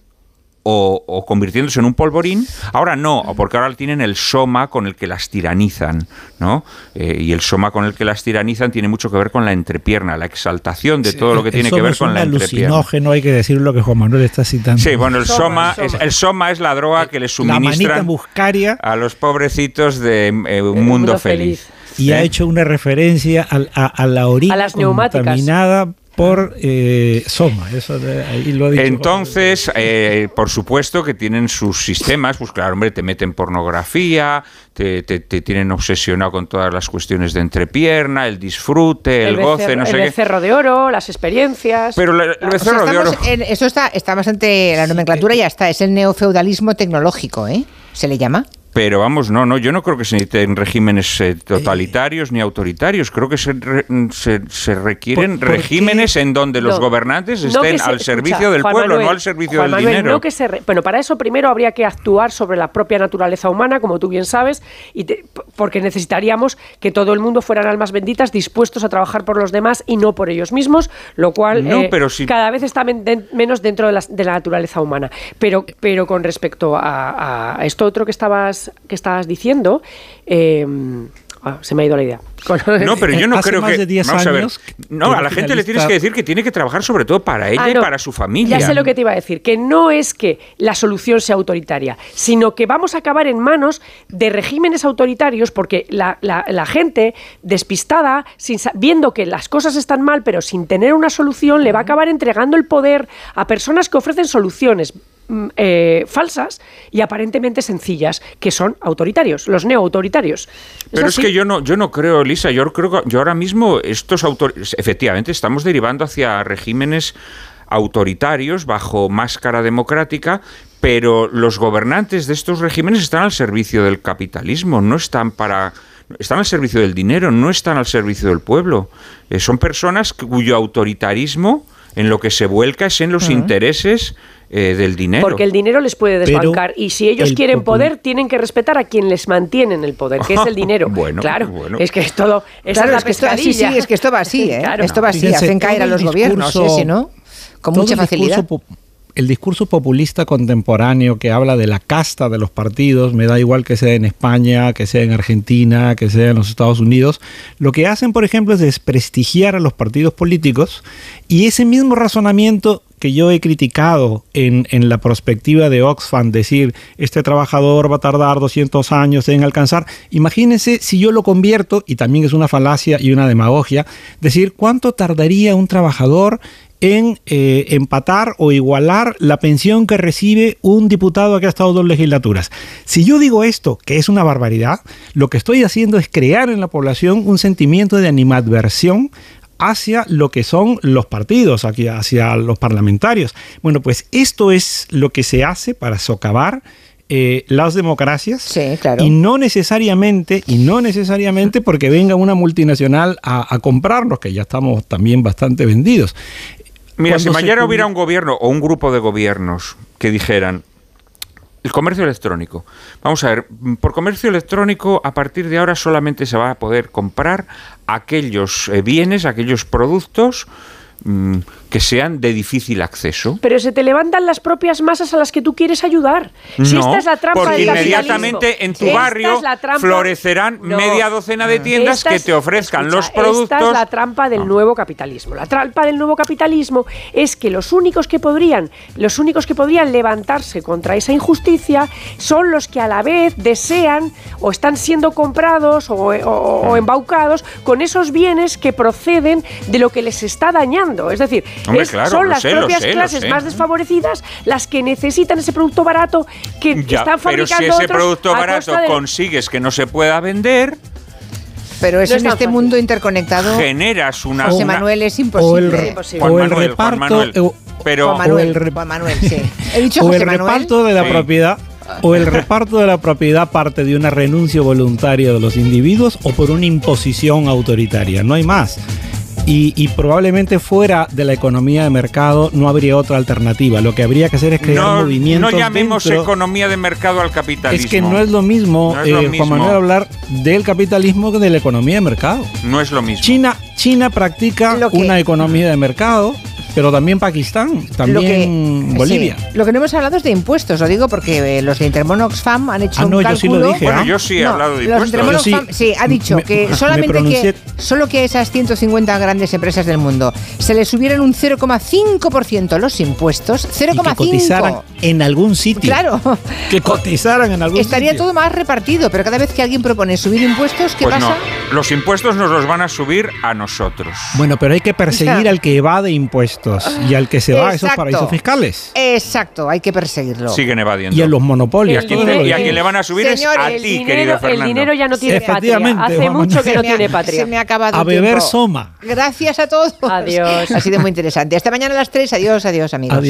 o convirtiéndose en un polvorín. Ahora no, porque ahora tienen el soma con el que las tiranizan, ¿no? Y el soma con el que las tiranizan tiene mucho que ver con la entrepierna, la exaltación de todo lo que tiene que ver con la entrepierna. Alucinógeno, hay que decir lo que Juan Manuel está citando. Sí, bueno, el soma es la droga que les suministran a los pobrecitos de Un Mundo Feliz. Y ha hecho una referencia a la orina contaminada por soma. Eso ahí lo ha dicho. Entonces, por supuesto que tienen sus sistemas, pues claro, hombre, te meten pornografía, te tienen obsesionado con todas las cuestiones de entrepierna, el disfrute, el goce, no sé qué. El becerro de oro, las experiencias. Pero el becerro de oro... Eso está bastante, la nomenclatura ya está, es el neofeudalismo tecnológico, ¿se le llama? Pero vamos, yo no creo que se necesiten regímenes totalitarios ni autoritarios. Creo que se requieren regímenes en donde los gobernantes estén al servicio del pueblo, no al servicio del dinero. Bueno, para eso primero habría que actuar sobre la propia naturaleza humana, como tú bien sabes, porque necesitaríamos que todo el mundo fueran almas benditas dispuestos a trabajar por los demás y no por ellos mismos, lo cual cada vez está menos dentro de la naturaleza humana. Pero con respecto a esto otro que estabas diciendo, se me ha ido la idea. No, pero yo no creo que... Vamos a ver. No, a la gente le tienes que decir que tiene que trabajar sobre todo para ella y para su familia. Ya sé lo que te iba a decir, que no es que la solución sea autoritaria, sino que vamos a acabar en manos de regímenes autoritarios porque la gente despistada, viendo que las cosas están mal, pero sin tener una solución, le va a acabar entregando el poder a personas que ofrecen soluciones falsas y aparentemente sencillas, que son autoritarios, los neoautoritarios. Pero es que yo no creo, Lisa, yo creo que ahora mismo efectivamente estamos derivando hacia regímenes autoritarios bajo máscara democrática, pero los gobernantes de estos regímenes están al servicio del capitalismo, están al servicio del dinero, no están al servicio del pueblo. Son personas cuyo autoritarismo en lo que se vuelca es en los intereses del dinero. Porque el dinero les puede desbancar y si ellos quieren poder, tienen que respetar a quien les mantiene en el poder, que es el dinero. Es que es todo... es la pescadilla. Es que esto va así, Claro. Esto va así, hacen caer a los gobiernos, si no... con mucha facilidad. El discurso populista contemporáneo que habla de la casta de los partidos, me da igual que sea en España, que sea en Argentina, que sea en los Estados Unidos, lo que hacen, por ejemplo, es desprestigiar a los partidos políticos, y ese mismo razonamiento que yo he criticado en la perspectiva de Oxfam, decir, este trabajador va a tardar 200 años en alcanzar, imagínense si yo lo convierto, y también es una falacia y una demagogia, decir, ¿cuánto tardaría un trabajador en empatar o igualar la pensión que recibe un diputado que ha estado 2 legislaturas? Si yo digo esto, que es una barbaridad, lo que estoy haciendo es crear en la población un sentimiento de animadversión hacia lo que son los partidos, hacia los parlamentarios. Bueno, pues esto es lo que se hace para socavar las democracias. Sí, claro. y no necesariamente porque venga una multinacional a comprarnos, que ya estamos también bastante vendidos. Mira, si mañana hubiera un gobierno o un grupo de gobiernos que dijeran, el comercio electrónico, vamos a ver, por comercio electrónico a partir de ahora solamente se va a poder comprar aquellos bienes, aquellos productos que sean de difícil acceso. Pero se te levantan las propias masas a las que tú quieres ayudar. Si no, esta es la trampa porque del inmediatamente en tu barrio florecerán media docena de tiendas que te ofrezcan los productos. Esta es la trampa del nuevo capitalismo. La trampa del nuevo capitalismo es que los únicos que podrían levantarse contra esa injusticia son los que a la vez desean o están siendo comprados o embaucados con esos bienes que proceden de lo que les está dañando. Es decir, son las propias clases más desfavorecidas las que necesitan ese producto barato que están fabricando pero si ese otros producto barato consigues que no se pueda vender, pero eso en este mundo interconectado, generas una... José Manuel, es imposible. O el reparto... Juan Manuel, sí. He dicho o José el Manuel. reparto de la propiedad... O el reparto de la propiedad parte de una renuncia voluntaria de los individuos o por una imposición autoritaria. No hay más. Y probablemente fuera de la economía de mercado no habría otra alternativa. Lo que habría que hacer es crear movimientos. No llamemos economía de mercado al capitalismo. Es que no es lo mismo, Juan Manuel, hablar del capitalismo que de la economía de mercado. No es lo mismo. China practica una economía de mercado, pero también Pakistán, también Bolivia. Sí, lo que no hemos hablado es de impuestos, lo digo porque los de Intermon Oxfam han hecho un cálculo. Yo sí lo dije. Bueno, yo sí he hablado de impuestos. Los de Intermon Oxfam, ha dicho que solamente solo que a esas 150 grandes empresas del mundo se les subieran un 0,5% los impuestos, 0,5%. Que cotizaran en algún sitio. Claro. Que cotizaran en algún Estaría sitio. todo más repartido, pero cada vez que alguien propone subir impuestos, ¿qué pasa? No, los impuestos nos los van a subir a nosotros. Bueno, pero hay que perseguir al que evade impuestos y al que se va a esos paraísos fiscales. Exacto, hay que perseguirlo. Siguen evadiendo. Y a los monopolios. Y a quien le van a subir es a ti, querido Fernando. El dinero ya no tiene patria. Hace mucho que no tiene patria. Se me ha acabado a el beber tiempo. Soma. Gracias a todos. Adiós. Ha sido muy interesante. Hasta mañana a las 3. Adiós, amigos.